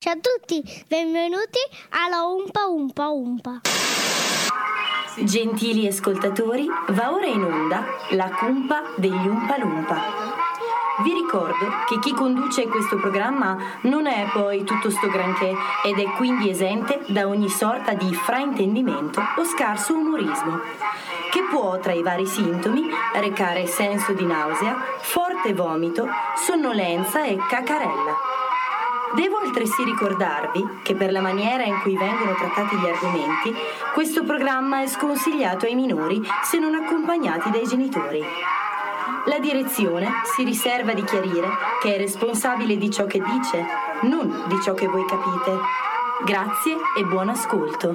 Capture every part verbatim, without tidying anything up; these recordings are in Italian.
Ciao a tutti, benvenuti alla Umpa Umpa Umpa. Gentili ascoltatori, va ora in onda la cumpa degli Umpa Lumpa. Vi ricordo che chi conduce questo programma non è poi tutto sto granché ed è quindi esente da ogni sorta di fraintendimento o scarso umorismo, che può, tra i vari sintomi, recare senso di nausea, forte vomito, sonnolenza e cacarella. Devo altresì ricordarvi che per la maniera in cui vengono trattati gli argomenti, questo programma è sconsigliato ai minori se non accompagnati dai genitori. La direzione si riserva di chiarire che è responsabile di ciò che dice, non di ciò che voi capite. Grazie e buon ascolto.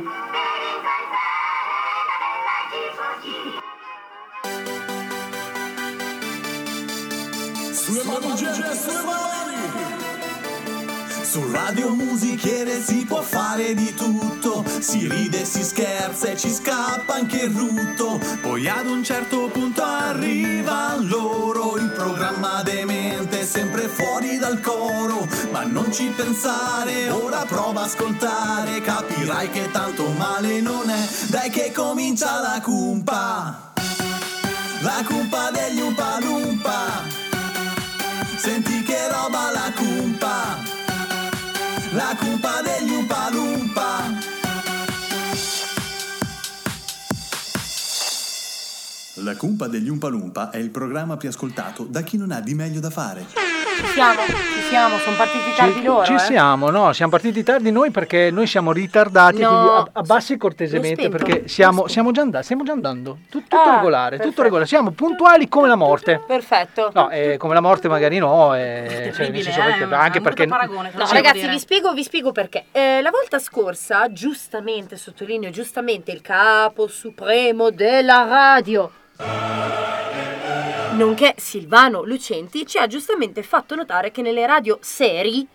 Sulle mani, sulle mani! Su Radio Musichiere si può fare di tutto, si ride, si scherza e ci scappa anche il rutto. Poi ad un certo punto arriva loro, il programma demente sempre fuori dal coro. Ma non ci pensare, ora prova a ascoltare, capirai che tanto male non è. Dai che comincia la cumpa, la cumpa degli Umpa Lumpa. Senti che roba la cumpa, la cumpa degli Umpa Lumpa. La cumpa degli Umpa Lumpa è il programma più ascoltato da chi non ha di meglio da fare. Ci siamo, ci siamo, sono partiti tardi ci, loro. Ci eh? siamo, no, siamo partiti tardi noi perché noi siamo ritardati, No, quindi abbassi cortesemente l'ho spento, perché siamo, siamo già andati, stiamo già andando, tutto, tutto Ah, regolare, perfetto. tutto regolare, siamo puntuali come la morte. Perfetto. No, eh, come la morte magari no, eh, cioè, nel senso, eh, perché- è un- anche è un perché brutto paragone, te lo No, devo ragazzi, dire. vi spiego, vi spiego perché. Eh, la volta scorsa, giustamente, sottolineo giustamente, il capo supremo della radio, nonché Silvano Lucenti, ci ha giustamente fatto notare che nelle radio seri,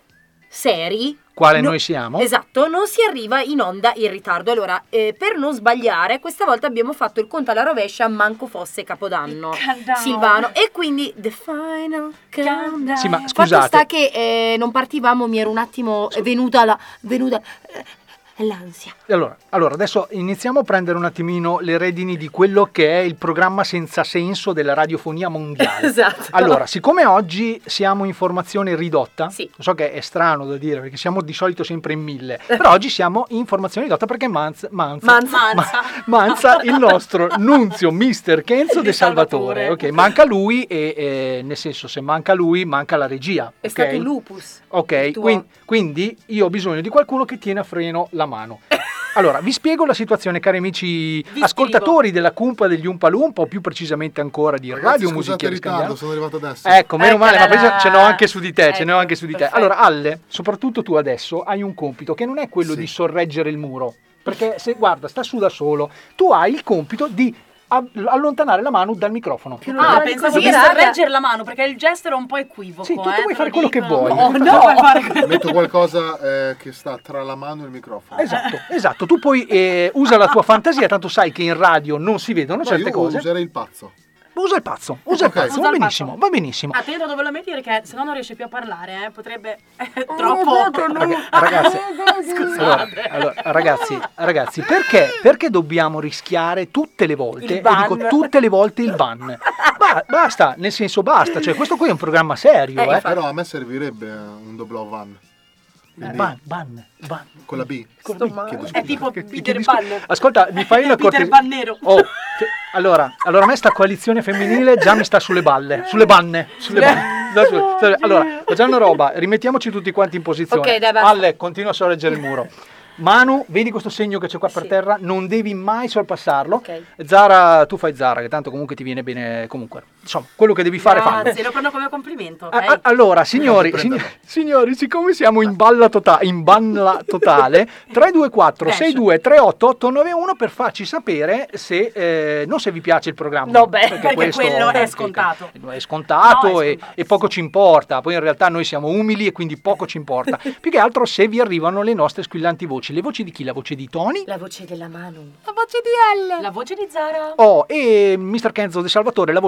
seri, quale no- noi siamo. esatto, non si arriva in onda in ritardo. Allora, eh, per non sbagliare, questa volta abbiamo fatto il conto alla rovescia, manco fosse Capodanno, Countdown. Silvano, e quindi the final countdown. Sì, ma Fatto scusate. sta che eh, non partivamo, mi ero un attimo venuta la venuta eh, l'ansia. Allora, allora, adesso iniziamo a prendere un attimino le redini di quello che è il programma senza senso della radiofonia mondiale. Esatto. Allora, siccome oggi siamo in formazione ridotta, Sì. so che è strano da dire perché siamo di solito sempre in mille, però oggi siamo in formazione ridotta perché Manz, Manza, Manza. Ma- Manza, il nostro nunzio mister Kenzo De De Salvatore, Salvatore. ok, manca lui e, e nel senso se manca lui manca la regia. È ok? stato il lupus. Ok, il tuo. quin- quindi io ho bisogno di qualcuno che tiene a freno la mano. Allora, vi spiego la situazione, cari amici Vi ascoltatori della cumpa degli Umpa Lumpa, o più precisamente ancora di Ragazzi, Radio scusate Musichiere il ritardo, Scandiano. sono arrivato adesso. Ecco, meno male, ma Eccola poi là. ce n'ho anche su di te, ce n'ho Ecco, anche su di te. perfetto. Allora, Alle, soprattutto tu adesso hai un compito che non è quello Sì. di sorreggere il muro, perché se guarda, sta su da solo, tu hai il compito di a- allontanare la mano dal microfono. Ah, Ah, pensavo così, di raga. sorreggere la mano, perché il gesto era un po' equivoco. Sì, tu eh, puoi te fare lo quello che dico. vuoi. No, No. no, puoi fare quello- Metto qualcosa eh, che sta tra la mano e il microfono. Esatto, esatto, tu poi eh, usa la tua fantasia, tanto sai che in radio non si vedono No, certe io cose. userei il pazzo. Usa il pazzo, usa Ok. il pazzo, Usa va il benissimo, pazzo. va benissimo. Attento dove lo metti perché se no non riesce più a parlare, eh. Potrebbe eh, troppo. Raga- ragazzi, allora, allora, ragazzi, ragazzi, perché, perché dobbiamo rischiare tutte le volte, Il e ban. dico tutte le volte il ban? Ba- basta, nel senso basta, cioè questo qui è un programma serio, Eh, eh. Però a me servirebbe un doppio van. Quindi, Ban, ban, ban. con la B. Con Sto la B. male. Chiedo È scusa. tipo Che- Peter che Pan. Ascolta, mi fai una Peter cortesia? Pan nero. Oh, che- allora, allora a me sta coalizione femminile già mi sta sulle balle, sulle banne, sulle banne. No, su- su- Allora, ho già una roba, rimettiamoci tutti quanti in posizione. Ok, dai, basta. Alle, continua a sorreggere il muro. Manu, vedi questo segno che c'è qua per Sì. terra? Non devi mai sorpassarlo. Ok. Zara, tu fai Zara, che tanto comunque ti viene bene comunque. Insomma, quello che devi fare, fallo. Grazie, lo prendo come complimento. A- ok? a- allora, signori, Prenderlo. signori, signori, siccome siamo in balla totale, in balla totale, tre due quattro sei due tre otto otto nove uno per farci sapere se eh, non se vi piace il programma. No, beh, perché quello è scontato. È scontato, No, è e, scontato, e poco ci importa. Poi in realtà noi siamo umili e quindi poco ci importa. Più che altro se vi arrivano le nostre squillanti voci. Le voci di chi? La voce di Tony? La voce della mano. La voce di Elle. La voce di Zara. Oh, e mister Kenzo De Salvatore la voce non la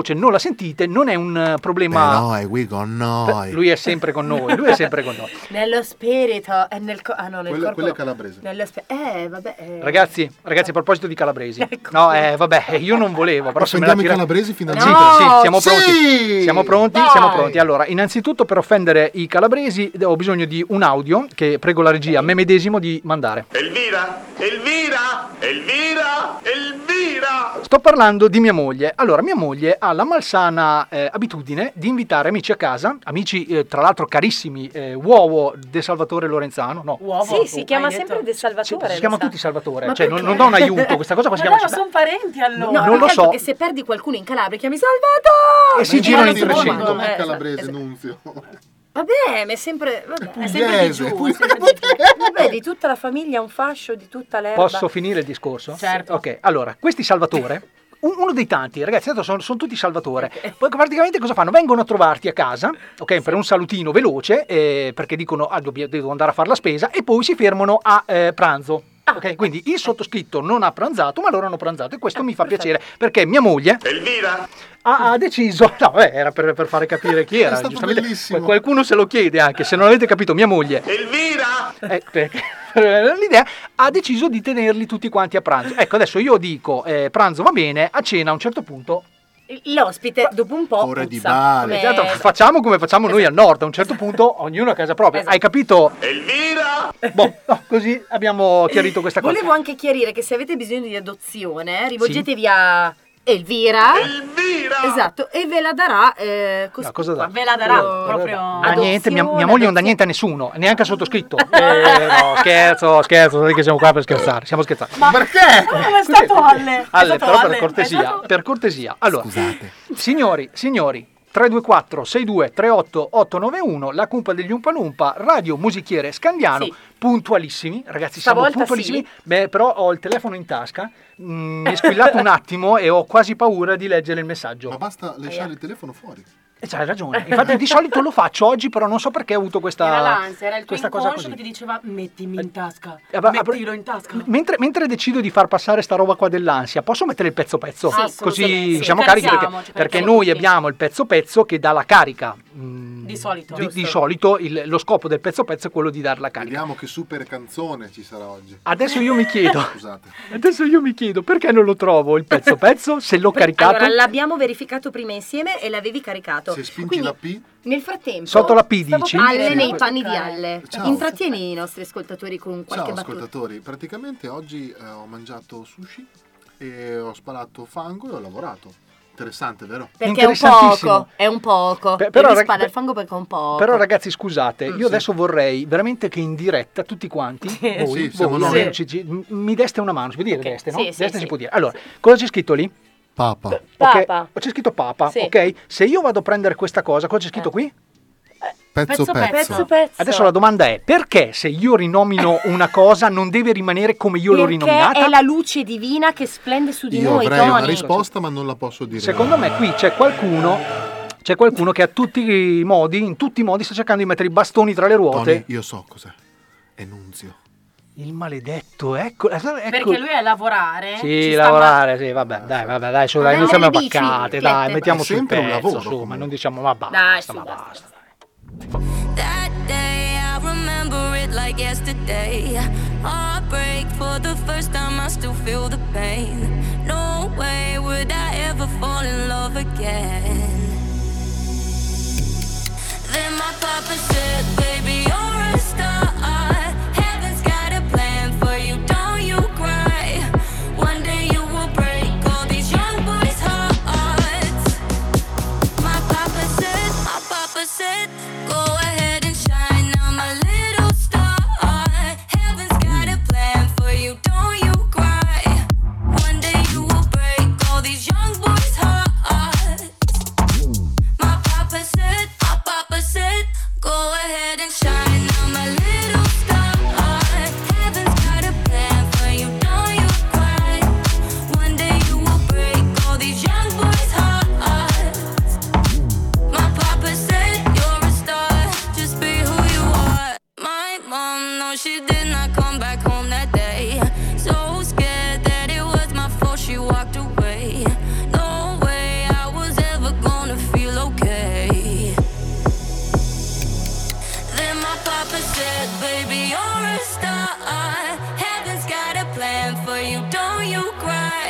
sentite, non è un problema. Però è qui con noi. Lui è sempre con noi, lui è sempre con noi. Nello spirito e nel co- ah no, nel Quello, corpo. quello è calabrese. Nello spe- eh, vabbè. eh. Ragazzi, ragazzi, a proposito di calabresi. Ecco. No, eh, vabbè, io non volevo, però se me la Offendiamo i tira... calabresi Sì, finalmente. No, sì, siamo sì! pronti. Siamo pronti, Dai! siamo pronti. Allora, innanzitutto per offendere i calabresi ho bisogno di un audio che prego la regia, me medesimo, di mandare. Elvira! Elvira! Elvira! Elvira! Sto parlando di mia moglie. Allora, mia moglie ha la malsana eh, abitudine di invitare amici a casa, amici eh, tra l'altro carissimi, eh, Uovo De Salvatore Lorenzano, no? Uovo. Sì, si chiama Hai sempre detto? De Si, Salvatore. si lo chiamano sa. tutti Salvatore, Ma cioè non, perché? non do un aiuto, questa cosa qua si Ma chiama... dai, ma sono parenti allora. No, non lo perché so. Che se perdi qualcuno in Calabria chiami Salvatore. E si Ma girano in infatti, trecento. non è Eh, calabrese, esatto. Nunzio. Vabbè, ma è sempre vabbè, È sempre di giù, Pugliese, è sempre di giù. vabbè, di tutta la famiglia un fascio, di tutta l'erba. Posso finire il discorso? Certo. Ok, allora, questi Salvatore, un- uno dei tanti, ragazzi, tanto sono, sono tutti Salvatore. Poi praticamente cosa fanno? Vengono a trovarti a casa, ok, per un salutino veloce, eh, perché dicono, ah, dobb- devo andare a fare la spesa, e poi si fermano a eh, pranzo. Ok, quindi il sottoscritto non ha pranzato, ma loro hanno pranzato, e questo mi fa piacere, perché mia moglie Elvira! ha, ha deciso, no, beh, era per, per fare capire chi era, stato giustamente. bellissimo. Qualcuno se lo chiede anche, se non avete capito, mia moglie Elvira! eh, perché l'idea ha deciso di tenerli tutti quanti a pranzo. Ecco, adesso io dico eh, pranzo va bene, a cena a un certo punto L'ospite dopo un po' Ore di puzza. Bale. Come- esatto, facciamo come facciamo noi al nord, a un certo punto ognuno a casa propria. Esatto. Hai capito? Elvira! Boh, no, così abbiamo chiarito questa cosa. Volevo anche chiarire che se avete bisogno di adozione, rivolgetevi a Elvira. Elvira! Esatto, e ve la darà eh, così. No, cosa dà? Ve la darà Oh, proprio. Ma niente, mia, mia moglie non dà adozione. niente a nessuno, neanche al sottoscritto. Eh, no, scherzo, scherzo, sai che siamo qua per scherzare, siamo scherzando. Perché? Ma è stato Alle. È Alle, stato però per Alle. È cortesia, stato- per cortesia. Allora, Scusate. signori, signori, tre due quattro sei due tre otto otto nove uno, la cumpa degli Umpalumpa, Radio Musichiere Scandiano, Sì. puntualissimi, ragazzi, siamo Stavolta puntualissimi. sì. Beh, però ho il telefono in tasca, mm, mi è squillato un attimo e ho quasi paura di leggere il messaggio. Ma basta lasciare il telefono fuori. E c'hai ragione, infatti di solito lo faccio oggi, però non so perché ho avuto questa, Era l'ansia, era il tuo questa cosa inconscio così. che ti diceva mettimi in tasca, Eh, ma- mettilo in tasca. Mentre, mentre decido di far passare sta roba qua dell'ansia, posso mettere il pezzo pezzo? Sì, Così assolutamente. siamo Ci carichi carichiamo, perché, ci perché carichiamo noi tutti. abbiamo il pezzo pezzo che dà la carica. mm, Di solito. Di, Giusto. di solito il- lo scopo del pezzo pezzo è quello di dar la carica. Vediamo che super canzone ci sarà oggi. Adesso io mi chiedo, Scusate. adesso io mi chiedo perché non lo trovo il pezzo pezzo se l'ho caricato Allora, l'abbiamo verificato prima insieme e l'avevi caricato. Se spingi Quindi, la P, nel frattempo, Sotto la P stavo dici? per Alle Sì. nei panni di Alle. Ciao. Intrattieni i nostri ascoltatori con qualche ciao battuta. ascoltatori. Praticamente oggi eh, ho mangiato sushi e ho sparato fango e ho lavorato. Interessante, vero? Perché è un Interessantissimo. poco, è un poco. Pe- Devi rag- sparare il fango perché è un poco. Però ragazzi scusate, io sì. adesso vorrei veramente che in diretta tutti quanti, voi, Sì, siamo voi, noi. almeno ci- ci- m- mi deste una mano, si può dire deste, no? Sì, sì, deste sì. si può dire. Allora, cosa c'è scritto lì? Papa. Ok, Papa. c'è scritto Papa, Sì. ok? Se io vado a prendere questa cosa, cosa c'è scritto qui? Pezzo Pezzo, pezzo. Pezzo pezzo. Adesso la domanda è, perché se io rinomino una cosa non deve rimanere come io l'ho Perché rinominata? è la luce divina che splende su di Io noi, avrei una Tony. risposta ma non la posso dire. Secondo me qui c'è qualcuno, c'è qualcuno che a tutti i modi, in tutti i modi sta cercando di mettere i bastoni tra le ruote. Tony, io so cos'è. È Nunzio. Il maledetto, ecco, ecco. Perché lui è a lavorare. Sì, ci sta lavorare, sì, vabbè, dai, vabbè, dai, su, dai, non Prendere siamo le bici, paccate, piette. dai, mettiamo È sul sempre un pezzo, lavoro, su, comunque. ma non diciamo, ma basta, Dai, su, ma basta. basta. That day I remember it like yesterday. Heartbreak for the first time, I still feel the pain. No way would I ever fall in love again. Then my papa said, baby, you're a star. Heaven's got a plan for you, don't you cry. One day you will break all these young boys' hearts. My papa said, my papa said, go ahead and shine, I'm a little star. Heaven's got a plan for you, don't you cry. One day you will break all these young boys' hearts. My papa said, my papa said, go ahead and shine, I'm a little star. Heaven's got a plan for you, don't you cry. One day you will break all these young boys' hearts. My papa said, you're a star, just be who you are. My mom, no, she did not come back home that day. So scared that it was my fault, she walked away. No way I was ever gonna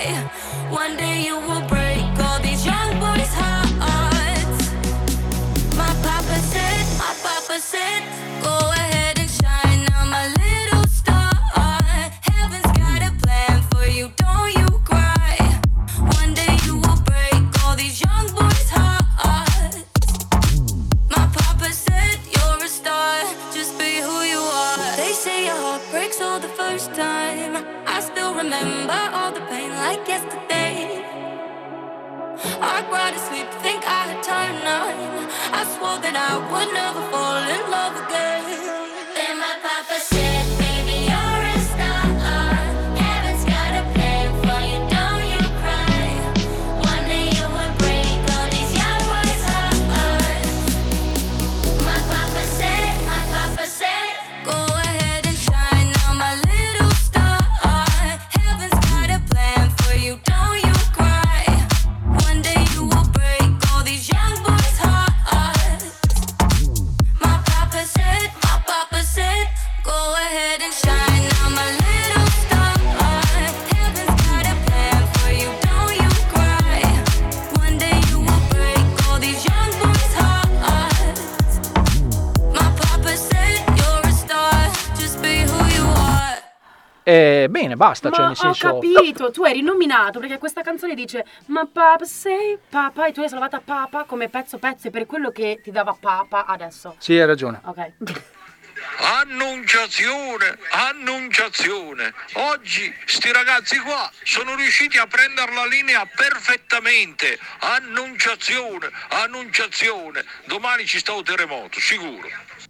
cry. One day you will break all these young boys' hearts. My papa said, my papa said, go ahead and shine now, my little star. Heaven's got a plan for you, don't you cry. One day you will break all these young boys' hearts. My papa said, you're a star, just be who you are. They say your heart breaks all the first time. I still remember all the pain like yesterday. I cried to sleep, think I had turned nine. I swore that I would never fall in love again. Then my papa said, baby, you're a star. Heaven's got a plan for you, don't you cry. One day you will break all these young boys' hearts. My papa said, my papa said, go ahead and shine now, my little star. Heaven's got a plan for you, don't you cry. One day you will break all these young boys' hearts. My papa said, my papa said, go ahead and shine now, my little star. Heaven's got a plan for you, don't you cry. One day you will break all these young boys' hearts. My papa said, you're a star, just be who you are. Eh, bene, basta, Ma cioè nel senso... ho capito, tu eri nominato perché questa canzone dice ma papa sei papa e tu hai salvata papa come pezzo pezzo e per quello che ti dava papa adesso. Sì, hai ragione. Ok. Annunciazione, annunciazione. Oggi sti ragazzi qua sono riusciti a prendere la linea perfettamente. Annunciazione, annunciazione. Domani ci sta un terremoto, sicuro.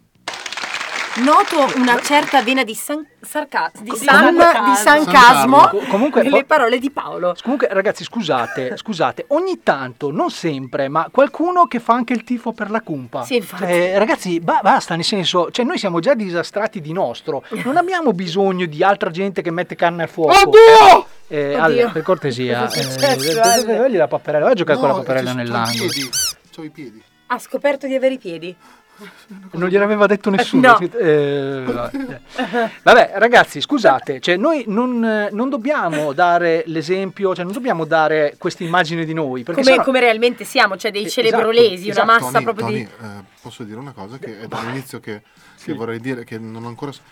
Noto una certa vena di, san, sarca, di, Di san, sarcasmo. di sancasmo Co- comunque- nelle parole di Paolo. Comunque, ragazzi, scusate, scusate, ogni tanto, non sempre, ma qualcuno che fa anche il tifo per la Cumpa. Sì, infatti. Cioè, ragazzi, ba- basta, nel senso, cioè noi siamo già disastrati di nostro, non abbiamo bisogno di altra gente che mette canne al fuoco. Oddio! Eh, Oddio. Ale, per cortesia, Cosa è successo, eh, Ale? togli la papperella, vai a giocare con la No, papperella c'ho- c'ho i nell'angolo. piedi, c'ho i piedi. Ha scoperto di avere i piedi. Non gliel'aveva detto nessuno. No. Eh, vabbè. Vabbè, ragazzi, scusate, cioè noi non, non dobbiamo dare l'esempio, cioè non dobbiamo dare questa immagine di noi. Perché Come, sennò- come realmente siamo, cioè dei Eh, celebrolesi, esatto, una massa Tony, proprio Tony, di... eh, posso dire una cosa che è dall'inizio che, che vorrei dire che non ho ancora... s-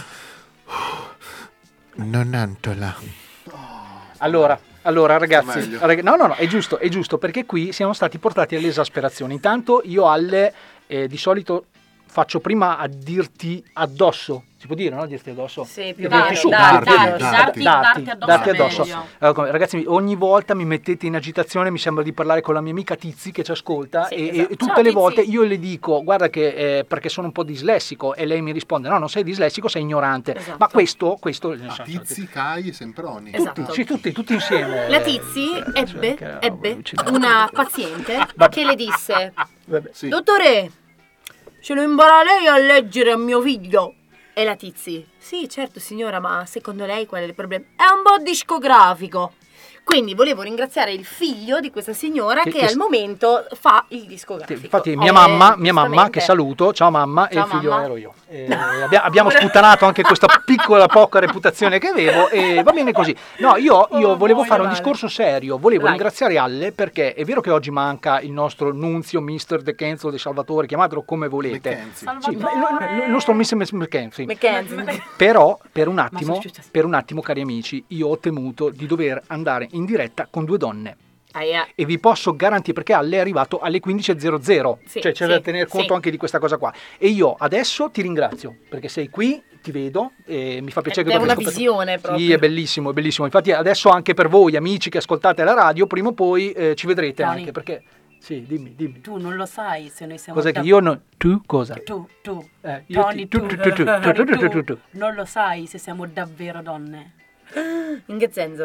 Nonantola. Allora, allora ragazzi, Meglio. rag- no, no, no, è giusto, è giusto, perché qui siamo stati portati all'esasperazione. Intanto io alle eh, di solito faccio prima a dirti addosso. Si può dire, no? Dirti addosso? Sì, più o Dirti meno, su, darti, dirti, darti, darti, darti addosso darti è addosso. meglio. Allora, come- ragazzi, ogni volta mi mettete in agitazione, mi sembra di parlare con la mia amica Tizi che ci ascolta Sì, e, esatto. e tutte Ciao, le Tizi. volte io le dico guarda che eh, perché sono un po' dislessico e lei mi risponde no, non sei dislessico, sei ignorante. Esatto. Ma questo, questo nel Ah, senso, Tizi, Cai e Semproni. Esatto. sì, tutti, tutti insieme. La Tizi ebbe, che roba ebbe allucinante. una paziente che le disse Vabbè. Sì. dottore, ce lo impara lei a leggere a mio figlio? E la Tizi, sì certo signora, ma secondo lei qual è il problema? È un po' discografico. Quindi volevo ringraziare il figlio di questa signora Che- che, che al s- momento fa il discografico. Infatti mia Eh, mamma, mia mamma giustamente. che saluto, ciao mamma, e Ciao, il figlio mamma. ero io. E abbia- abbiamo sputtanato anche questa piccola poca reputazione che avevo e va bene così. No, io, io Oh, volevo muoio fare un male. discorso serio, volevo Vai. ringraziare Alle perché è vero che oggi manca il nostro nunzio mister De Kenzo De Salvatore, chiamatelo come volete. McKenzie. Sì, ma il, il- il nostro mister McKenzie. McKenzie. Però per un attimo, Massachusetts. per un attimo cari amici, io ho temuto di dover andare in diretta con due donne. Aia. E vi posso garantire perché Alle è arrivato alle quindici e zero zero, Sì, cioè c'è sì, da tenere conto sì. anche di questa cosa qua. E io adesso ti ringrazio perché sei qui, ti vedo e mi fa piacere Ed che è tu una abbia scoperto- visione proprio. Sì, è bellissimo, è bellissimo. Infatti adesso anche per voi amici che ascoltate la radio, prima o poi eh, ci vedrete Tony. anche perché sì, dimmi, dimmi. Tu non lo sai se noi siamo Cos'è che da- io non tu cosa? Tu, tu, Eh, io Tony, ti- tu, tu, tu, tu, tu, tu, Tony, tu, tu, tu, tu, tu. non lo sai se siamo davvero donne. In che senso?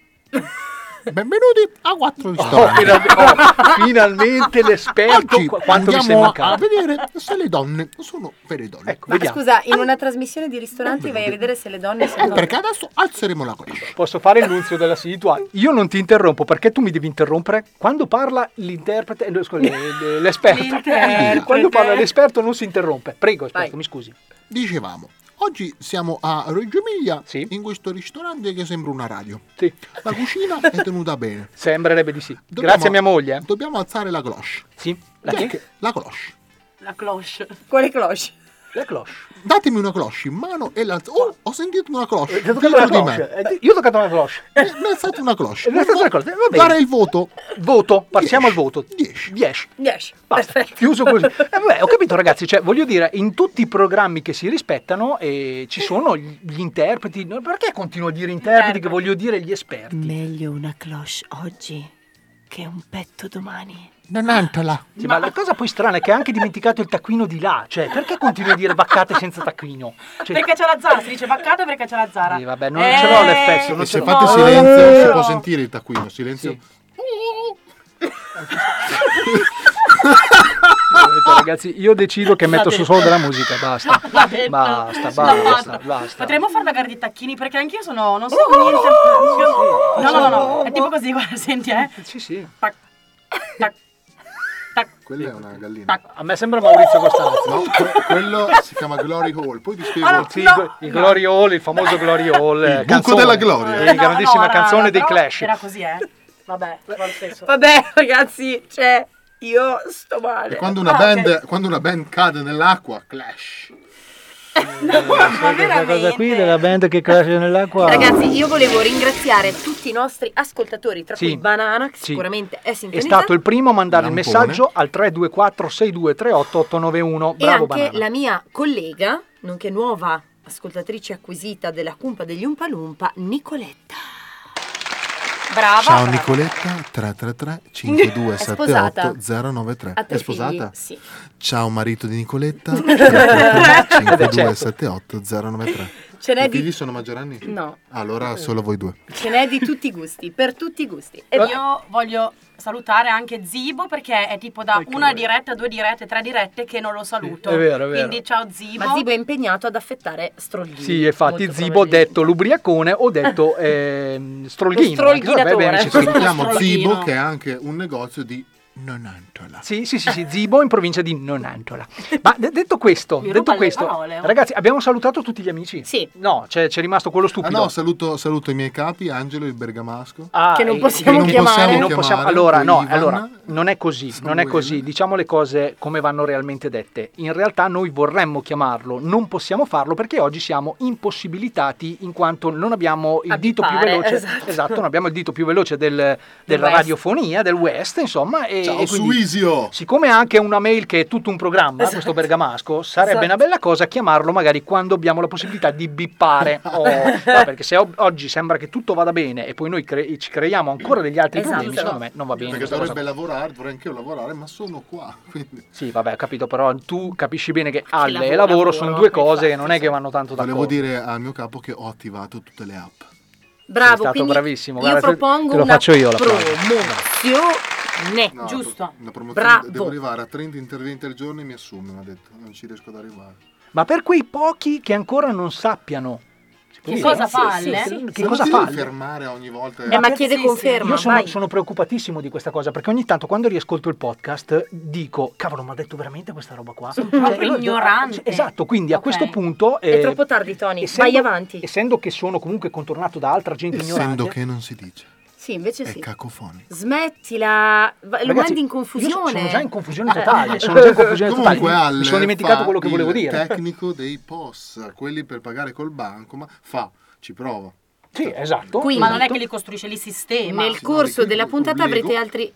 Benvenuti a quattro Oh, ristoranti. finalmente, oh, finalmente l'esperto Oggi qu- quanto mi sei andiamo a mancato. vedere se le donne sono vere donne. Ecco, Ma vediamo. scusa, in una trasmissione di ristoranti vai a vedere se le donne sono... Perché adesso alzeremo la coscia. Posso fare il nunzio della situazione? Io non ti interrompo perché tu mi devi interrompere quando parla l'interprete, eh, scusa, l'esperto. L'interprete. Quando parla l'esperto non si interrompe. Prego, esperto, Vai. mi scusi. Dicevamo, Oggi siamo a Reggio Emilia, Sì. in questo ristorante che sembra una radio. Sì. La cucina è tenuta bene. Sembrerebbe di sì. Dobbiamo- Grazie a mia moglie. eh. Dobbiamo alzare la cloche. Sì. La Chi è che? che- La cloche. La cloche. Quale cloche? La cloche. Datemi una cloche in mano e l'alzo. Oh, ho sentito una cloche. Ti ho toccato la dietro di me. cloche. Eh, Io ho toccato la cloche. Eh, Mi è stata una cloche. Mi è stata una cloche. Va bene. Dare il voto. Voto, passiamo al voto. dieci. dieci. dieci. Basta, Perfetto. chiuso così. Eh, vabbè, ho capito ragazzi, cioè voglio dire, in tutti i programmi che si rispettano eh, ci sono gli, gli interpreti. No, perché continuo a dire interpreti Interpreti. che voglio dire gli esperti? Meglio una cloche oggi che un petto domani. Nanantola. Sì, ma la cosa poi strana è che ha anche dimenticato il taccuino di là. Cioè, perché continui a dire vaccate senza taccuino? Cioè, Perché c'è la Zara, si dice vaccata perché c'è la Zara. sì, vabbè, non ce l'ho l'effetto. Non E ce se l'ho. fate No, silenzio no, si no. può sentire il taccuino. Silenzio. Sì. Vedete, ragazzi, io decido che metto su solo della musica, basta. L'ha detto. Basta, L'ha basta, fatto. basta. Potremmo fare la gara di tacchini perché anch'io sono. Non so Oh, niente. No, no, no, no. È tipo così, guarda, senti, eh. Sì, sì. Tac, tac, tac. Quella è una gallina. A me sembra Maurizio Costanzo. No, que- quello si chiama Glory Hall. Poi ti spiego. Ah, no. Sì, il Glory Hall, il famoso Glory Hall. Il eh, buco canzone. della gloria. Sì, No, grandissima no, canzone raga, dei però Clash. Era così, eh. Vabbè, fa lo stesso. Vabbè, ragazzi, cioè, io sto male. E quando una, Ah, band, ok. quando una band cade nell'acqua, Clash. Ma Questa cosa qui della band che cresce nell'acqua. Ragazzi, io volevo ringraziare tutti i nostri ascoltatori, tra Sì. cui Banana, che Sì. sicuramente è È sintonizzata, stato il primo a mandare il Lampone. messaggio al tre due quattro sei due tre otto otto nove uno. e Bravo anche Banana. la mia collega, nonché nuova ascoltatrice acquisita della Cumpa degli Umpalumpa, Nicoletta. Brava. Ciao brava. Nicoletta, tre tre tre cinque due sette sposata. otto zero nove tre. Ha È tre sposata? figli? Sì. Ciao marito di Nicoletta, tre tre tre cinque due certo. sette otto zero nove tre. Ce n'è I di... figli sono maggiorenni? No, Allora solo voi due. ce n'è di tutti i gusti, per tutti i gusti. E Io voglio salutare anche Zibo perché è tipo da una diretta, due dirette, tre dirette che non lo saluto. È vero, è vero. Quindi ciao Zibo. Ma Zibo è impegnato ad affettare Strollini. Sì, infatti molto Zibo ho probabilmente. detto l'ubriacone, ho detto ehm, Strolghino. Lo strolghinatore. Vabbè, bene, ci sono- Salutiamo Strollino. Zibo che è anche un negozio di Nonantola. Sì, sì, sì, sì, Zibo in provincia di Nonantola. Ma de- detto questo, Mi detto ruba le questo, parole, oh. ragazzi, abbiamo salutato tutti gli amici? Sì. No, c'è, c'è rimasto quello Ah stupido. no, saluto, saluto i miei capi, Angelo il bergamasco. Ah, Che non eh, possiamo che non chiamare. possiamo- non chiamare, possiamo- allora, poi no, Ivan, allora, non è così, non è Samuele. così. Diciamo le cose come vanno realmente dette. In realtà noi vorremmo chiamarlo, non possiamo farlo perché oggi siamo impossibilitati in quanto non abbiamo il A dito più bippare, veloce. esatto. non abbiamo il dito più veloce del- della West. radiofonia, del West, insomma. E, Ciao e quindi, Suisio! siccome ha anche una mail che è tutto un programma, questo bergamasco, sarebbe Esatto. una bella cosa chiamarlo magari quando abbiamo la possibilità di bippare. o- no, perché se o- oggi sembra che tutto vada bene e poi noi cre- ci creiamo ancora degli altri Esatto. problemi, secondo me non va bene. Perché questa cosa dovrebbe qua. lavorare, dovrei anche io lavorare, ma sono qua. Quindi Sì, vabbè, ho capito, però tu capisci bene che alle e lavoro, lavoro lavoro, sono due cose infatti, che non è che vanno tanto d'accordo. volevo dire al mio capo che ho attivato tutte le app. Bravo, Sei stato quindi bravissimo, io guarda, te- propongo te lo una faccio io l'applauso. promozione. No, Giusto. Una promozione, Bravo. devo arrivare a trenta interventi al giorno e mi assume, mi ha detto, non ci riesco ad arrivare. Ma per quei pochi che ancora non sappiano si può Che dire? cosa Sì, fa? sì, Ale? sì. Che Se cosa non ti fa? devi fermare ogni volta. Eh, ma chiede Sì, sì. conferma, Io sono, vai. sono preoccupatissimo di questa cosa perché ogni tanto quando riascolto il podcast dico cavolo, ma ha detto veramente questa roba qua? Cioè, proprio io- ignorante. Esatto, quindi a Ok. questo punto È eh, troppo tardi, Tony. essendo- Vai avanti. Essendo che sono comunque contornato da altra gente Essendo ignorante. che non si dice, Sì, invece è sì. cacofonico. Smettila, va- lo Ragazzi, mandi in io confusione. sono già in confusione totale. Sono già in confusione Comunque totale. Al Mi sono dimenticato fa quello che volevo il dire. tecnico dei P O S, quelli per pagare col banco, ma fa, ci prova. Sì, esatto. Quindi- Ma non è esatto. che li costruisce, li sistema. Nel Sì, corso no, della di- puntata obbligo. avrete altri...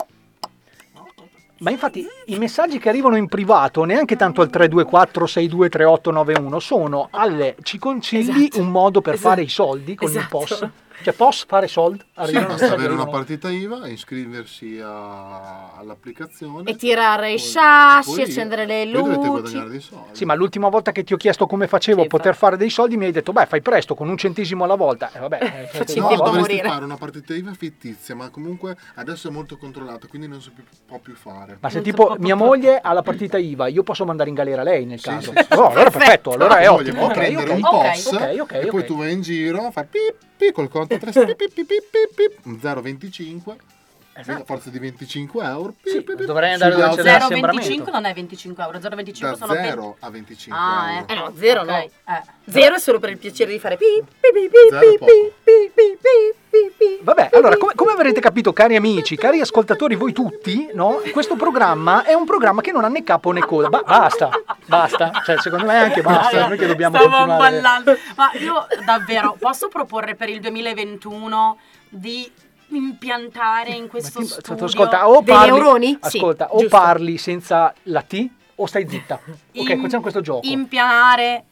Ma infatti i messaggi che arrivano in privato, neanche tanto al tre due quattro sei due tre otto nove uno, sono al ci consigli Esatto. un modo per Esatto. fare i soldi con il Esatto. P O S. Cioè P O S fare soldi? Sì, Arrivano basta messaggi, avere una arrivano- partita I V A, iscriversi a- all'applicazione E tirare i poi- sassi, poi- accendere le poi dovete luci. guadagnare dei soldi. Sì, ma l'ultima volta che ti ho chiesto come facevo Sì, a poter fare dei soldi mi hai detto beh fai presto con un centesimo alla volta. E vabbè, eh, Facci No, tempo a dovresti morire. fare una partita I V A fittizia, ma comunque adesso è molto controllato, quindi non si più- può più fare. Ma se Non tipo si può mia proprio- moglie ha la partita I V A, io posso mandare in galera lei nel Sì, caso. sì, sì, sì. Oh, allora perfetto, allora è Tua moglie ottimo. può Ok, prendere ok. un Ok, P O S ok, ok, e poi ok. tu vai in giro, fai pip, pip col conto tre, pip, pip, pip, pip, pip, zero virgola venticinque a forza di venticinque euro. Sì, pi, pi, dovrei andare dove c'è zero virgola l'assembramento. venticinque non è venticinque euro, zero virgola venticinque Da sono zero a venticinque Ah, euro. Eh no, zero no. Ok, eh. Zero è solo per il piacere di fare pi pi pi pi Zero pi poco. pi pi pi pi pi. Vabbè, allora, come, come avrete capito, cari amici, cari ascoltatori, voi tutti, no? Questo programma è un programma che non ha né capo né coda. Ba- basta, basta. Cioè, secondo me anche basta. Noi che dobbiamo Stavo continuare. ballando. Ma io davvero posso proporre per il duemilaventuno di impiantare in questo Ma ti- studio ascolta, o Dei parli, neuroni? ascolta, Sì, o giusto. parli senza la T o stai zitta. Ok, in- facciamo questo gioco. impianare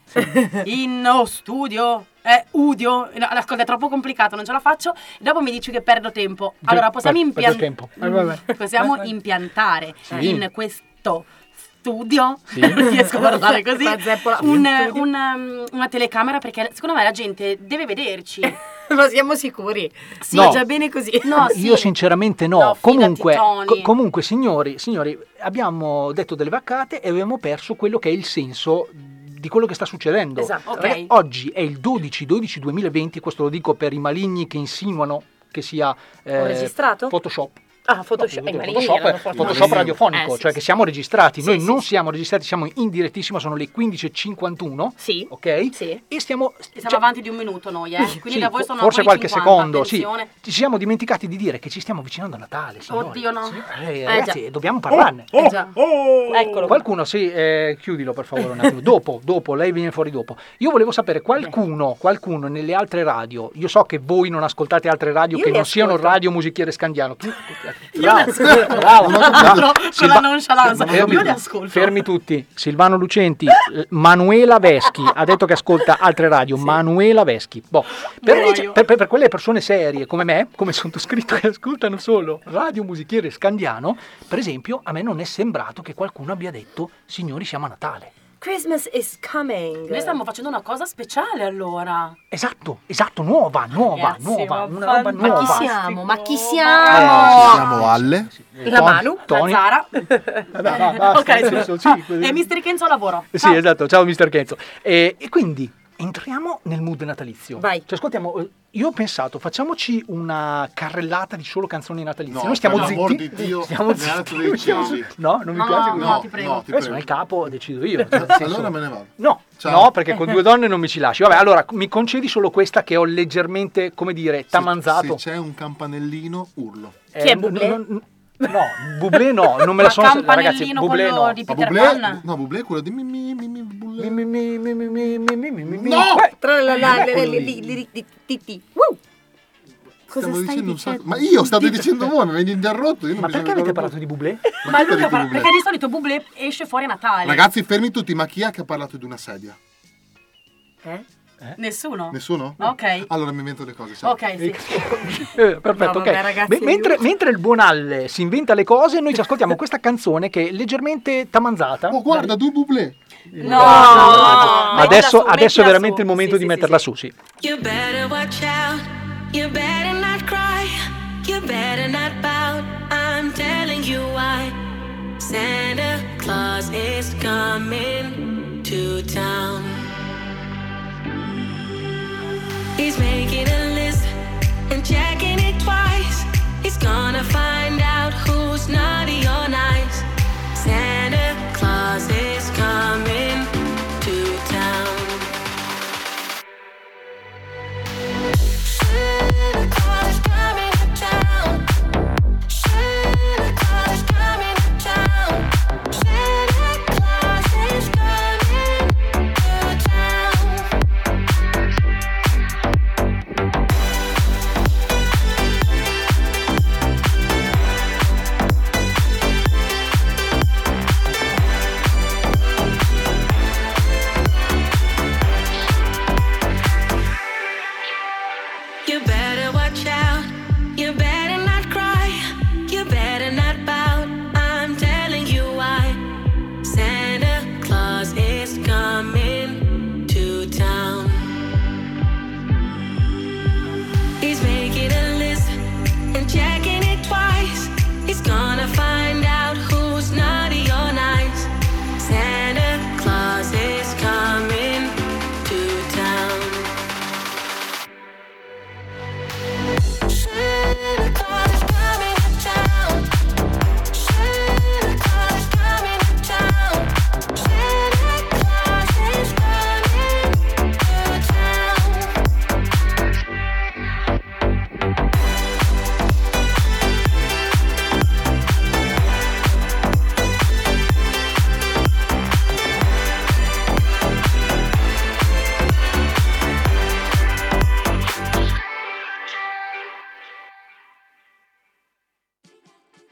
in oh, studio eh, udio no, ascolta, è troppo complicato, non ce la faccio. Dopo mi dici che perdo tempo. Allora possiamo per- perdo impiantare tempo. Eh, vabbè. possiamo Vai, vai. impiantare Sì. in questo studio Sì. non riesco a parlare così La zeppola. un, una, una telecamera, perché secondo me la gente deve vederci. Ma siamo sicuri? Sì, No. È già bene così. No, sì. Io sinceramente no. No, fidati, comunque, Tony. co- comunque signori, signori, abbiamo detto delle vaccate e abbiamo perso quello che è il senso di quello che sta succedendo. Esatto, ok. Ragazzi, oggi è il dodici dodici duemilaventi, questo lo dico per i maligni che insinuano che sia eh, Ho registrato? Photoshop. Ah, Photoshop. No, i maligni Photoshop, erano è- forse- Photoshop Maligno. radiofonico, Eh, sì, cioè sì. che siamo registrati. Sì, Noi sì, non sì. siamo registrati, siamo in direttissima, sono le quindici e cinquantuno. Sì. Ok? Sì. E stiamo... Siamo cioè, avanti di un minuto noi, eh. Quindi sì, da voi fo- sono forse ancora i qualche cinquanta, secondo, sì. attenzione. Ci siamo dimenticati di dire che ci stiamo avvicinando a Natale, signori. Oddio, no. Sì, eh, ragazzi, dobbiamo Oh, parlarne. Eh già. Eccolo. Qualcuno, sì, eh, chiudilo per favore un attimo. Dopo, dopo, lei viene fuori dopo. Io volevo sapere, qualcuno, qualcuno nelle altre radio, io so che voi non ascoltate altre radio Io che le non siano ascolto. Radio Musichiere Scandiano. Tu, Io bravo, le ascolto. bravo, No, bravo. con Silva- la nonchalance. fermi, Io le ascolto. fermi tutti. Silvano Lucenti, eh, Manuela Veschi ha detto che ascolta altre radio. Manuela Veschi. Boh. Per, Muoio. invece- per- per- per quelle persone serie come me, come sottoscritto, che ascoltano solo Radio Musichiere Scandiano, per esempio, a me non è sembrato che qualcuno abbia detto signori siamo a Natale. Christmas is coming. Noi stiamo facendo una cosa speciale allora. Esatto, esatto, nuova, nuova, Ragazzi, nuova, ma una roba fantastico. nuova. Ma chi siamo? Ma chi Eh, siamo? Siamo alle La Tony- Manu? Tony. La Zara. Vabbè, va, basta, Ok, nel senso, sì, ah, quelli- e mister Kenzo a lavoro. Sì, Ciao. esatto, ciao mister Kenzo. E, e quindi entriamo nel mood natalizio. Vai. Cioè, ascoltiamo, eh, io ho pensato, facciamoci una carrellata di solo canzoni natalizie. No, Noi stiamo per l'amor zitti. di Dio, stiamo neanche zitti. dei cieli. No, non mi No, piace no, così. no, ti prego. no, ti Eh, sono prego. il capo, decido io. cioè, nel senso- Allora me ne vado. No, Ciao. no, perché con due donne non mi ci lasci. Vabbè, allora mi concedi solo questa che ho leggermente, come dire, tamanzato. Se c'è un campanellino, urlo. Eh, Chi è n- Bublé? n- n- No, Bublé no, non me la Ma sono ragazzi, campanellino Bublé quello no. di Ma Peter Bublé, Pan? no, Bublé è quello di mi mi mi mi Bublé. Mi, mi, mi, mi, mi, mi, mi, mi, mi, mi. No! Eh, Tra la la Non è le- quello le- lì. li- li- li- ti- ti. Woo! Cosa Stavo stai dicendo un sacco. dicendo? Ma io stavo dicendo voi, mi avete interrotto. Io non Ma mi perché sono avete ricordato parlato di Bublé? più. Ma chi Luca, parla par- di Bublé? perché di solito Bublé esce fuori a Natale. Ragazzi, fermi tutti, ma chi è che ha parlato di una sedia? Eh? Nessuno? Nessuno? Ok. Allora mi invento le cose. ciao. Ok, sì. Eh, perfetto, No, vabbè, ok. ragazzi, Beh, mentre, aiuto. mentre il buon Alle si inventa le cose, noi ci ascoltiamo questa canzone che è leggermente tamanzata. Oh, guarda, due Bublé. No, no, adesso mettila su, adesso è mettila veramente su. il momento Sì, di sì, metterla sì, su, sì. You better watch out. You better not cry. You better not pout. I'm telling you why. Santa Claus is coming to town. He's making a list and checking it twice. He's gonna find out who's naughty or nice. Santa Claus is coming to town. Santa Claus coming to town. Santa Claus coming to town. Santa Claus is coming.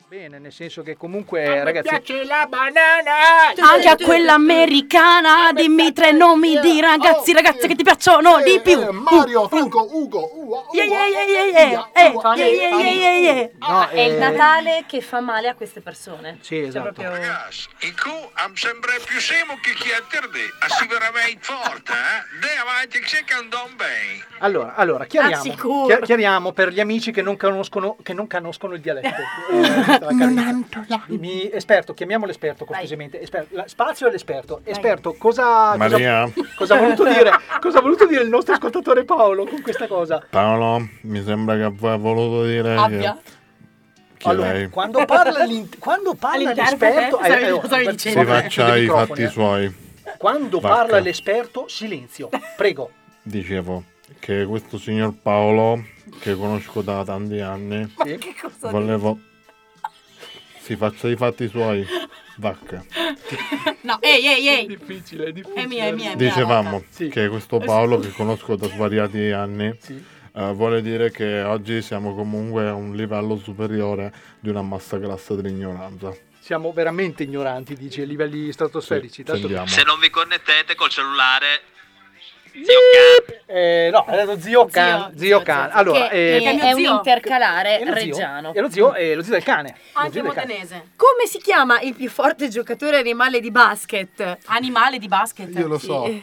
Bene, nel senso che comunque, ragazzi... piace la banana! Anche a quella americana, dimmi tre nomi di ragazzi, ragazze che ti piacciono di più. Eh, Mario, Franco, Ugo, Ugo, Yeah, yeah, yeah, yeah, yeah. Eh, Tony, yeah, yeah, Tony. yeah, yeah, yeah. No, È il eh, Natale che fa male a queste persone. Sì, Cioè, esatto. proprio- Ragazzi, in cu am sembra più semo che chiedere, a si veramente forte, eh? De avanti che si andò bene. Allora, allora chiariamo, Ah, sicuro. chia- chiariamo per gli amici che non conoscono, che non conoscono il dialetto. Eh, Mi, esperto, chiamiamo l'esperto cortesemente. Esperto, la- spazio all'esperto. Esperto, cosa, Maria. cosa, cosa ha voluto dire? Cosa ha voluto dire il nostro ascoltatore Paolo con questa cosa? Paolo, mi sembra che ha voluto dire Abbia. che... Chi Allora, lei? quando parla, l'in- quando parla All'interprete? l'esperto, Stavi- eh, eh, stavi per- dicendo. Si per- faccia per i microfoni, fatti eh. suoi. Quando Vacca. parla l'esperto, silenzio. Prego. Dicevo che questo signor Paolo, che conosco da tanti anni, Sì. Che cosa volevo... Si faccia i fatti suoi. Vacca. No, ehi, ehi, ehi. Difficile, è difficile. È mia, è mia, è mia. Dicevamo Sì. che questo Paolo, che conosco da svariati anni, Sì. eh, vuole dire che oggi siamo comunque a un livello superiore di una massa grassa dell'ignoranza. Siamo veramente ignoranti, dice, a livelli stratosferici. Tanto- Sentiamo. Se non vi connettete col cellulare, zio Can. Eh, no, è lo zio Can. Zio, zio, Can. zio. Allora, Che eh, è, mio è un zio. intercalare è lo zio, reggiano. è lo zio, è lo zio del cane. Lo Anche zio del cane. modenese. Come si chiama il più forte giocatore animale di basket? Animale di basket. Io lo so. Eh,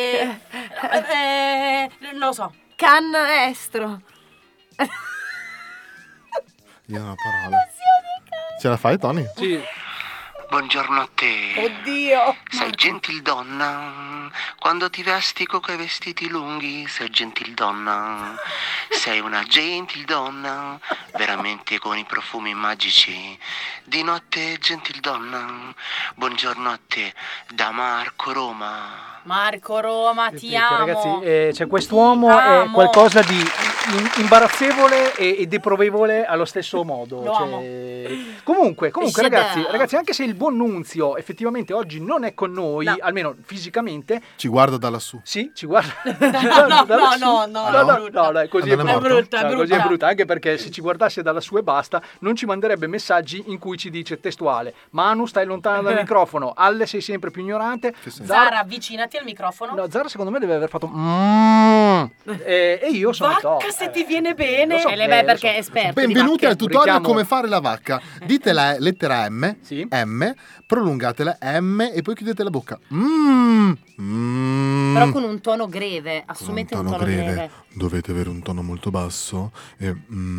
eh, non lo so. Canestro. Io ho una parola. Ce la fai, Tony? Sì. Buongiorno a te. Oddio. Sei gentildonna. Quando ti vesti con quei vestiti lunghi, sei gentildonna. Sei una gentildonna, veramente con i profumi magici. Di notte, gentildonna. Buongiorno a te, da Marco Roma. Marco Roma, ti Perché, amo. ragazzi, eh, cioè, quest'uomo Ti è amo. qualcosa di in- imbarazzevole e, e deprovevole allo stesso modo. Lo cioè, amo. Comunque, comunque J'adore. ragazzi, ragazzi, anche se il buon Nunzio effettivamente oggi non è con noi, No. almeno fisicamente, Ci guarda da lassù. sì, ci guarda. ci no, guarda da no, lassù. no, no, no, è no, brutta. no, no, è così Ah, è non è brutta, morto? brutta, è No, così è brutta. brutta, anche perché se ci guardasse dalla sua e basta, non ci manderebbe messaggi in cui ci dice testuale: Manu, stai lontano dal microfono, Alle sei sempre più ignorante. senso? Zara, avvicinati al microfono. No, Zara secondo me deve aver fatto mm, e, e io sono Vacca, top. se Eh, ti viene bene. lo so, E lei eh, beh, lo perché so. è esperto. Benvenuti di al vacche. tutorial Richiamo- come fare la vacca. Dite la lettera M, Sì. M, prolungatela M e poi chiudete la bocca. Mmm. Mm. Però con un tono greve, Con assumete un tono greve. Dovete avere un tono molto basso e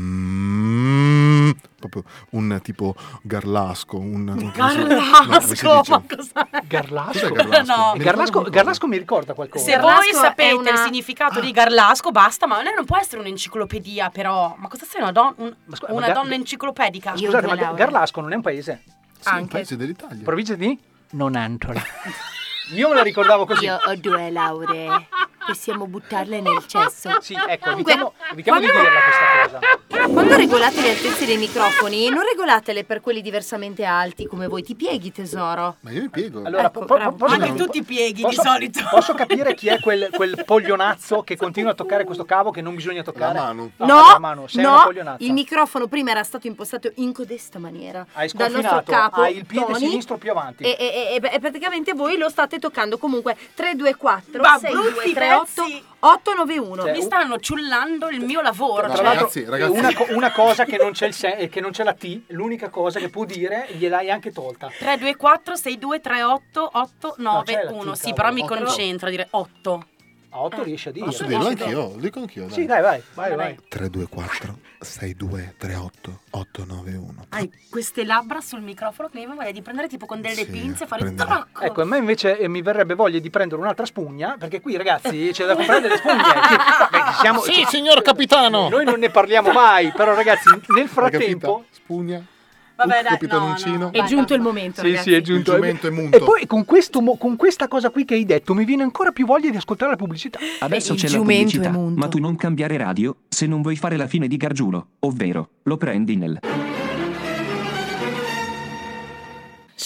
mm, proprio un tipo garlasco, un, un Garlasco, ma cos'è? Garlasco. Cos'è Garlasco? No. Mi ricorda Garlasco, qualcosa. Garlasco mi ricorda qualcosa. Se Garlasco voi sapete è una- il significato di Garlasco, basta, ma lei non può essere un'enciclopedia, però. Ma cosa sei una, don- un- Ma scusa, una ma Gar- donna enciclopedica? Io- Scusate, ma due lauree. Garlasco non è un paese? Sì, un Anche. paese dell'Italia. Provincia di Nonantola. Io me la ricordavo così. Io ho due lauree. Possiamo buttarle nel cesso. Sì, ecco, Comunque, evitiamo, evitiamo di quando- dirla questa cosa. Quando regolate le altezze dei microfoni, non regolatele per quelli diversamente alti come voi. Ti pieghi, tesoro. Ma io mi piego. Allora, Ecco, po- po- bravo. posso- Anche tu ti pieghi posso- di solito. Posso capire chi è quel, quel poglionazzo che continua a toccare questo cavo che non bisogna toccare? La mano. No, No, la mano, sei una no, poglionazza. il microfono prima era stato impostato in codesta maniera Hai dal nostro sconfinato, capo hai il piede Tony, sinistro più avanti. e, e- e- e praticamente voi lo state toccando comunque tre due quattro Ma sei brutti due tre otto pezzi. otto nove uno. Cioè, Mi stanno ciullando il mio lavoro. No, Tra cioè- l'altro, ragazzi, ragazzi. Una, co- una cosa che non c'è il se- che non c'è la T, l'unica cosa che può dire gliel'hai anche tolta. tre due quattro sei due tre otto otto No, c'è nove la T, uno. Sì, cavolo. però mi Otto. concentro a dire otto. A otto riesci a dire. Posso Eh, dirlo sì, anch'io? Lo dico anch'io. Sì, dai, vai, vai, vai. tre due quattro sei due tre otto otto nove uno. Hai queste labbra sul microfono che mi viene voglia di prendere tipo con delle Sì, pinze e fare prendere. tacco. Ecco, a me invece eh, mi verrebbe voglia di prendere un'altra spugna, perché qui ragazzi c'è da comprare delle spugne. Sì, beh, siamo- Sì, cioè, signor capitano! noi non ne parliamo mai, però ragazzi nel Hai frattempo... capito? Spugna. Vabbè, Uh, dai, capitanoncino. no, no. È giunto il momento, Sì, ragazzi. sì, è giunto. Il giumento è munto. E poi con, questo, mo- con questa cosa qui che hai detto mi viene ancora più voglia di ascoltare la pubblicità. Adesso il c'è la giumento pubblicità, è munto. ma tu non cambiare radio se non vuoi fare la fine di Gargiulo, ovvero lo prendi nel...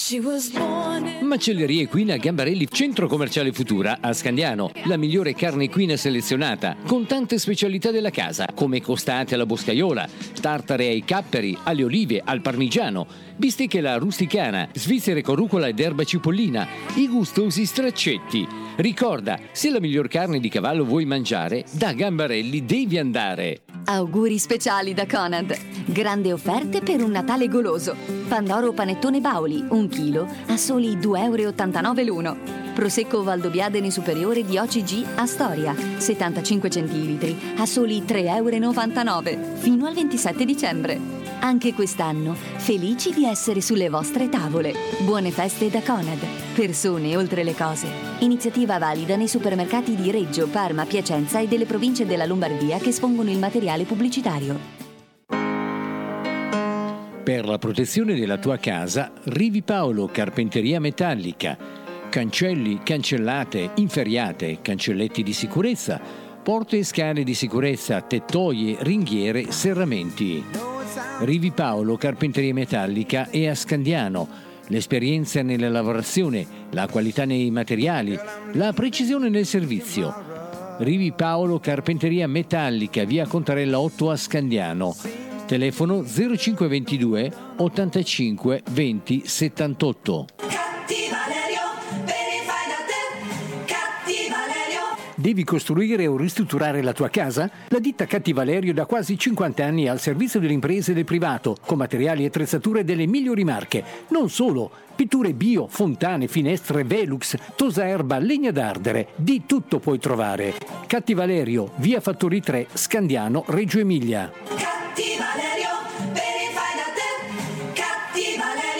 Macelleria Equina Gambarelli, centro commerciale Futura a Scandiano. La migliore carne equina selezionata, con tante specialità della casa, come costate alla boscaiola, tartare ai capperi, alle olive, al parmigiano, bistecche alla rusticana, svizzere con rucola ed erba cipollina, i gustosi straccetti. Ricorda, se la miglior carne di cavallo vuoi mangiare, da Gambarelli devi andare. Auguri speciali da Conad. Grande offerte per un Natale goloso. Pandoro panettone Bauli, un chilo a soli due euro e ottantanove l'uno. Prosecco Valdobbiadene Superiore di O C G Astoria, settantacinque centilitri a soli tre euro e novantanove fino al ventisette dicembre. Anche quest'anno felici di essere sulle vostre tavole. Buone feste da Conad. Persone oltre le cose. Iniziativa valida nei supermercati di Reggio, Parma, Piacenza e delle province della Lombardia che espongono il materiale pubblicitario. Per la protezione della tua casa, Rivi Paolo Carpenteria Metallica. Cancelli, cancellate, inferriate, cancelletti di sicurezza, porte e scale di sicurezza, tettoie, ringhiere, serramenti. Rivi Paolo Carpenteria Metallica è a Scandiano. L'esperienza nella lavorazione, la qualità nei materiali, la precisione nel servizio. Rivi Paolo Carpenteria Metallica, via Contarella otto a Scandiano. Telefono zero cinque ventidue ottantacinque venti settantotto. Devi costruire o ristrutturare la tua casa? La ditta Cattivalerio da quasi cinquanta anni è al servizio delle imprese e del privato, con materiali e attrezzature delle migliori marche. Non solo, pitture bio, fontane, finestre, Velux, tosa erba, legna d'ardere, di tutto puoi trovare. Cattivalerio, via Fattori tre, Scandiano, Reggio Emilia. Cattivalerio, verify da te. Cattivalerio.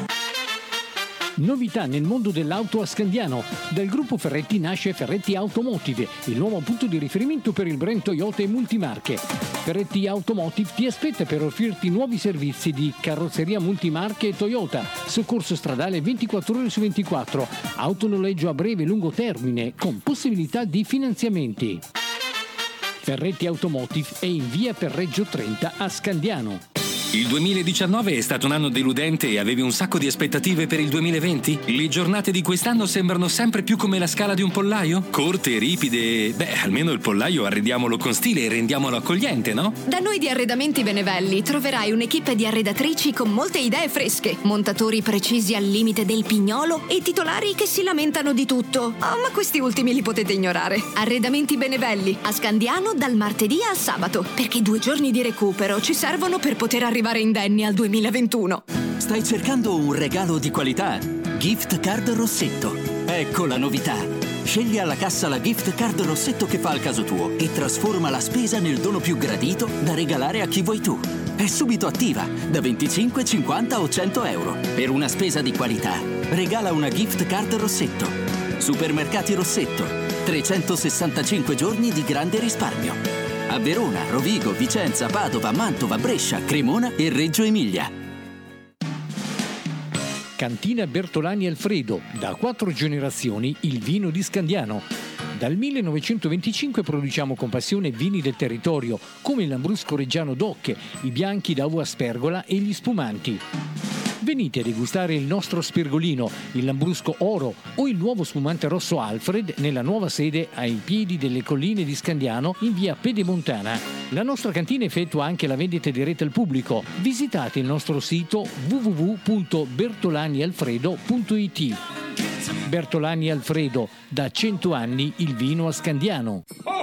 Novità nel mondo dell'auto a Scandiano. Dal gruppo Ferretti nasce Ferretti Automotive, il nuovo punto di riferimento per il brand Toyota e multimarche. Ferretti Automotive ti aspetta per offrirti nuovi servizi di carrozzeria multimarche e Toyota, soccorso stradale ventiquattro ore su ventiquattro, autonoleggio a breve e lungo termine con possibilità di finanziamenti. Ferretti Automotive è in via per Reggio trenta a Scandiano. Il duemiladiciannove è stato un anno deludente e avevi un sacco di aspettative per il duemilaventi? Le giornate di quest'anno sembrano sempre più come la scala di un pollaio? Corte, ripide... Beh, almeno il pollaio arrediamolo con stile e rendiamolo accogliente, no? Da noi di Arredamenti Benevelli troverai un'equipe di arredatrici con molte idee fresche, montatori precisi al limite del pignolo e titolari che si lamentano di tutto. Oh, ma questi ultimi li potete ignorare. Arredamenti Benevelli, a Scandiano dal martedì al sabato, perché due giorni di recupero ci servono per poter arrivare indenni al duemilaventuno. Stai cercando un regalo di qualità? Gift Card Rossetto. Ecco la novità. Scegli alla cassa la Gift Card Rossetto che fa al caso tuo e trasforma la spesa nel dono più gradito da regalare a chi vuoi tu. È subito attiva, da venticinque, cinquanta o cento euro. Per una spesa di qualità, regala una Gift Card Rossetto. Supermercati Rossetto. trecentosessantacinque giorni di grande risparmio. A Verona, Rovigo, Vicenza, Padova, Mantova, Brescia, Cremona e Reggio Emilia. Cantina Bertolani Alfredo, da quattro generazioni il vino di Scandiano. Dal millenovecentoventicinque produciamo con passione vini del territorio, come il Lambrusco Reggiano d'Ocche, i bianchi da uva spergola e gli spumanti. Venite a degustare il nostro spergolino, il Lambrusco Oro o il nuovo spumante rosso Alfred nella nuova sede ai piedi delle colline di Scandiano in via Pedemontana. La nostra cantina effettua anche la vendita diretta al pubblico. Visitate il nostro sito w w w punto bertolani alfredo punto i t. Bertolani Alfredo, da cento anni il vino a Scandiano.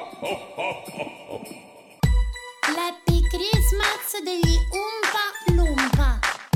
L'Happy Christmas degli Umpa Lumpa.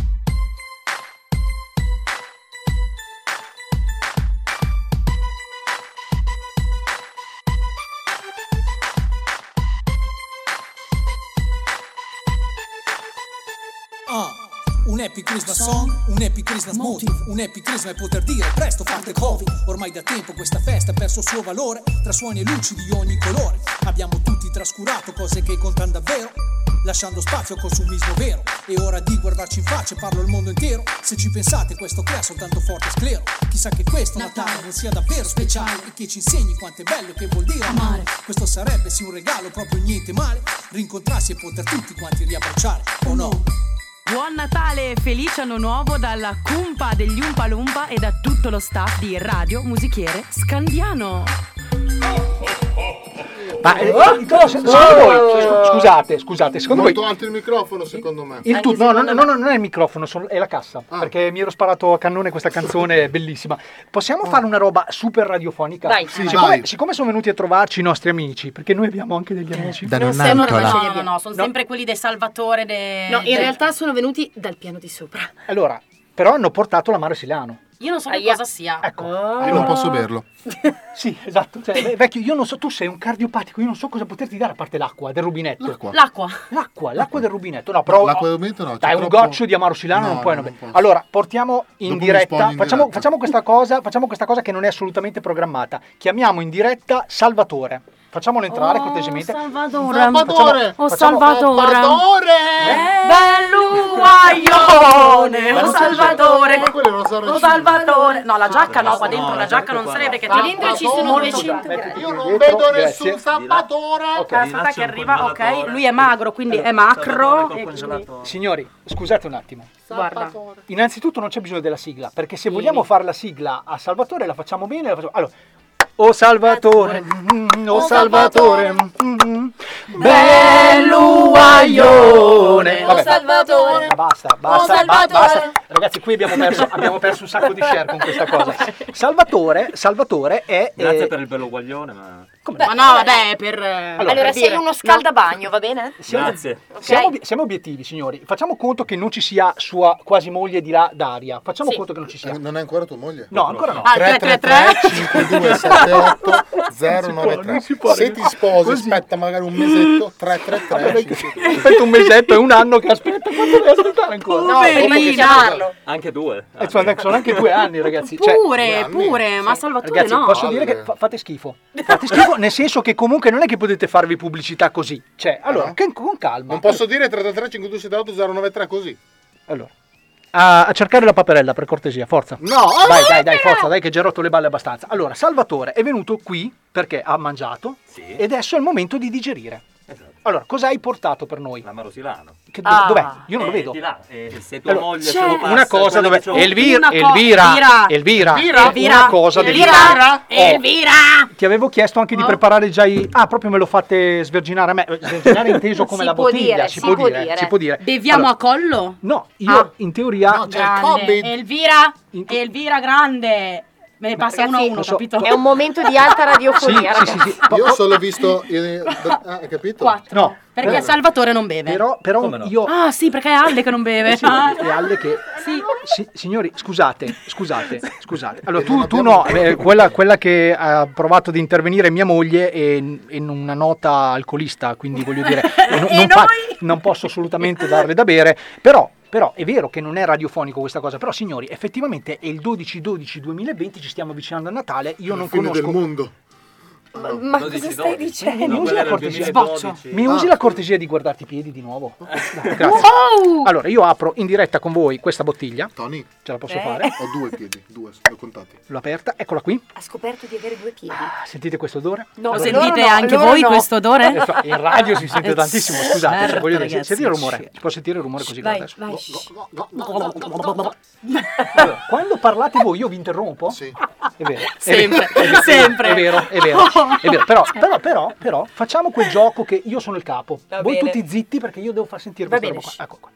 Un Happy Christmas song, un Happy Christmas motive, un Happy Christmas e poter dire presto fate Covid. Ormai da tempo questa festa ha perso il suo valore, tra suoni e luci di ogni colore. Abbiamo tutti trascurato cose che contano davvero, lasciando spazio al consumismo vero. È ora di guardarci in faccia e parlo al mondo intero. Se ci pensate questo crea soltanto forte sclero. Chissà che questo Natale non sia davvero speciale e che ci insegni quanto è bello che vuol dire amare. Questo sarebbe sì un regalo proprio niente male, rincontrarsi e poter tutti quanti riabbracciare, o no? Buon Natale! e felice anno nuovo dalla cumpa degli Umpa Lumpa e da tutto lo staff di Radio Musichiere Scandiano. Ma eh, oh, secondo voi, scusate, scusate, secondo Molto voi alto il microfono, secondo me. il tu, no, no, no, no, non è il microfono, sono- è la cassa, Ah. perché mi ero sparato a cannone questa canzone bellissima. Possiamo fare una roba super radiofonica? Dai. Sì, siccome, vai. siccome sono venuti a trovarci i nostri amici, perché noi abbiamo anche degli amici. Da Non non sembrano Antola. no, no, no, sono sempre quelli del Salvatore de... No, in del- realtà sono venuti dal piano di sopra. Allora, però hanno portato l'amaro siciliano. Io non so che Aia. cosa sia. Ecco. Io non posso berlo. Sì, esatto. Cioè, beh, vecchio, io non so, tu sei un cardiopatico, io non so cosa poterti dare a parte l'acqua del rubinetto. L'acqua. L'acqua. L'acqua, l'acqua del rubinetto. No, però L'acqua del rubinetto no. c'è dai, un troppo- goccio di amaro silano No, non puoi. no, non- non posso. Allora, portiamo in Dopo mi diretta. spogli in Facciamo, diretta. facciamo questa cosa, facciamo questa cosa che non è assolutamente programmata. Chiamiamo in diretta Salvatore. Facciamolo entrare cortesemente. Salvatore. Salvatore. Oh, Facciamo- Salvatore. Salvatore! Belluguaglione. Oh, Salvatore. Ma quello non sarà Oh, Salvatore. No, la giacca no, qua dentro la giacca non sarebbe perché Qua dentro ci sono duecento gradi. Io non vedo Grazie. nessun Salvatore. Aspetta che arriva, ok. Lui è magro, quindi è macro. e quindi- Signori, scusate un attimo. Guarda. Innanzitutto non c'è bisogno della sigla, perché se vogliamo fare la sigla a Salvatore la facciamo bene. La facciamo... Allora, oh Salvatore, mm, oh Salvatore, mm, belluguaglione. Vabbè, Salvatore. basta, basta, ba- Salvatore. basta. Ragazzi, qui abbiamo perso, abbiamo perso un sacco di share con questa cosa. Salvatore, Salvatore è... Grazie eh, per il bello guaglione, ma... Ma no, vabbè, per... Allora, Allora, per sei dire- uno scaldabagno, va bene? Siamo, Grazie. siamo obi- siamo obiettivi, signori. Facciamo conto che non ci sia sua quasi moglie di là Daria. Facciamo Sì. conto che non ci sia. Eh, Non è ancora tua moglie? No, ancora no. Ah, tre tre tre tre tre cinque due sette otto zero nove tre. non si può Se ti sposi, così. aspetta magari un mesetto. tre tre tre. Aspetta un mesetto e un anno che aspetta. Quanto devi aspettare ancora? No, prima di chiamarlo. Anche due. Eh, sono, sono anche due anni, ragazzi. Cioè, Pure, anni. pure, ma Salvatore ragazzi, no. posso dire che fa- fate schifo. Fate schifo nel senso che comunque non è che potete farvi pubblicità così. Cioè, allora, no? che- con calma. Non posso dire tre tre tre cinque due sette otto zero nove tre così. Allora. A, a cercare la paperella, per cortesia, forza. No! Dai, dai, dai, forza, dai che già hai rotto le balle abbastanza. Allora, Salvatore è venuto qui perché ha mangiato e adesso è il momento di digerire. Esatto. Allora, cosa hai portato per noi? L'amaro silano. Che, dove- Ah. dov'è? Io non lo Eh, vedo. di là. E se tua Allora, moglie c'è se lo passa, Una cosa quella dove che c'ho- Elvira, Una co- Elvira, Elvira. Elvira, Elvira. Elvira. una cosa devi Elvira. fare. Oh, Elvira. ti avevo chiesto anche di preparare già i Ah, proprio me lo fate sverginare a me. Sverginare inteso come Si la può bottiglia, dire, si, si può, può dire, dire. si può dire. Beviamo Allora, a collo? No, io Ah. in teoria No, c'è il Grande. Covid. Elvira. In- Elvira grande. Me ne passa uno a Ragazzi, uno, lo so. capito? È un momento di alta radiofonia, Sì, sì, ragazzi. sì, sì. Io ho solo visto. eh, ah, hai capito? Quattro. No, Perché però- Salvatore non beve. Però, però Come no? io Ah, sì, perché è Alle che non beve. Sì, Ah. è Alle che Sì. Sì, signori, scusate, scusate, scusate. Allora, E non tu, tu abbiamo- no, eh, quella, quella che ha provato ad intervenire è mia moglie e in una nota alcolista, quindi voglio dire, eh, non, E non fa- noi? non posso assolutamente darle da bere, però, però è vero che non è radiofonico questa cosa, però signori, effettivamente è il dodici dodici duemilaventi, ci stiamo avvicinando a Natale, io non Fine del conosco... mondo. Ma, ma cosa dodici, stai dodici. dicendo? Mi No, usi quella la era il cortesia? duemiladodici. Mi Ah, usi la cortesia di guardarti i piedi di nuovo? Dai, grazie. Wow! Allora, io apro in diretta con voi questa bottiglia, Tony, ce la posso Eh. fare? ho due piedi, due, li ho contati. L'ho aperta, eccola qui. Ha scoperto di avere due piedi. Sentite questo odore? No, Lo loro sentite no, anche loro voi no. questo odore? Adesso in radio si sente tantissimo, scusate, Certo, se voglio dire, ragazzi. sentite il rumore, si può sentire il rumore così Vai, adesso. vai. Allora, quando parlate voi io vi interrompo? Sì. È vero. è Sempre, vero, è vero, sempre. È vero, è vero, è vero. Però, però, però, però, facciamo quel gioco che io sono il capo. Va voi bene. tutti zitti perché io devo far sentire Va questa bene. roba qua. Ecco qua.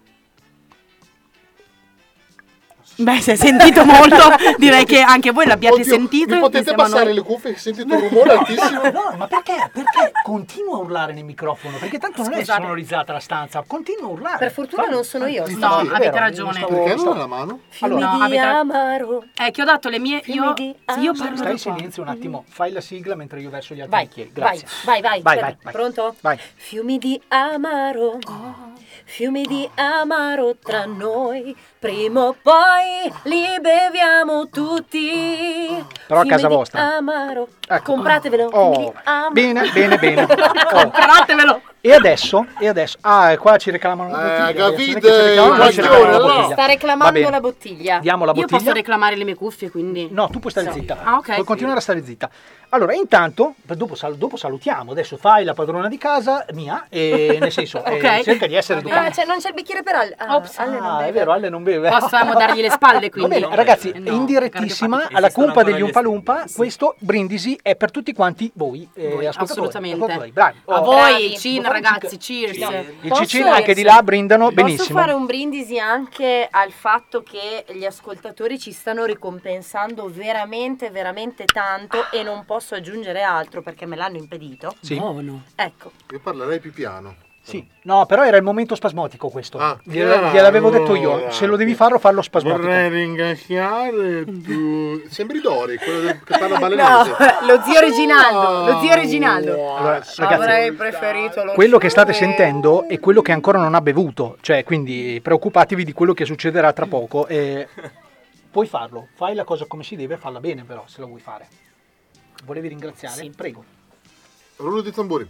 Beh, si è sentito molto. Direi che anche voi l'abbiate Oddio, sentito. Mi potete insieme a passare noi. le cuffie? Sentite un rumore altissimo? No, ma perché? Perché continua a urlare nel microfono? Perché tanto non è Scusate. sonorizzata la stanza, continua a urlare. Per fortuna Fallo. non sono io. Sì, No, sì, è avete vero, ragione. stavo- Perché non stavo- ha la mano? Fiumi No, di avete- amaro. Eh, che ho dato le mie. Fiumi Io, di io amaro. parlo Stai da in qua. silenzio un attimo, fai la sigla mentre io verso gli altri Vai, bicchieri. vai, Grazie. vai, vai, Vai, fermo. vai, vai. Pronto? Vai. Fiumi di amaro, fiumi di amaro tra noi, prima o poi li beviamo tutti. Però a Fiumi casa di vostra. amaro, Ecco. compratevelo. Oh, fiumi di amaro. bene, bene, bene. Oh, Compratevelo. E adesso, e adesso, ah, qua ci reclamano la Eh, bottiglia. capite? Adesso ci reclamano, Guardione, ci reclamano la allora. bottiglia. Sta Va reclamando bene. la bottiglia. Diamo la Io bottiglia. posso reclamare le mie cuffie, quindi... No, tu puoi stare No. zitta. Ah, ok. Puoi continuare a stare zitta. Allora, intanto, dopo, sal- dopo salutiamo. Adesso fai la padrona di casa mia e nel senso, eh, Ok. cerca di essere Va educato. bene. Ah, cioè, non c'è il bicchiere per Alle. Ah, Ops. Alle non Ah, è beve. vero, Ale non beve. Possiamo dargli le spalle, quindi? Va bene, No, ragazzi, no, in direttissima cardiopatici. alla Esistono cumpa ancora degli gli Umpa Lumpa, questo brindisi è per tutti quanti voi, eh, Voi, ascoltatori. assolutamente. ascoltatori, bravi. A Oh, voi, bravi. cin, Posso- ragazzi, cheers. Il Posso- Cicin anche di là brindano Posso benissimo. fare un brindisi anche al fatto che gli ascoltatori ci stanno ricompensando veramente, veramente tanto e non posso aggiungere altro perché me l'hanno impedito. Sì. Buono. Ecco. Io parlerei più piano. Sì, no, però era il momento spasmodico questo. Ah, Gliel- chiaro, gliel'avevo detto io, allora. se lo devi farlo, farlo spasmodico. Vorrei ringraziare tu. Sembri Dori, quello del- che parla No, balenese. lo zio Reginaldo, lo zio Reginaldo. Allora, ragazzi, Avrei preferito lo quello che state sentendo è quello che ancora non ha bevuto, cioè quindi preoccupatevi di quello che succederà tra poco. E puoi farlo, fai la cosa come si deve, falla bene però se la vuoi fare. Volevi ringraziare? Prego. Rullo di tamburi.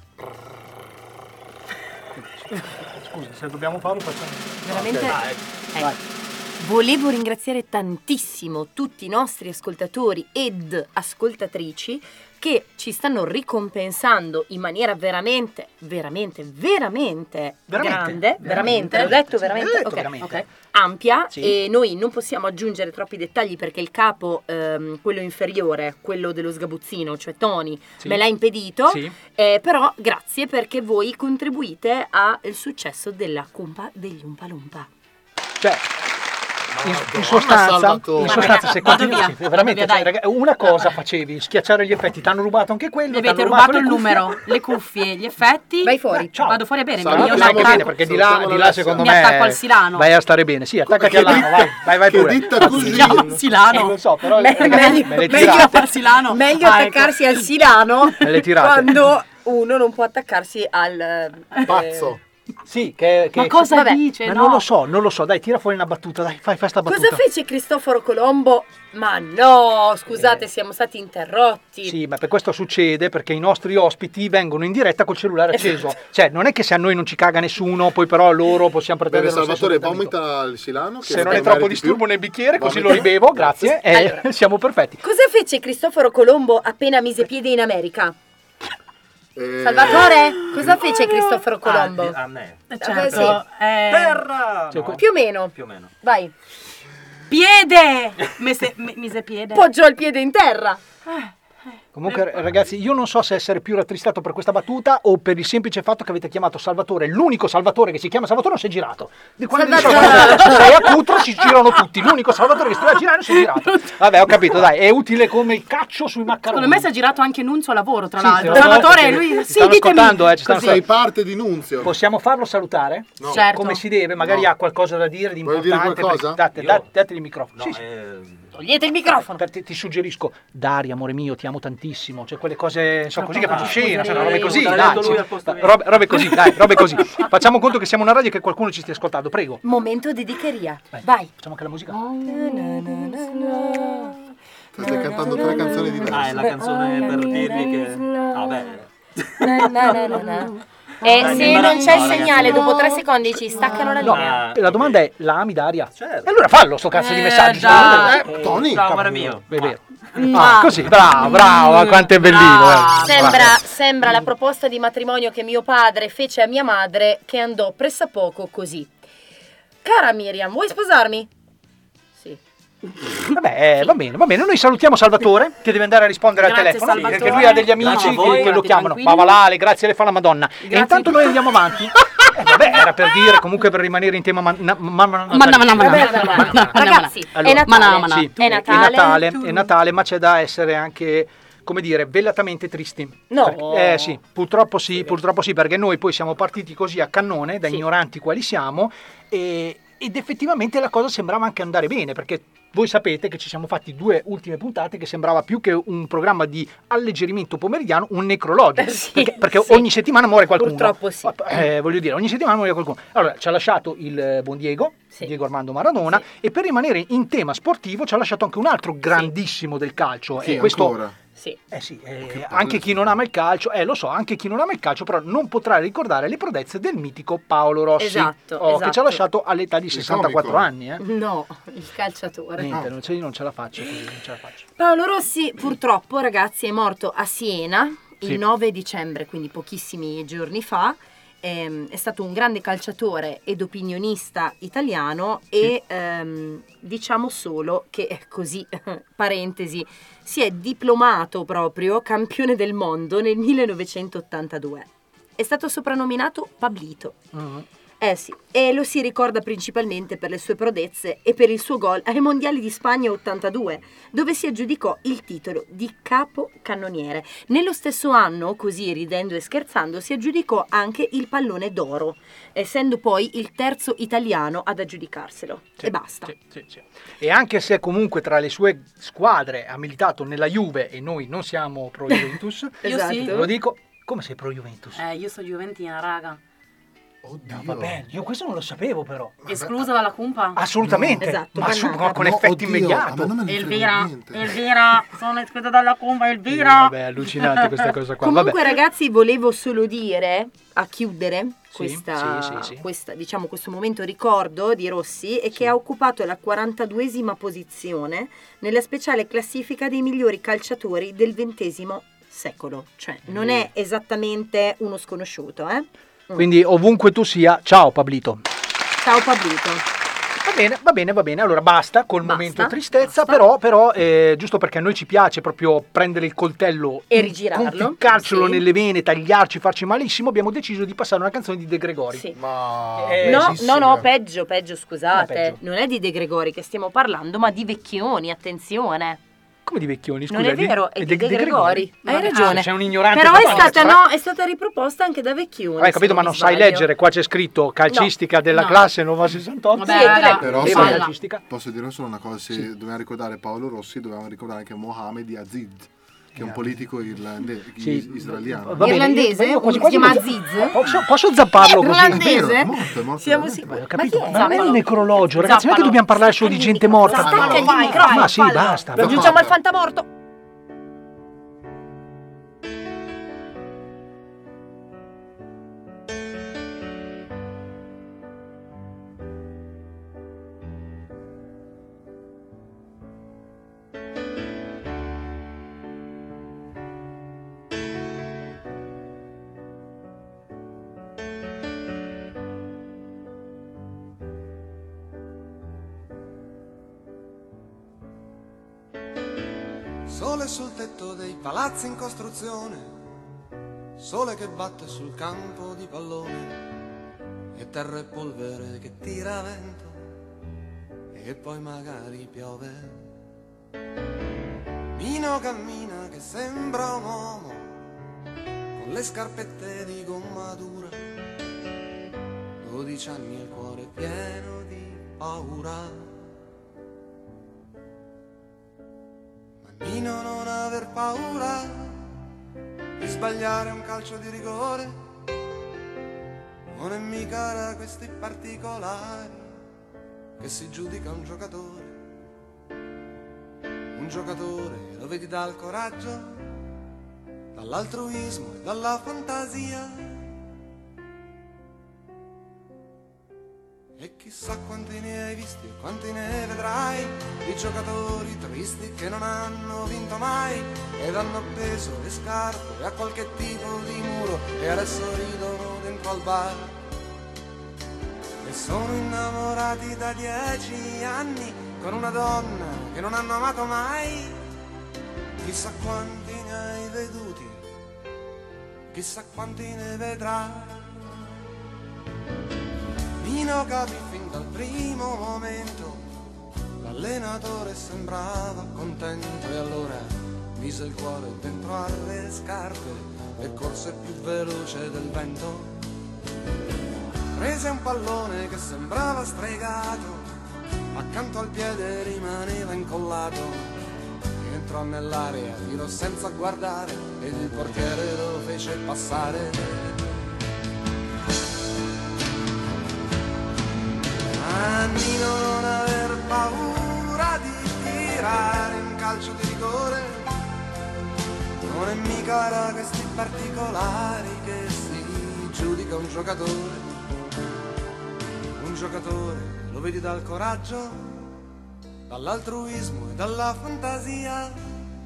Scusa, se dobbiamo farlo facciamo. Veramente. Ok. Ecco. Vai. Volevo ringraziare tantissimo tutti i nostri ascoltatori ed ascoltatrici che ci stanno ricompensando in maniera veramente, veramente, veramente, Veramente? grande, veramente, Veramente? l'ho detto Sì, veramente, l'hai detto ok, veramente. ok, ampia Sì. e noi non possiamo aggiungere troppi dettagli perché il capo, ehm, quello inferiore, quello dello sgabuzzino, cioè Tony, Sì. me l'ha impedito, Sì. eh, però grazie perché voi contribuite al successo della cumpa degli Umpa Lumpa. Cioè, in, in sostanza, Salvatore. in sostanza se Vado continui, via, sì, veramente, vado cioè, via, raga, una cosa facevi, schiacciare gli effetti, ti hanno rubato anche quello, Mi avete t'hanno rubato le il cuffie. numero, le cuffie, gli effetti. Vai fuori. Ciao. Vado fuori a bere. Allora, io tu mi sai che attacco- bene, perché di là, di là secondo mi me attacco al Silano. vai a stare bene. Sì, attaccati Che all'ano, di- vai, vai, vai che pure. ditta così? Ciao, Silano. Eh, lo so, però Me- ragazzi, meglio- me le meglio- tirate. al Silano. Meglio Ah, ecco. attaccarsi al Silano Me le tirate. quando uno non può attaccarsi al eh, Pazzo. Sì, che, che Ma cosa vabbè, dice? ma no. non lo so, non lo so, dai, tira fuori una battuta, dai, fai, fai sta battuta. Cosa fece Cristoforo Colombo? Ma no, scusate, siamo stati interrotti. Sì, ma per questo succede perché i nostri ospiti vengono in diretta col cellulare acceso. Esatto. Cioè, non è che se a noi non ci caga nessuno, poi però a loro possiamo Bene, pretendere lo stesso Salvatore, trattamento. vomita il Silano. che Se non è ne troppo meriti disturbo più. nel bicchiere, così lo Vomita. ribevo, grazie, e Allora. siamo perfetti. Cosa fece Cristoforo Colombo appena mise piede in America? Eh, Salvatore, cosa fece Cristoforo Colombo? A me. Eh, Eh, Certo. eh, Terra! Cioè, No, Più o meno. più o meno. Vai. Piede! Mise, mi- mise piede. Poggiò il piede in terra. Comunque, ragazzi, io non so se essere più rattristato per questa battuta o per il semplice fatto che avete chiamato Salvatore, l'unico Salvatore che si chiama Salvatore non si è girato. Di quando dicevo, Salvatore. quando sei a Cutro si girano tutti, l'unico Salvatore che si doveva girare non si è girato. Vabbè, ho capito, dai, è utile come il caccio sui maccheroni. Secondo me si è girato anche Nunzio a lavoro, tra Sì, l'altro. sì, lo so, Salvatore, perché lui... ci Sì, stanno ditemi. ascoltando, eh, ci stanno Sei parte di Nunzio. Possiamo farlo salutare? No. Certo. Come si deve? Magari No. ha qualcosa da dire di Vuoi importante. dire qualcosa? perché- Date, Io? date, date il microfono. No, Sì, sì. eh, Togliete il microfono. Per te- ti suggerisco, Daria, amore mio, ti amo tantissimo. Cioè, quelle cose, so, così che bravo. fanno scena, cioè, robe così, L'ha dai. detto lui sì. al posto mio. robe, robe così, dai, robe così. Facciamo conto che siamo una radio e che qualcuno ci stia ascoltando, prego. Momento dedicheria. Vai. Vai. Facciamo anche la musica. Stai cantando tre canzoni diverse. Ah, è la canzone per dirvi che... Vabbè. Na, na, na, na, na. E Dai, se dimmela- non c'è il no, ragazzi, segnale, no. dopo tre secondi ci staccano la No, linea. Ah, la domanda è, la ami Daria? Certo. E allora fallo sto cazzo di Eh, messaggio. dai. Eh, Tony. Ciao, amore mio. è vero. Ah, così, bravo, bravo, quanto è bellino. eh. Sembra, sembra la proposta di matrimonio che mio padre fece a mia madre, che andò pressappoco così. Cara Miriam, vuoi sposarmi? Sì. Vabbè, eh, va bene, va bene. Noi salutiamo Salvatore che deve andare a rispondere al Grazie, telefono Salvatore. perché lui ha degli amici Grazie a che, voi, che lo state chiamano. tranquilli. Pavalale, grazie le fa la Madonna. E Grazie. intanto noi andiamo avanti. Eh, vabbè, era per dire, comunque per rimanere in tema. Ma, ma, ma, ma, Ma no, ma no, ma no. Vabbè, vabbè, vabbè. Ragazzi, Allora, è Natale. ma no, ma no. Sì, È Natale. È Natale, è Natale, ma c'è da essere anche, come dire, velatamente tristi. No. Perché- eh sì, purtroppo sì, purtroppo sì, perché noi poi siamo partiti così a cannone, da Sì. ignoranti quali siamo, e, ed effettivamente la cosa sembrava anche andare bene, perché voi sapete che ci siamo fatti due ultime puntate che sembrava più che un programma di alleggerimento pomeridiano, un necrologico, Eh sì, perché, perché sì. ogni settimana muore qualcuno. Purtroppo sì. Eh, voglio dire, ogni settimana muore qualcuno. Allora, ci ha lasciato il buon Diego, Sì. Diego Armando Maradona, Sì. e per rimanere in tema sportivo ci ha lasciato anche un altro grandissimo del calcio, Chi e questo ancora? Sì. Eh sì, eh, anche chi non ama il calcio, eh lo so, anche chi non ama il calcio, però non potrà ricordare le prodezze del mitico Paolo Rossi, Esatto, oh, esatto. che ci ha lasciato all'età di sessantaquattro anni. Eh. No, il calciatore. Niente, No. non, ce, non ce la faccio così, non ce la faccio. Paolo Rossi purtroppo, ragazzi, è morto a Siena il Sì. nove dicembre, quindi pochissimi giorni fa. Ehm, è stato un grande calciatore ed opinionista italiano e ehm, diciamo solo che, così, parentesi, si è diplomato proprio campione del mondo nel millenovecentottantadue. È stato soprannominato Pablito. Uh-huh. Eh sì, e lo si ricorda principalmente per le sue prodezze e per il suo gol ai mondiali di Spagna ottantadue, dove si aggiudicò il titolo di capocannoniere. Nello stesso anno, così ridendo e scherzando, si aggiudicò anche il pallone d'oro, essendo poi il terzo italiano ad aggiudicarselo. Sì, e basta. sì, sì, sì. E anche se comunque tra le sue squadre ha militato nella Juve e noi non siamo pro Juventus, Esatto. sì. lo dico, come sei pro Juventus? Eh, io sono Juventina, raga. No, vabbè, io questo non lo sapevo però. Esclusa dalla cumpa? Assolutamente, Esatto, ma su- bannata. con No, effetti oddio, immediato. a me non me ne frega Elvira, niente. Elvira, sono esclusa dalla cumpa, Elvira. Vabbè, allucinante questa cosa qua. Comunque, Vabbè. ragazzi, volevo solo dire, a chiudere Sì, questa, sì, sì, sì. questa, diciamo, questo momento ricordo di Rossi, e che ha occupato la quarantaduesima posizione nella speciale classifica dei migliori calciatori del ventesimo secolo. Cioè, non Mm. è esattamente uno sconosciuto, eh? Mm. Quindi ovunque tu sia, ciao Pablito. Ciao Pablito. Va bene, va bene, va bene. Allora basta col Basta, momento tristezza, però, però eh, giusto perché a noi ci piace proprio prendere il coltello E rigirarlo, conficcarcelo sì. nelle vene, tagliarci, farci malissimo, abbiamo deciso di passare una canzone di De Gregori. Sì. Ma No, no, no, peggio, peggio, scusate. No, peggio. Non è di De Gregori che stiamo parlando, ma di Vecchioni, attenzione. Come di Vecchioni, scusa? Non è vero, è di De Gregori. Hai Ah, ragione. sei un ignorante Però è totale. stata, no, è stata riproposta anche da Vecchioni. Hai capito, se ma mi non sai sbaglio. leggere, qua c'è scritto calcistica della No. classe Nova sessantotto. Vabbè, raga, Però Sì, sai, ma calcistica. posso dire solo una cosa, se Sì. dobbiamo ricordare Paolo Rossi, dobbiamo ricordare anche Mohamed Aziz, che è un politico irlandese, Sì. israeliano. Va bene, Irlandese? io- io quasi Si chiama quasi- Aziz? Posso, posso zapparlo così? Irlandese? È vero, è morto, è morto Siamo veramente. sicuri. Ho capito, Ma chi è? ma non è un Zappalo. necrologio, ragazzi, non è che Zappalo. dobbiamo parlare solo di gente morta. Stacca il Ma microfono. sì, basta. Lo aggiungiamo al fantamorto. Sole sul tetto dei palazzi in costruzione, sole che batte sul campo di pallone, e terra e polvere che tira vento, e poi magari piove. Mino cammina che sembra un uomo, con le scarpette di gomma dura, dodici anni e il cuore pieno di paura. Mino, non aver paura di sbagliare un calcio di rigore, non è mica da questi particolari che si giudica un giocatore. Un giocatore lo vedi dal coraggio, dall'altruismo e dalla fantasia. E chissà quanti ne hai visti e quanti ne vedrai, di giocatori tristi che non hanno vinto mai ed hanno appeso le scarpe a qualche tipo di muro e adesso ridono dentro al bar. E sono innamorati da dieci anni con una donna che non hanno amato mai. Chissà quanti ne hai veduti, chissà quanti ne vedrai. Mino capì fin dal primo momento, l'allenatore sembrava contento e allora mise il cuore dentro alle scarpe e corse più veloce del vento. Prese un pallone che sembrava stregato, accanto al piede rimaneva incollato, entrò nell'area, tirò senza guardare ed il portiere lo fece passare. Nino, non aver paura di tirare un calcio di rigore, è mica da questi particolari che si giudica un giocatore. Un giocatore lo vedi dal coraggio, dall'altruismo e dalla fantasia.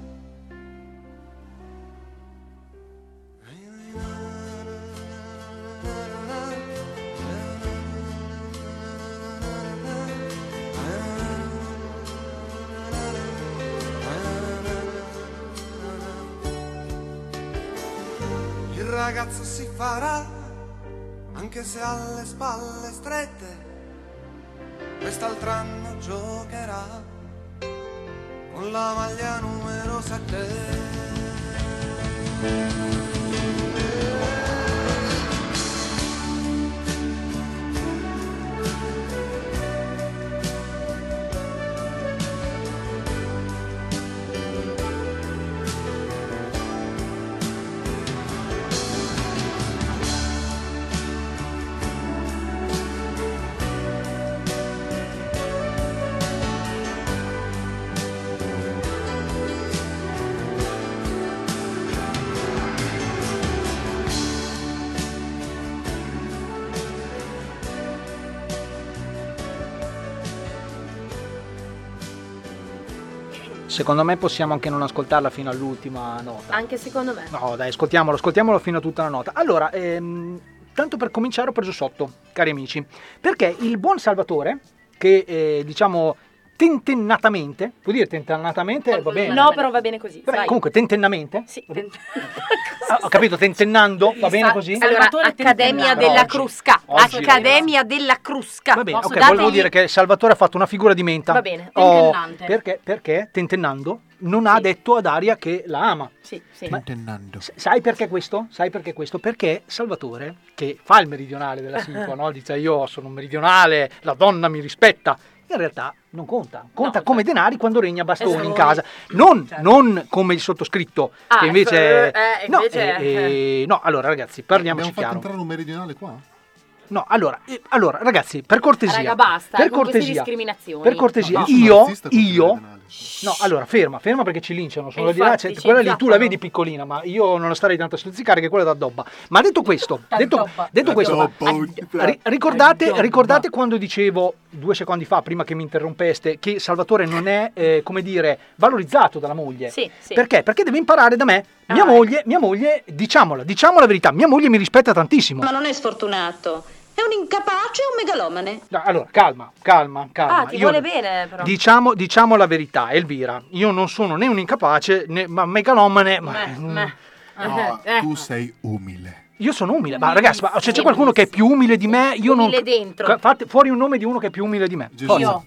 Il ragazzo si farà, anche se ha le spalle strette, quest'altro anno giocherà con la maglia numero sette. Secondo me possiamo anche non ascoltarla fino all'ultima nota. Anche secondo me. No, dai, ascoltiamolo, ascoltiamolo fino a tutta la nota. Allora, ehm, tanto per cominciare ho preso sotto, cari amici, perché il buon Salvatore, che eh, diciamo tentennatamente, puoi dire tentennatamente? Va bene. No, però va bene così. Beh, vai. comunque tentennamente? Sì. Ah, ho capito, tentennando, va bene così? Allora, Accademia della Oggi- Crusca. oggi- Accademia della Crusca. Va bene, Posso ok, dargli- volevo dire che Salvatore ha fatto una figura di menta. Va bene. Oh, Tentennante. perché, perché tentennando non ha detto ad Aria che la ama. Sì, sì. Ma- S- Sai perché questo? Sai perché questo? Perché Salvatore, che fa il meridionale della Silva, no? Dice io sono un meridionale, la donna mi rispetta. In realtà non conta, conta come denari quando regna bastoni in casa, non, non come il sottoscritto, Ah, che invece... eh, no, invece- eh, eh, no, allora ragazzi, parliamoci Abbiamo fatto chiaro. entrare un meridionale qua? No, allora, eh, allora ragazzi, per cortesia, Raga, basta, per con queste cortesia, discriminazioni. per cortesia, No, no, sono io, razzista con io, no, allora, ferma, ferma perché ci linciano, sono E di là, infatti cioè, ci quella lì tu la zappano. vedi piccolina, ma io non la starei tanto a stuzzicare che quella è da dobba. Ma detto questo, detto, Dobba. detto questo, Dobba, ah, ri- ricordate, Dobba. ricordate quando dicevo due secondi fa, prima che mi interrompeste, che Salvatore non è, eh, come dire, valorizzato dalla moglie. Sì, sì. Perché? Perché deve imparare da me. Mia Ah, moglie, mia moglie, diciamola, diciamo la verità, mia moglie mi rispetta tantissimo. Ma non è sfortunato, è un incapace e un megalomane. No, allora, calma, calma, calma. Ah, ti Io- vuole bene, però. Diciamo, diciamo la verità, Elvira, io non sono né un incapace né ma megalomane, ma Meh, mm, meh. No, Eh. tu sei umile. io sono umile. Ma ragazzi, ma se c'è qualcuno che è più umile di me, io non Umile dentro. Ca- Fate fuori un nome di uno che è più umile di me. Gesù. Forza. Io.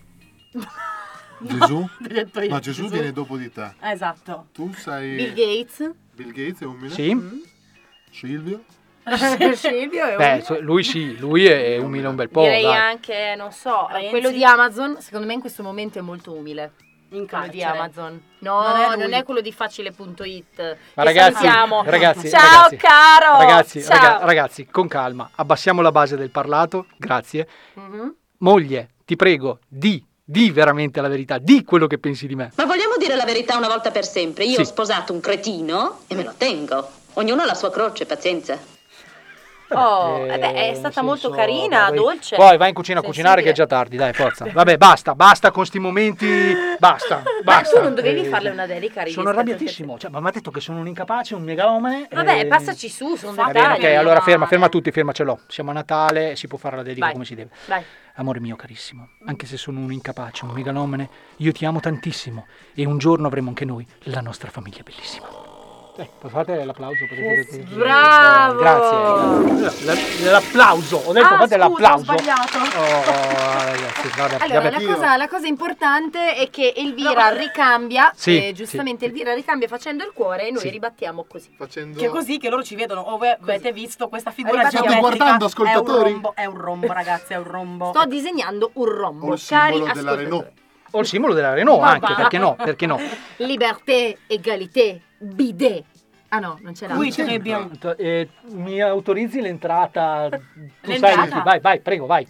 Gesù? L'ho detto io. Ma Gesù, viene dopo di te. Esatto. Tu sei... Bill Gates. Bill Gates è umile? Sì? Silvio? Silvio è Beh, umile. so- lui sì, lui è umile un bel po'. Direi dai. anche, non so, Renzi. quello di Amazon, secondo me in questo momento è molto umile. In Quello di carcere. Amazon. No, Non è lui. non è quello di facile punto it. Ma Che ragazzi, salutiamo. ragazzi, Ciao ragazzi, caro. Ragazzi, Ciao. raga- ragazzi, con calma, abbassiamo la base del parlato, grazie. Mhm. Moglie, ti prego, di, di veramente la verità, di quello che pensi di me. Ma vogliamo dire la verità una volta per sempre? Io Sì. ho sposato un cretino e me lo tengo. Ognuno ha la sua croce, pazienza. Oh, Eh, eh beh, è nel stata molto senso, carina, vai- dolce. Poi vai in cucina a cucinare che è sensibile. già tardi, dai, forza. Vabbè, basta, basta con sti momenti, basta, Ma basta. tu non dovevi Eh, farle una dedica a Sono arrabbiatissimo, cioè, ma mi ha detto che sono un incapace, un megalomane. Vabbè, eh, passaci su, sono Va bene, dettagli. ok, allora ferma, ferma tutti, ferma, ce l'ho. Siamo a Natale, si può fare la dedica Vai. come si deve. Vai. Amore mio carissimo, anche se sono un incapace, un megalomane, io ti amo tantissimo e un giorno avremo anche noi la nostra famiglia bellissima. Eh, fate l'applauso. potete- Bravo! Grazie. L- L'applauso, ho detto Ah, fate scusa, ho l'applauso. sbagliato. Oh, ragazzi, vabbè, Allora, vabbè. la cosa, la cosa importante è che Elvira ricambia, Sì, eh, giustamente Elvira ricambia facendo il cuore e noi Sì. ribattiamo così. Facendo... Che è così che loro ci vedono. Oh, voi avete visto questa figura State geometrica? guardando, È ascoltatori? un rombo, è un rombo, ragazzi, è un rombo. Sto disegnando un rombo, O il cari simbolo della ascoltatori. Renault. O il simbolo della Renault Ma anche, va. perché no? Perché no? Liberté, égalité, bidet. Ah no, non c'è la Oui, très bien. Eh, mi autorizzi l'entrata? Tu L'entrata? sai, vai, vai, prego, vai.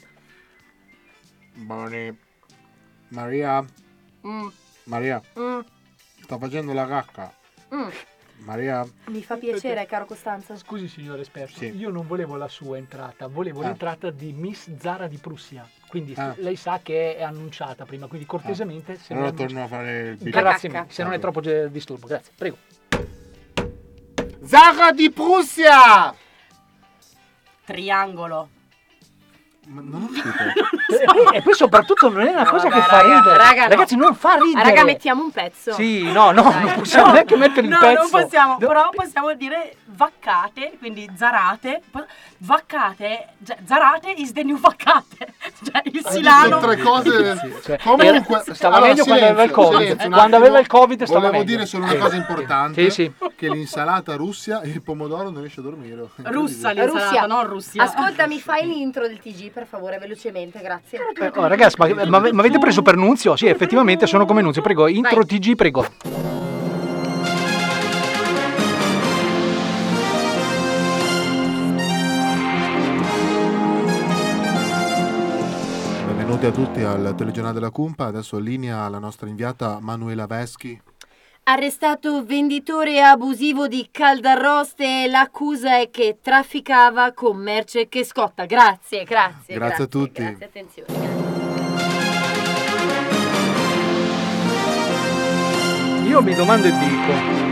Buoni. Maria, Mm, Maria, mm, sto facendo la cacca. mm. Maria, Mi fa piacere, caro Costanzo. Scusi signore esperto, Sì. io non volevo la sua entrata, volevo Ah. l'entrata di Miss Zara di Prussia. Quindi Ah. lei sa che è annunciata prima, quindi cortesemente se allora non- torno a fare il beat. Grazie cacca. mille, se non è troppo eh, disturbo, grazie. Prego. Zara di Prussia! Triangolo. Ma non ho capito. E poi soprattutto non è una cosa vabbè, che fa raga, ridere. raga, no. Ragazzi, non fa ridere. Raga, mettiamo un pezzo. Sì, no, no, non possiamo neanche mettere il No, pezzo. non possiamo, No. però possiamo dire vaccate, quindi zarate. Po- Vaccate, cioè, zarate is the new vaccate. Cioè il silano. Tre cose. Sì, cioè, Comunque, era- stava allora, meglio quando aveva il silenzio, Covid. silenzio un Quando attimo. aveva il Covid stava Volevo meglio. dire solo una Sì. cosa importante. Sì, sì. Che l'insalata russia e il pomodoro non riesce a dormire. Russa l'insalata, Russia. non Russia. Ascolta, mi fai l'intro del T G per favore, velocemente, grazie. Eh, oh, ragazzi, ma, ma, ma avete preso per Nunzio? Sì, effettivamente sono come Nunzio. Prego, intro T G, prego. Benvenuti a tutti al telegiornale della Cumpa. Adesso linea la nostra inviata Manuela Veschi. Arrestato venditore abusivo di caldarroste, l'accusa è che trafficava con merce che scotta. Grazie, grazie. Grazie a tutti. Grazie, attenzione. grazie. Io mi domando e dico,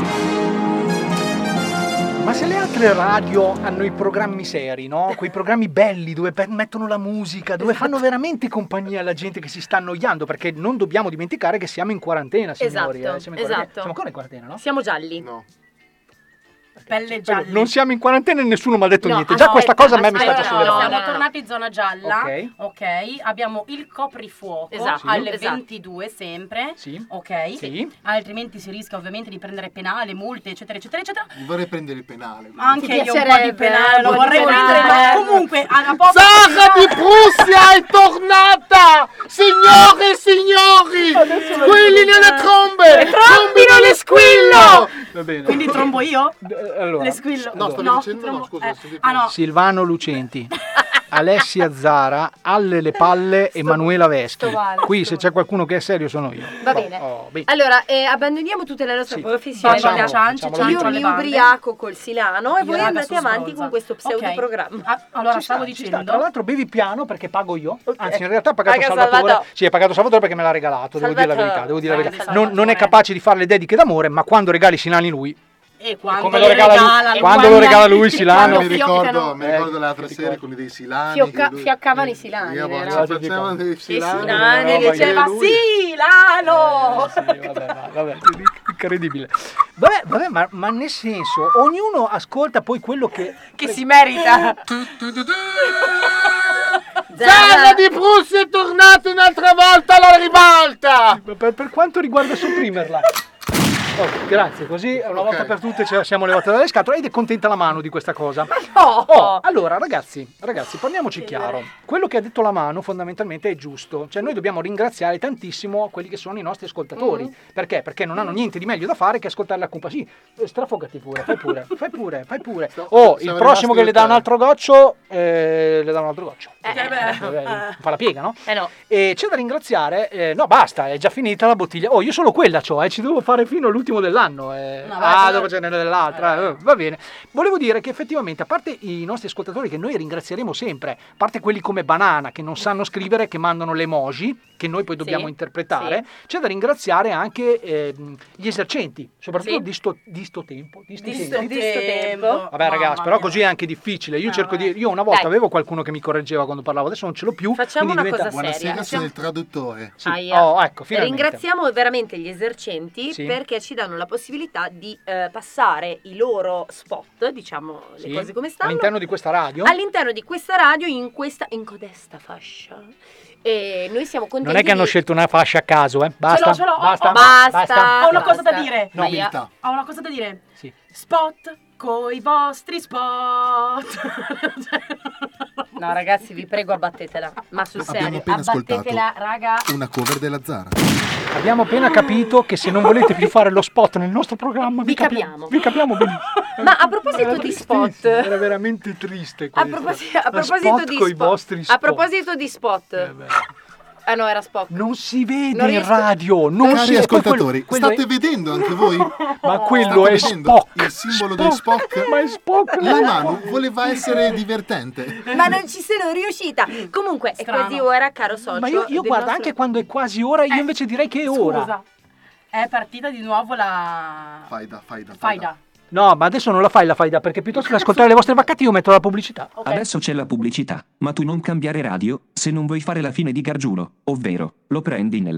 ma se le altre radio hanno i programmi seri, no? Quei programmi belli dove pe- mettono la musica, dove fanno veramente compagnia alla gente che si sta annoiando, perché non dobbiamo dimenticare che siamo in quarantena, signori. Esatto, eh, siamo in quarantena. esatto. Siamo ancora in quarantena, no? Siamo gialli. No. Pelle gialla. Non siamo in quarantena e nessuno mi ha detto No, niente. Già aspetta, questa cosa a me mi sta Allora, già no, sollevando. siamo no, no. tornati in zona gialla. Ok. Ok. Abbiamo il coprifuoco Esatto, alle esatto. ventidue sempre. Sì. Ok. Sì. Altrimenti si rischia ovviamente di prendere penale, multe, eccetera, eccetera, eccetera. Vorrei prendere il penale. Anche Ti io un po' di piacerebbe, penale, lo un po' di vorrei penale. prendere, ma comunque a, a poco Zara di Prussia è tornata! Signore e signori! Squilli nelle trombe! Trombino le squillo! Va bene. Quindi trombo io? Eh, allora, Le squillo? No, stavi dicendo no, scusa, eh, ho sentito. ah no, Silvano Lucenti, Alessia Zara, Alle Le Palle e Manuela Veschi. sto male, Qui sto se c'è qualcuno che è serio sono io. Va No, bene. oh, bene. Allora, eh, abbandoniamo tutte le nostre Sì. professioni. Facciamo- le ciance, facciamo Io ciancio mi alle bande. ubriaco col Silano e Io voi raga andate sono avanti sgonza. con questo pseudo Ok. programma. Ah, allora Ci sta, stavo ci sta. dicendo Tra l'altro bevi piano perché pago io. Anzi, in realtà ha pagato Paga Salvatore. Salvatore. Sì, ha pagato Salvatore perché me l'ha regalato. Devo dire la Salvatore. verità. Devo dire la Grande verità. Non, non è Salvatore. capace di fare le dediche d'amore, ma quando regali Silani lui. e quando come lo lo regala lui- regala quando lo regala lui Silano. Mi ricordo, fioccano- mi ricordo Eh, le altre ti serie, ricordo. quelli dei silani. Fiocca- che lui- fioccavano i silani, Io vero? faccio- facevano dei silani. silani, una roba diceva che lui- Silano! Eh, sì, vabbè, va- vabbè, incredibile. Vabbè, vabbè, ma, ma nel senso, ognuno ascolta poi quello che... Che si merita. Zara di Prussia è tornata un'altra volta alla ribalta! Per, per quanto riguarda sopprimerla. Oh, grazie, così una volta Ok. per tutte ce la siamo levate dalle scatole ed è contenta la mano di questa cosa. No! Oh, allora ragazzi, ragazzi, parliamoci chiaro. Quello che ha detto la mano fondamentalmente è giusto. Cioè noi dobbiamo ringraziare tantissimo quelli che sono i nostri ascoltatori. Mm. Perché? Perché non hanno niente di meglio da fare che ascoltare la Cumpa. Sì, eh, strafogati pure, fai pure, fai pure, fai pure. Oh, il siamo prossimo rimasti che le dà un a- altro goccio, eh, le dà un altro goccio. Eh, Eh, fa la piega, no? eh no. E c'è da ringraziare, eh, no basta, è già finita la bottiglia. Oh, io solo quella c'ho, eh, ci devo fare fino all'ultimo dell'anno. Eh. No, ah, vai, dopo ce n'è dell'altra, eh, va bene. Volevo dire che effettivamente, a parte i nostri ascoltatori che noi ringrazieremo sempre, a parte quelli come Banana che non sanno scrivere, che mandano le emoji, che noi poi dobbiamo Sì, interpretare, sì. c'è da ringraziare anche ehm, gli esercenti, soprattutto Sì. di, sto, di sto tempo. Di sti Di tempi. sto Di sto tempo. tempo. Vabbè ragazzi, Mamma però mia. così è anche difficile. Io No, cerco vabbè. di. Io una volta Dai. avevo qualcuno che mi correggeva quando parlavo, adesso non ce l'ho più. Facciamo quindi una diventa- cosa Buonasera, seria. sono il traduttore. Sì. Aia. Oh, ecco, finalmente. Ringraziamo veramente gli esercenti Sì. perché ci danno la possibilità di eh, passare i loro spot, diciamo le Sì. cose come stanno, All'interno di questa radio. all'interno di questa radio in questa in codesta fascia. E noi siamo contenti. Non è che hanno di- scelto una fascia a caso, eh? Basta. Ce l'ho, ce l'ho. Basta. Oh, Basta. Ho una cosa da Basta. dire. No. Aia. Nobiltà. Ho una cosa da dire. Sì. Spot coi vostri spot. No, ragazzi, vi prego, abbattetela. Ma sul Abbiamo serio, appena ascoltato abbattetela, raga. una cover della Zara. Abbiamo appena capito che se non volete più fare lo spot nel nostro programma, vi, Vi capi- capiamo. Vi capiamo benissimo. Ma a proposito Era di tristissimo, spot, Era veramente triste a questo. proposito, a Lo proposito spot di coi spot, vostri a spot. proposito di spot, Eh beh. Ah no, era Spock. Non si vede Non in riesco- radio, non Cari si vede. ascoltatori, quello state è- vedendo anche voi? Ma quello State è vedendo Spock. il simbolo di Spock? Ma è Spock. La mano voleva essere divertente. Ma non ci sono riuscita. Comunque è Strano. quasi ora, caro socio. Ma io, io del guarda, nostro- anche quando è quasi ora, io invece direi che è ora. Scusa. È partita di nuovo la... Faida, faida, Faida. No, ma adesso non la fai la faida, perché piuttosto che ascoltare le vostre vaccate io metto la pubblicità. Adesso c'è la pubblicità, ma tu non cambiare radio se non vuoi fare la fine di Gargiulo, ovvero lo prendi nel...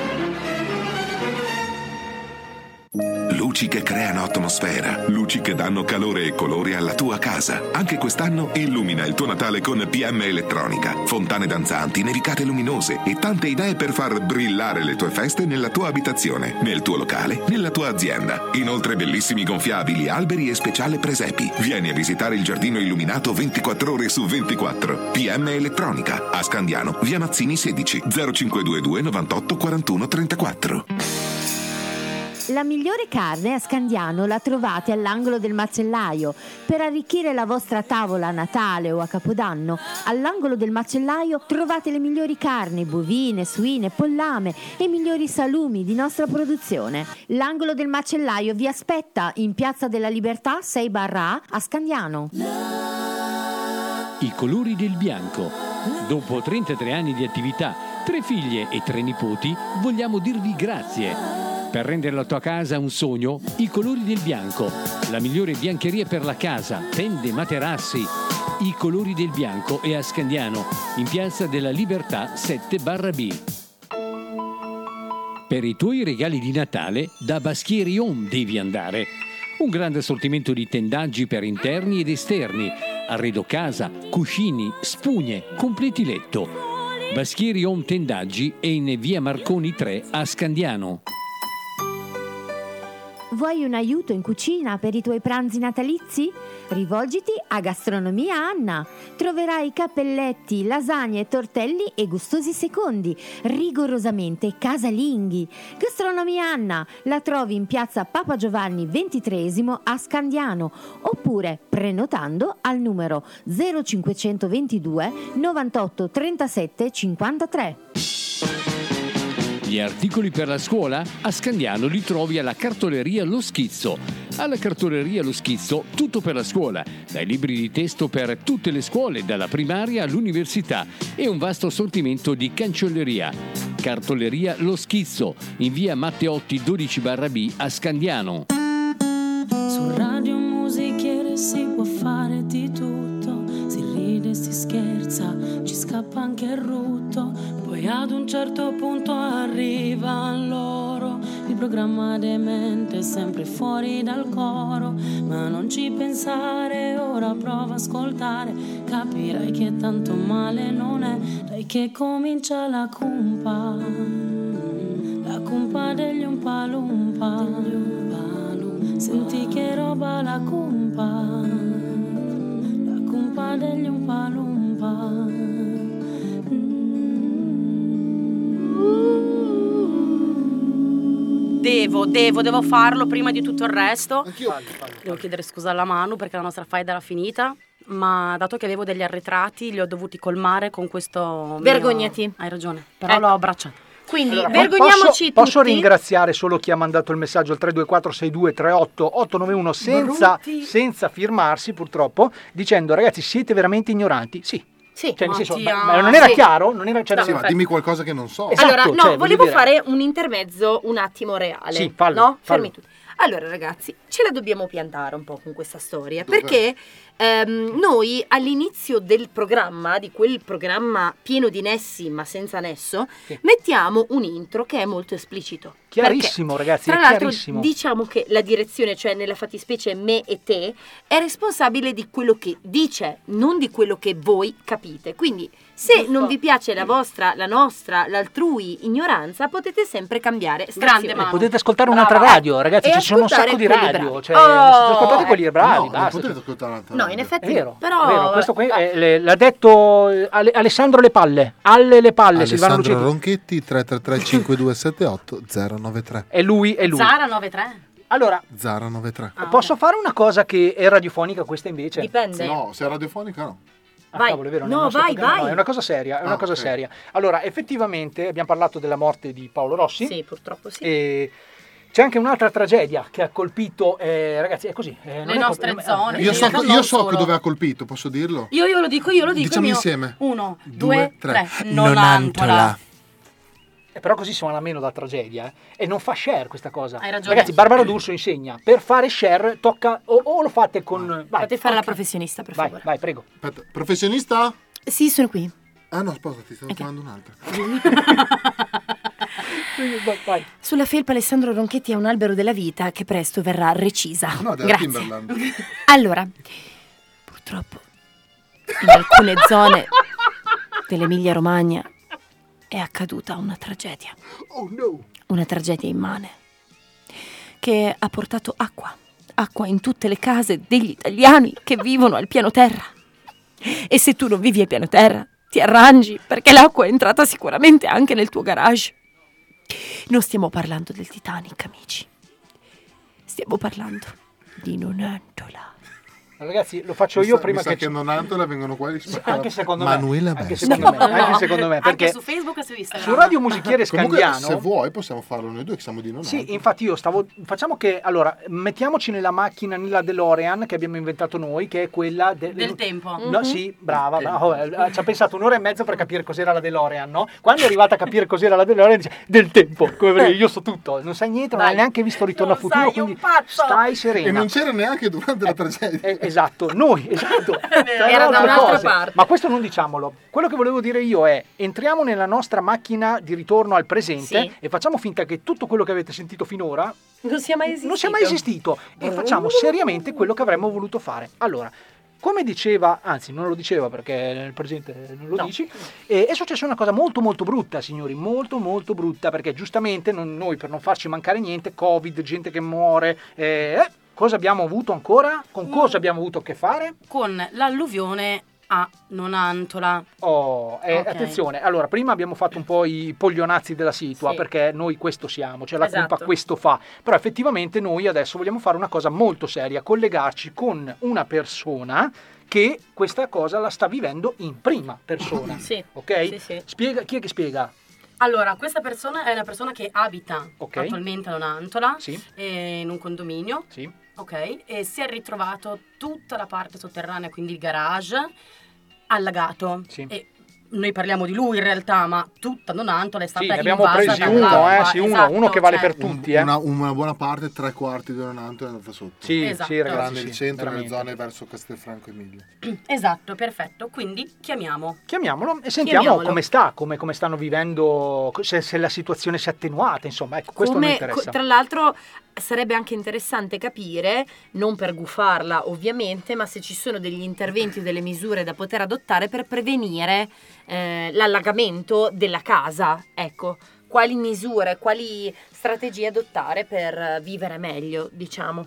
Luci che creano atmosfera, luci che danno calore e colore alla tua casa. Anche quest'anno illumina il tuo Natale con P M Elettronica. Fontane danzanti, nevicate luminose e tante idee per far brillare le tue feste nella tua abitazione, nel tuo locale, nella tua azienda. Inoltre bellissimi gonfiabili, alberi e speciale presepi. Vieni a visitare il giardino illuminato ventiquattro ore su ventiquattro. P M Elettronica, a Scandiano, via Mazzini sedici, zero cinque due due novantotto quarantuno trentaquattro. La migliore carne a Scandiano la trovate all'angolo del macellaio. Per arricchire la vostra tavola a Natale o a Capodanno, all'angolo del macellaio trovate le migliori carni, bovine, suine, pollame e i migliori salumi di nostra produzione. L'angolo del macellaio vi aspetta in Piazza della Libertà sei barra A a Scandiano. I colori del bianco. Dopo trentatré anni di attività, tre figlie e tre nipoti, vogliamo dirvi grazie. Per rendere la tua casa un sogno, i colori del bianco. La migliore biancheria per la casa, tende, materassi. I colori del bianco è a Scandiano, in Piazza della Libertà sette barra B. Per i tuoi regali di Natale, da Baschieri Home devi andare. Un grande assortimento di tendaggi per interni ed esterni, arredo casa, cuscini, spugne, completi letto. Baschieri Home Tendaggi è in via Marconi tre a Scandiano. Vuoi un aiuto in cucina per i tuoi pranzi natalizi? Rivolgiti a Gastronomia Anna. Troverai cappelletti, lasagne, tortelli e gustosi secondi, rigorosamente casalinghi. Gastronomia Anna la trovi in piazza Papa Giovanni ventitreesimo a Scandiano, oppure prenotando al numero zero cinquecentoventidue novantotto trentasette cinquantatré. Gli articoli per la scuola? A Scandiano li trovi alla cartoleria Lo Schizzo. Alla cartoleria Lo Schizzo tutto per la scuola, dai libri di testo per tutte le scuole, dalla primaria all'università, e un vasto assortimento di cancelleria. Cartoleria Lo Schizzo, in via Matteotti dodici barra B a Scandiano. Su Radio Musichiere si può fare di tutto, si ride, si scherza, ci scappa anche il rutto, poi ad un certo punto arriva loro, il programma demente è sempre fuori dal coro, ma non ci pensare, ora prova a ascoltare, capirai che tanto male non è, dai che comincia la cumpa, la cumpa degli Umpalumpa, senti che roba la cumpa, la cumpa degli Umpalumpa. Devo, devo, devo farlo prima di tutto il resto. Anch'io. Devo chiedere scusa alla Manu perché la nostra faida era finita. Ma dato che avevo degli arretrati, li ho dovuti colmare con questo. Vergognati. Mio... Hai ragione, però Eh. l'ho abbracciato. Quindi Allora, vergogniamoci posso, tutti. posso ringraziare solo chi ha mandato il messaggio al tre due quattro sei due tre otto otto nove uno senza, senza firmarsi purtroppo, dicendo ragazzi siete veramente ignoranti. Sì. Sì, Cioè, nel senso, Mattia. ma non era Sì. chiaro? Non era, cioè, No, non- Ma dimmi qualcosa che non so. Esatto, allora, no, cioè, volevo voglio dire- fare un intermezzo un attimo reale. Sì, fallo, no? fallo. Fermi tutti. Allora, ragazzi, ce la dobbiamo piantare un po' con questa storia, Dove? perché ehm, noi all'inizio del programma, di quel programma pieno di nessi ma senza nesso, mettiamo un intro che è molto esplicito. Chiarissimo, Perché, ragazzi, tra è l'altro, chiarissimo. diciamo che la direzione, cioè nella fattispecie me e te, è responsabile di quello che dice, non di quello che voi capite. Quindi, se non vi piace la vostra, la nostra, l'altrui ignoranza, potete sempre cambiare stazione. E potete ascoltare un'altra Brava. radio, ragazzi, E ci sono un ascoltare sacco di quelli radio. bravi. Cioè, Oh, ascoltate quelli bravi, No, non basta. potete ascoltare un'altra No, radio. in effetti È vero, però è vero, questo qui eh, le- l'ha detto eh, Ale- Alessandro Le Palle, Alle Le Palle, Silvano Alessandro Lucetti. Ronchetti tre tre tre cinque due sette otto zero nove tre. È lui, è lui. Zara nove tre. Allora, Zara nove tre. posso fare una cosa che è radiofonica questa invece? Dipende. No, se è radiofonica no. Ah, vai. cavolo, è vero, No, nel nostro vai, programma vai. no, è una cosa seria, è una Ah, cosa ok. seria. Allora, effettivamente abbiamo parlato della morte di Paolo Rossi. Sì, purtroppo sì. E c'è anche un'altra tragedia che ha colpito, eh, ragazzi, è così. eh, non Le è nostre colpa- zone. Io so, Non io so solo. che dove ha colpito, posso dirlo? Io, io lo dico, io lo dico. Diciamo il mio. insieme. Uno, Due, due, tre. tre. Nonantola. Eh, però così siamo alla meno da tragedia, eh. E non fa share questa cosa. Hai ragione. Ragazzi, Barbara D'Urso insegna, per fare share tocca, o, o lo fate con... Vai, Fate fare la ok. professionista, per Vai, favore. vai, prego. Aspetta, professionista? Sì, sono qui. Ah no, aspetta, ti stavo chiamando un'altra. Vai. Sulla felpa Alessandro Ronchetti è un albero della vita che presto verrà recisa. No, della Grazie. Timberland. Allora, purtroppo in alcune zone dell'Emilia Romagna è accaduta una tragedia. Oh no! Una tragedia immane che ha portato acqua, acqua in tutte le case degli italiani che vivono al piano terra. E se tu non vivi al piano terra, ti arrangi perché l'acqua è entrata sicuramente anche nel tuo garage. Non stiamo parlando del Titanic, amici. Stiamo parlando di Nonantola. Ragazzi, lo faccio Mi io sa- prima mi sa che... che non Antola vengono qua Sì, anche secondo me. Manuela Anche Beschi. secondo me, No, anche no. secondo me, perché Anche su Facebook e su Instagram. su Radio Musichiere Comunque, Scandiano... se vuoi possiamo farlo noi due che siamo di non Sì, infatti io stavo... Facciamo che... Allora, mettiamoci nella macchina, nella DeLorean che abbiamo inventato noi, che è quella... de- Del tempo. No, sì, brava, brava. Oh, eh, ci ha pensato un'ora e mezza per capire cos'era la DeLorean, no? Quando è arrivata a capire cos'era la DeLorean dice, del tempo, come per dire, io so tutto, non sai niente, non Dai. hai neanche visto Ritorno al Non futuro, sai, quindi un pazzo. stai E serena. non c'era neanche durante la tragedia. Eh, esatto, noi, esatto. Tra Era le da altre un'altra cose. parte. Ma questo non diciamolo. Quello che volevo dire io è, entriamo nella nostra macchina di ritorno al presente Sì. e facciamo finta che tutto quello che avete sentito finora Non sia mai esistito. non sia mai esistito e facciamo seriamente quello che avremmo voluto fare. Allora, come diceva, anzi non lo diceva perché nel presente non lo No. dici, eh, è successa una cosa molto molto brutta, signori, molto molto brutta, perché giustamente non- noi per non farci mancare niente, Covid, gente che muore, eh, cosa abbiamo avuto ancora? Con cosa abbiamo avuto a che fare? Con l'alluvione a Nonantola. Oh, eh, Ok. attenzione, allora prima abbiamo fatto un po' i poglionazzi della situa Sì. perché noi questo siamo, cioè la Esatto. colpa questo fa, però effettivamente noi adesso vogliamo fare una cosa molto seria, collegarci con una persona che questa cosa la sta vivendo in prima persona, Sì. ok? Sì, sì. Spiega, chi è che spiega? Allora, questa persona è una persona che abita Ok. attualmente a Nonantola, Sì. eh, in un condominio, Sì. ok? E si è ritrovato tutta la parte sotterranea, quindi il garage, allagato. Sì. E noi parliamo di lui in realtà, ma tutta Nonantola è stata Sì, ne abbiamo invasa presi dall'acqua. uno, eh, sì, uno, Esatto, uno che vale cioè- per tutti, eh. Una, una buona parte, tre quarti di Nonantola è andata sotto. Sì, Esatto. sì, ragazzi, Tranne sì, il centro e le veramente. zone verso Castelfranco Emilia. Esatto, perfetto. Quindi chiamiamo. Chiamiamolo e sentiamo Chiamiamolo. come sta, come, come stanno vivendo, se, se la situazione si è attenuata, insomma, ecco, questo mi Come, interessa. co- tra l'altro sarebbe anche interessante capire, non per gufarla ovviamente, ma se ci sono degli interventi o delle misure da poter adottare per prevenire eh, l'allagamento della casa. Ecco, quali misure, quali strategie adottare per eh, vivere meglio, diciamo.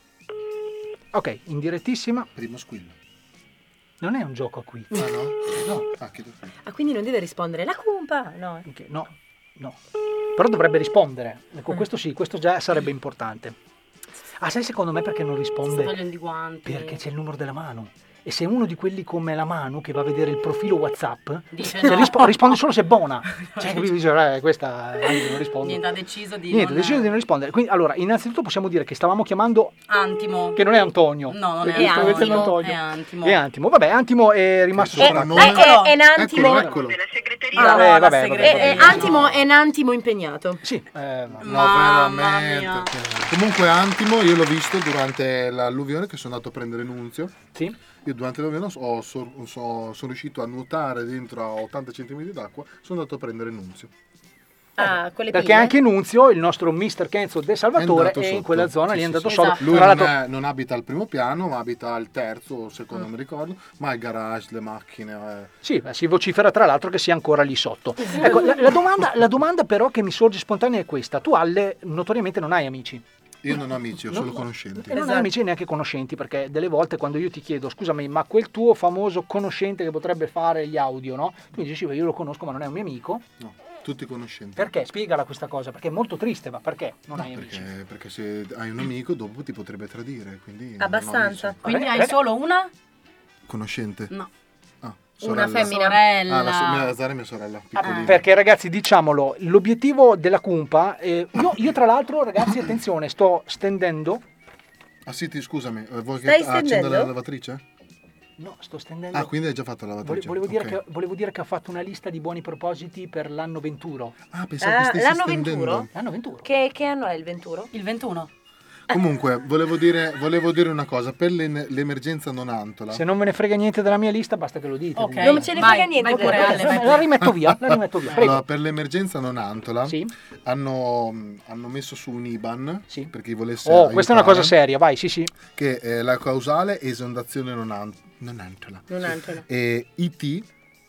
Ok, in direttissima. Primo squillo. Non è un gioco a quiz. Ah no? No. Ah, chiedo qui. Ah, quindi non deve rispondere la cumpa? No. Ok, no, no. Però dovrebbe rispondere. Ecco, questo sì, questo già sarebbe importante. Ah, sai secondo me perché non Sta risponde? togliendo i guanti. Perché c'è il numero della mano. E se è uno di quelli come la mano che va a vedere il profilo WhatsApp, Dice se no. rispo- risponde solo se è buona. Cioè, capito? Dice, eh, questa eh, non risponde. Niente, ha deciso di Niente, non... deciso di non rispondere. Quindi, allora, innanzitutto possiamo dire che stavamo chiamando Antimo. che non è Antonio. No, non è Perché stavo Antimo. mettendo Antonio. È Antimo. È Antimo. Vabbè, Antimo è rimasto Che sopra. soprannome. Eh, è, è un attimo. Eccolo, eccolo. Ah, Eh, no, la vabbè, vabbè, segreteria, È, è no. Antimo, è un attimo impegnato. Sì, eh, No, Mamma veramente. mia. Comunque Antimo io l'ho visto durante l'alluvione che sono andato a prendere Nunzio. sì. Io durante l'alluvione ho, so- so- sono riuscito a nuotare dentro a ottanta centimetri d'acqua, sono andato a prendere Nunzio. Ah, quelle Perché pille? anche Nunzio, il nostro mister Kenzo De Salvatore, andato è in sotto. quella zona, Sì, lì è sì, andato sì. solo. Esatto. Lui Tra non, l'altro- è- non abita al primo piano, ma abita al terzo o secondo, Mm. non mi ricordo, ma il garage, le macchine. eh. Sì, beh, si vocifera tra l'altro che sia ancora lì sotto. Ecco, la, la domanda, la domanda però che mi sorge spontanea è questa. Tu, Alle, notoriamente non hai amici. Io non ho amici, ho No, solo no. conoscenti. E non Esatto. hai amici e neanche conoscenti, perché delle volte quando io ti chiedo, scusami, ma quel tuo famoso conoscente che potrebbe fare gli audio, no? Tu mi dici, sì, io lo conosco ma non è un mio amico. No, tutti conoscenti. Perché? Spiegala questa cosa, perché è molto triste, ma perché non No, hai amici? perché, perché se hai un amico dopo ti potrebbe tradire, quindi non ho Abbastanza. amici. Quindi Vabbè, hai vabbè. solo una? Conoscente? No. Ah, Una femmina. Sorella. Ah, la so- mia Zara è mia sorella, piccolina. Perché ragazzi, diciamolo, l'obiettivo della cumpa, eh, io, io tra l'altro ragazzi attenzione, sto stendendo. Ah sì, ti, scusami, eh, vuoi Stai che accenda stendendo? la lavatrice? No, sto stendendo. Ah, quindi hai già fatto la Vole- lavatrice. volevo, dire Ok. che, volevo dire che ho fatto una lista di buoni propositi per l'anno venturo. Ah, pensavo Ah, che stessi l'anno stendendo. venturo? L'anno venturo. Che, che anno è il venturo? Il ventuno. Comunque, volevo dire, volevo dire una cosa, per l'en- l'emergenza non Antola. Se non ve ne frega niente della mia lista, basta che lo dite. Ok. Non ce ne Vai, frega niente. vai pure, della- Ale, vai La, pure. rimetto via, la rimetto via. Prego. Allora, per l'emergenza non Antola Sì. hanno, hanno messo su un I B A N Sì. per chi volesse Oh, questa è una cosa aiutare, seria, vai, sì, sì. che è la causale esondazione non, an- non Antola. Non Antola. E I T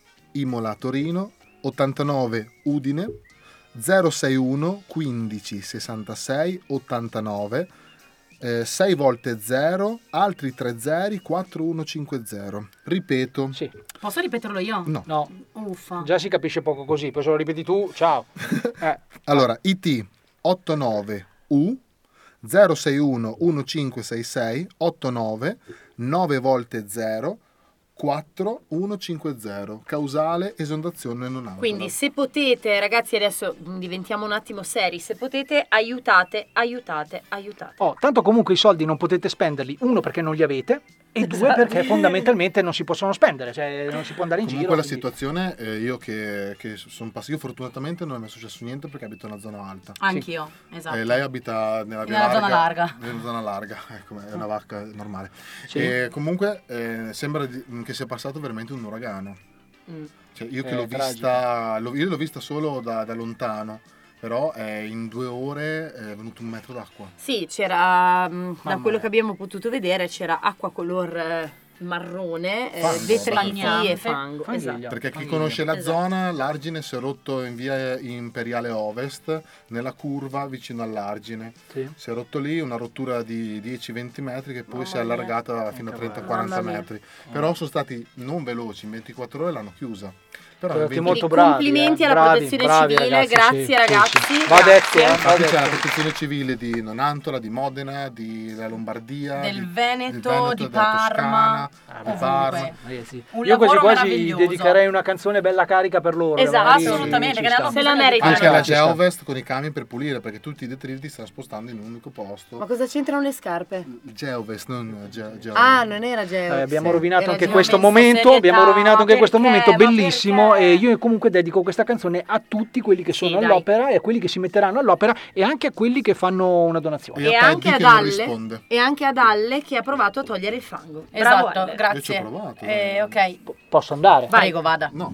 Imola Torino ottantanove Udine zero sei uno quindici sessantasei ottantanove eh, sei volte zero altri tre zeri quattro uno cinque zero. Ripeto. Sì. Posso ripeterlo io? No. No, Uffa. già si capisce poco così, poi se lo ripeti tu, ciao. Eh. Allora, I T ottantanove U zero sei uno uno cinque sei sei ottantanove nove volte zero quattro uno cinque zero. Causale esondazione non Antola. Quindi se potete, ragazzi, adesso mh, diventiamo un attimo seri, se potete aiutate, aiutate, aiutate. Oh, tanto comunque i soldi non potete spenderli, uno perché non li avete e due perché fondamentalmente non si possono spendere, cioè non si può andare in Comunque giro. la quindi- situazione, eh, io che, che sono passato, io fortunatamente non è mai successo niente perché abito in una zona alta. Anch'io, esatto. E lei abita nella via Nella zona larga. Nella zona larga, ecco, è una vacca normale. Sì. E comunque eh, sembra di- che sia passato veramente un uragano. Mm. Cioè, io che Eh, l'ho tragico. vista, l'ho- io l'ho vista solo da, da lontano, però eh, in due ore è venuto un metro d'acqua. Sì, c'era, mh, da Mamma quello mia. che abbiamo potuto vedere, c'era acqua color eh, marrone, eh, Fango, detriti bagnante. e fango. Fanghiglia. Esatto. Perché chi Famiglia. conosce la Esatto. zona, l'Argine si è rotto in via Imperiale Ovest, nella curva vicino all'Argine. Sì. Si è rotto lì, una rottura di dieci venti metri che poi Mamma si è mia. allargata fino a trenta quaranta Mamma mia. metri. Però sono stati non veloci, in ventiquattro ore l'hanno chiusa. Però in Siete venti molto Quindi bravi. complimenti eh. alla Bravi, protezione bravi, civile, ragazzi, grazie sì, sì, ragazzi. sì. Va grazie. detto, eh, va Infatti c'è la detto. protezione civile di Nonantola, di Modena, di la Lombardia, Del di- Veneto, di della Toscana, Parma, di ovunque. Parma. Eh, sì. Un Io quasi lavoro quasi meraviglioso. dedicherei una canzone bella carica per loro. Esatto, magari assolutamente, ci che ne sta. hanno Se la bisogno di meritano. Anche la ci sta. Geovest con i camion per pulire, perché tutti i detriti si stanno spostando in un unico posto. Ma cosa c'entrano le scarpe? Geovest, non Ge- Geovest. Ah, non era Geo. Eh, abbiamo rovinato Era anche Geo. questo messo momento, serietà, abbiamo rovinato anche questo perché? momento Ma bellissimo perché? e io comunque dedico questa canzone a tutti quelli che sono dai. all'opera e a quelli che si metteranno all'opera e anche a quelli che fanno una donazione. E E a Teddy anche, che ad non Alle, risponde. e anche ad Alle che ha provato a togliere il fango. Bravo, Esatto, Alle. Io grazie. ci ho provato, Eh, ok, Posso andare? prego, vada. No.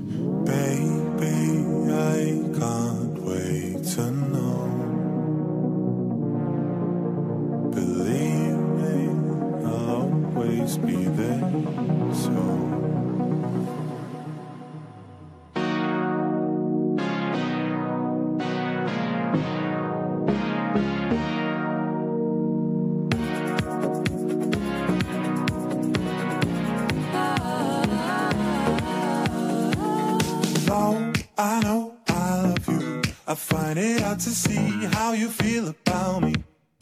Baby, I can't wait to know. Believe me, I'll always be there. So though I know I love you, I find it hard to see how you feel about me.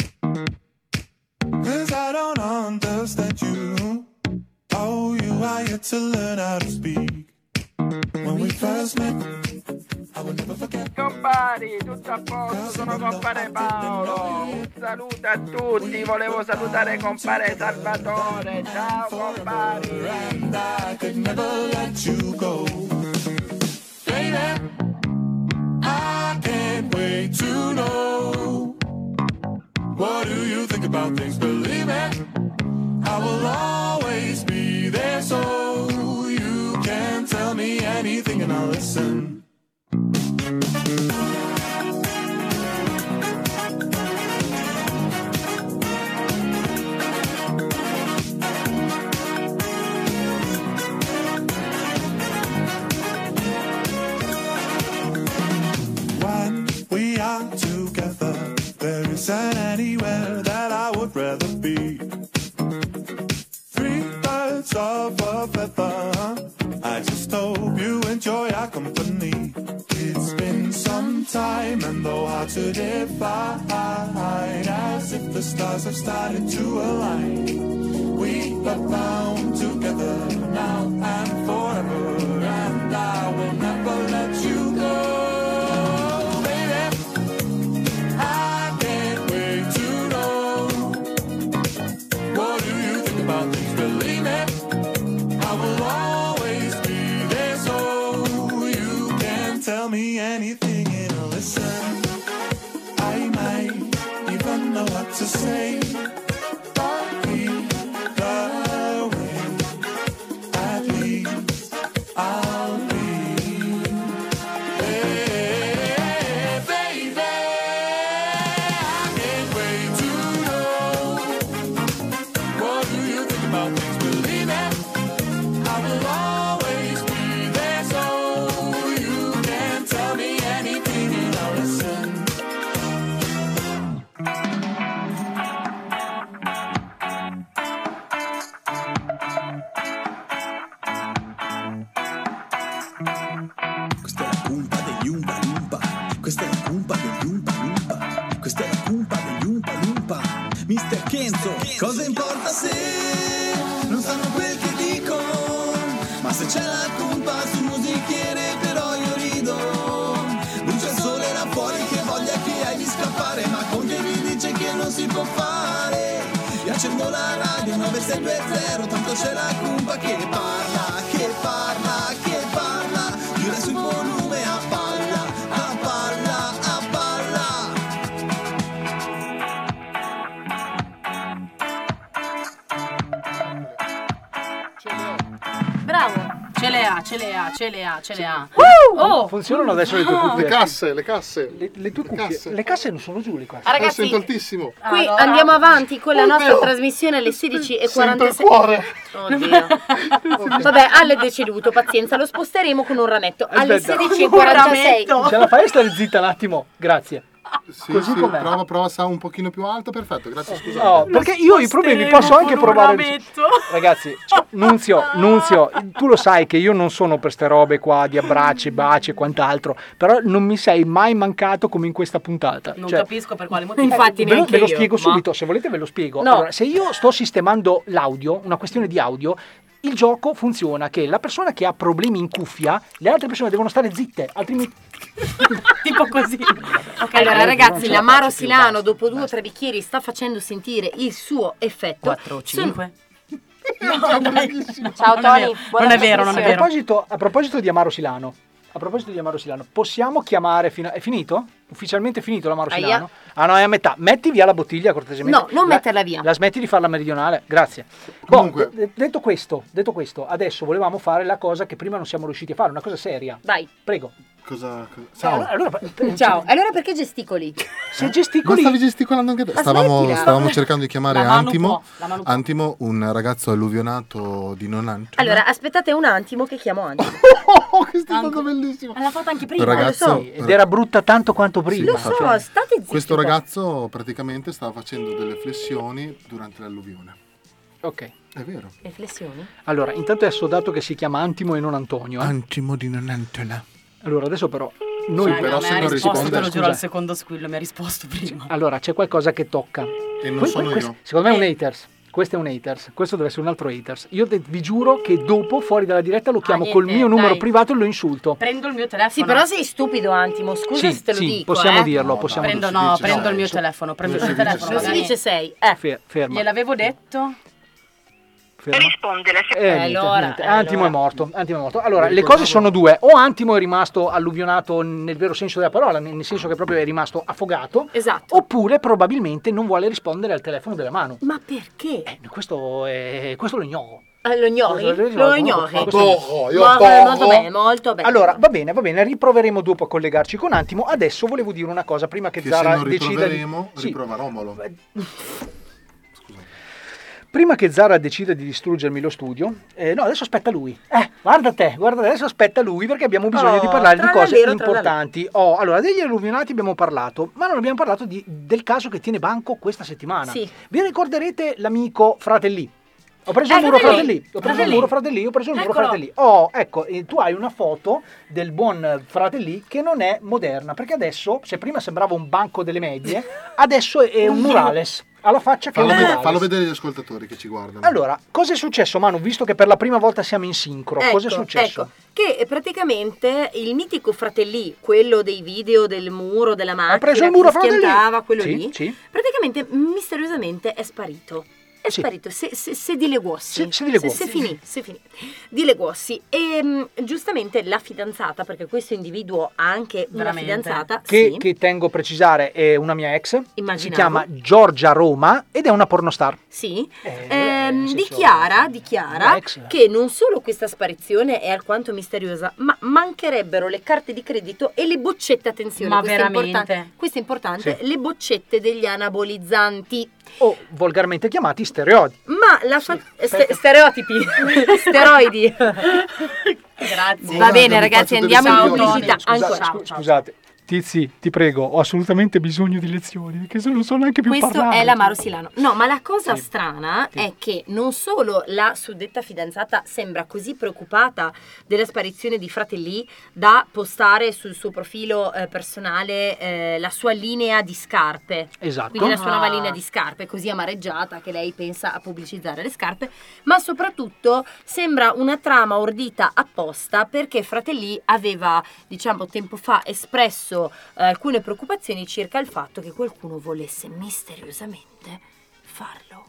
Cause I don't understand you. Oh, you are yet to learn how to speak. When we first met, I will never forget. Compari, tutto a posto, sono compare Paolo. Un saluto a tutti, volevo salutare compare Salvatore. Ciao compari. And I could never let you go. Baby, I can't wait to know. What do you think about things? Believe it, I will always be there, so you can tell me anything and I'll listen. When we are together, there isn't anywhere that I would rather be. Three birds of a feather, I just hope you enjoy our company. It's been some time and though hard to define, as if the stars have started to align. We are bound together now and forever. Sapienzo. Cosa importa se non sanno quel che dico? Ma se c'è la cumpa sul musichiere però io rido. Brucia il sole là fuori, che voglia che hai di scappare, ma Conte mi dice che non si può fare. Io accendo la radio nove sei due zero, tanto c'è la cumpa che parla, che parla, che parla. Gira sul volume a palla, a palla, a palla. Bravo. Ce le ha, ce le ha, ce le ha, ce le ha. Oh, funzionano adesso le tue cuffie? Le casse, le casse. Le, le tue cuffie. casse. Le casse non sono giù le casse. Ah, ragazzi, sento altissimo. Qui Allora. andiamo avanti con la Oh, nostra Dio. trasmissione alle sedici e Sento il quarantasei. cuore. Oddio. Vabbè, alle deceduto, pazienza, lo sposteremo con un rametto. Alle Aspetta. sedici e quarantasei. Ce la fai a stare zitta un attimo? Grazie. Sì, Così sì, com'è. prova, prova a stare un pochino più alto, perfetto, grazie, scusate. No, perché io i problemi posso anche provare. Ragazzi, Nunzio, Nunzio, tu lo sai che io non sono per ste robe qua di abbracci, baci e quant'altro, però non mi sei mai mancato come in questa puntata. Non Cioè, capisco per quale motivo. Infatti, ve lo, neanche ve lo io, spiego ma- subito, se volete ve lo spiego. No. Allora, se io sto sistemando l'audio, una questione di audio, il gioco funziona che la persona che ha problemi in cuffia, le altre persone devono stare zitte, altrimenti... Tipo così. Ok, allora Eh, ragazzi, non ce la l'amaro faccio più, Silano basta, dopo due o tre bicchieri sta facendo sentire il suo effetto. quattro, cinque. Ciao Non è Tony, vero. buona Non è vero, non è A vero. proposito, a proposito di Amaro Silano, a proposito di Amaro Silano, possiamo chiamare fino a- è finito? Ufficialmente finito l'Amaro Aia. Silano? Ah no, è a metà. Metti via la bottiglia cortesemente. No, non La- metterla via. La smetti di farla meridionale, grazie. Comunque- Boh, de- detto questo, detto questo, adesso volevamo fare la cosa che prima non siamo riusciti a fare, una cosa seria. Vai. Prego. Cosa, cosa- Ciao. Allora, allora, Ciao. Allora perché gesticoli? se Non gesticoli... stavi gesticolando anche te? Ma Stavamo, smettila. stavamo cercando di chiamare La mano Antimo. può, la mano può. Antimo, un ragazzo alluvionato di Nonanto. Allora, aspettate un attimo che chiamo Angelo. Oh, questo è stato bellissimo. L'ha fatto anche Un prima. ragazzo, Sì, ed era brutta tanto quanto prima. Lo so, Cioè, state zitti. questo un po'. ragazzo praticamente stava facendo delle flessioni durante l'alluvione. ok. È vero. Riflessioni? Allora, intanto è assodato che si chiama Antimo e non Antonio. eh. Antimo di Nonantola. Allora, adesso però... Noi Cioè, però no, se mi ha non risposto, risponde, te lo giuro, scusa. al secondo squillo mi ha risposto prima. Allora, c'è qualcosa che tocca. E non Que- sono que- questo- io. Secondo me è un Eh. haters. Questo è un haters. Questo deve essere un altro haters. Io te- vi giuro che dopo, fuori dalla diretta, lo chiamo niente, col mio numero dai. privato e lo insulto. Prendo il mio telefono. Sì, però sei stupido, Antimo. Scusa Sì, se te lo sì, dico. possiamo eh. dirlo, No, possiamo dai. Prendo, Non si no, dice prendo sei. il mio telefono, prendo il Non mio si dice telefono. Non si magari. dice sei. Eh. Fe- ferma. Gliel'avevo detto. ferma. Risponde la Eh, niente, allora, niente. eh, Antimo allora. è morto. Antimo è morto. Allora, Mi le cose ricordavo- sono due. O Antimo è rimasto alluvionato nel vero senso della parola, nel nel senso che proprio è rimasto affogato, Esatto. oppure probabilmente non vuole rispondere al telefono della mano. Ma perché? Eh, questo, è, questo lo ignoro. Eh, lo ignori? Lo- lo- Lo lo- ignori? lo- Boh, io Ma- boh. Molto bene, molto bene. Allora, va bene, va bene, riproveremo dopo a collegarci con Antimo. Adesso volevo dire una cosa prima che, Che Zara se non decida di... riproveremo, Sì. riprova Romolo. Prima che Zara decida di distruggermi lo studio, eh, no, adesso aspetta lui. Eh, guarda te, guarda adesso aspetta lui perché abbiamo bisogno Oh, di parlare di cose trallallero, importanti. Oh, allora, degli alluvionati abbiamo parlato, ma non abbiamo parlato di- del caso che tiene banco questa settimana. Sì. Vi ricorderete l'amico Fratelli? Ho preso Eh, il muro Fratelli. Fratelli, ho preso il Fratelli. muro Fratelli, ho preso il muro Eccolo. Fratelli. Oh, ecco, e tu hai una foto del buon Fratelli che non è moderna, perché adesso, se prima sembrava un banco delle medie, adesso è un murales. Ha la faccia che è Fallo, un ved- murales. fallo vedere agli ascoltatori che ci guardano. Allora, cosa è successo, Manu? Visto che per la prima volta siamo in sincro, cosa è Ecco, successo? ecco, che praticamente il mitico Fratelli, quello dei video del muro della macchina, Ha preso il che muro si Fratelli? schiantava, quello Sì, lì, sì. praticamente misteriosamente è sparito. È Sì. sparito, se, se, se dileguossi. Se- se dileguossi. Se, se finì, se finì. Dileguossi. E mh, giustamente la fidanzata, perché questo individuo ha anche una Veramente? fidanzata, Che, sì, che tengo a precisare è una mia ex, si Immaginavo. chiama Giorgia Roma ed è una pornostar. sì, Eh, ehm, nel senso- dichiara, dichiara Una ex. che non solo questa sparizione è alquanto misteriosa, ma mancherebbero le carte di credito e le boccette, attenzione, Ma questo è veramente? importante, questo è importante, Sì. le boccette degli anabolizzanti. O volgarmente chiamati stereotipi. Ma la fa- ste- stereotipi, steroidi. Grazie. Va bene mi ragazzi, faccio delle andiamo in signore. pubblicità. Scusa- Ancora. scu- scusate, Tizi, ti prego, ho assolutamente bisogno di lezioni, perché se non so neanche più Questo parlare. è l'amaro silano. No, ma la cosa Sì. strana Sì. è che non solo la suddetta fidanzata sembra così preoccupata della sparizione di Fratelli da postare sul suo profilo eh, personale eh, la sua linea di scarpe. Esatto. Quindi la sua nuova Ah. linea di scarpe, così amareggiata che lei pensa a pubblicizzare le scarpe, ma soprattutto sembra una trama ordita apposta perché Fratelli aveva, diciamo, tempo fa espresso eh, alcune preoccupazioni circa il fatto che qualcuno volesse misteriosamente farlo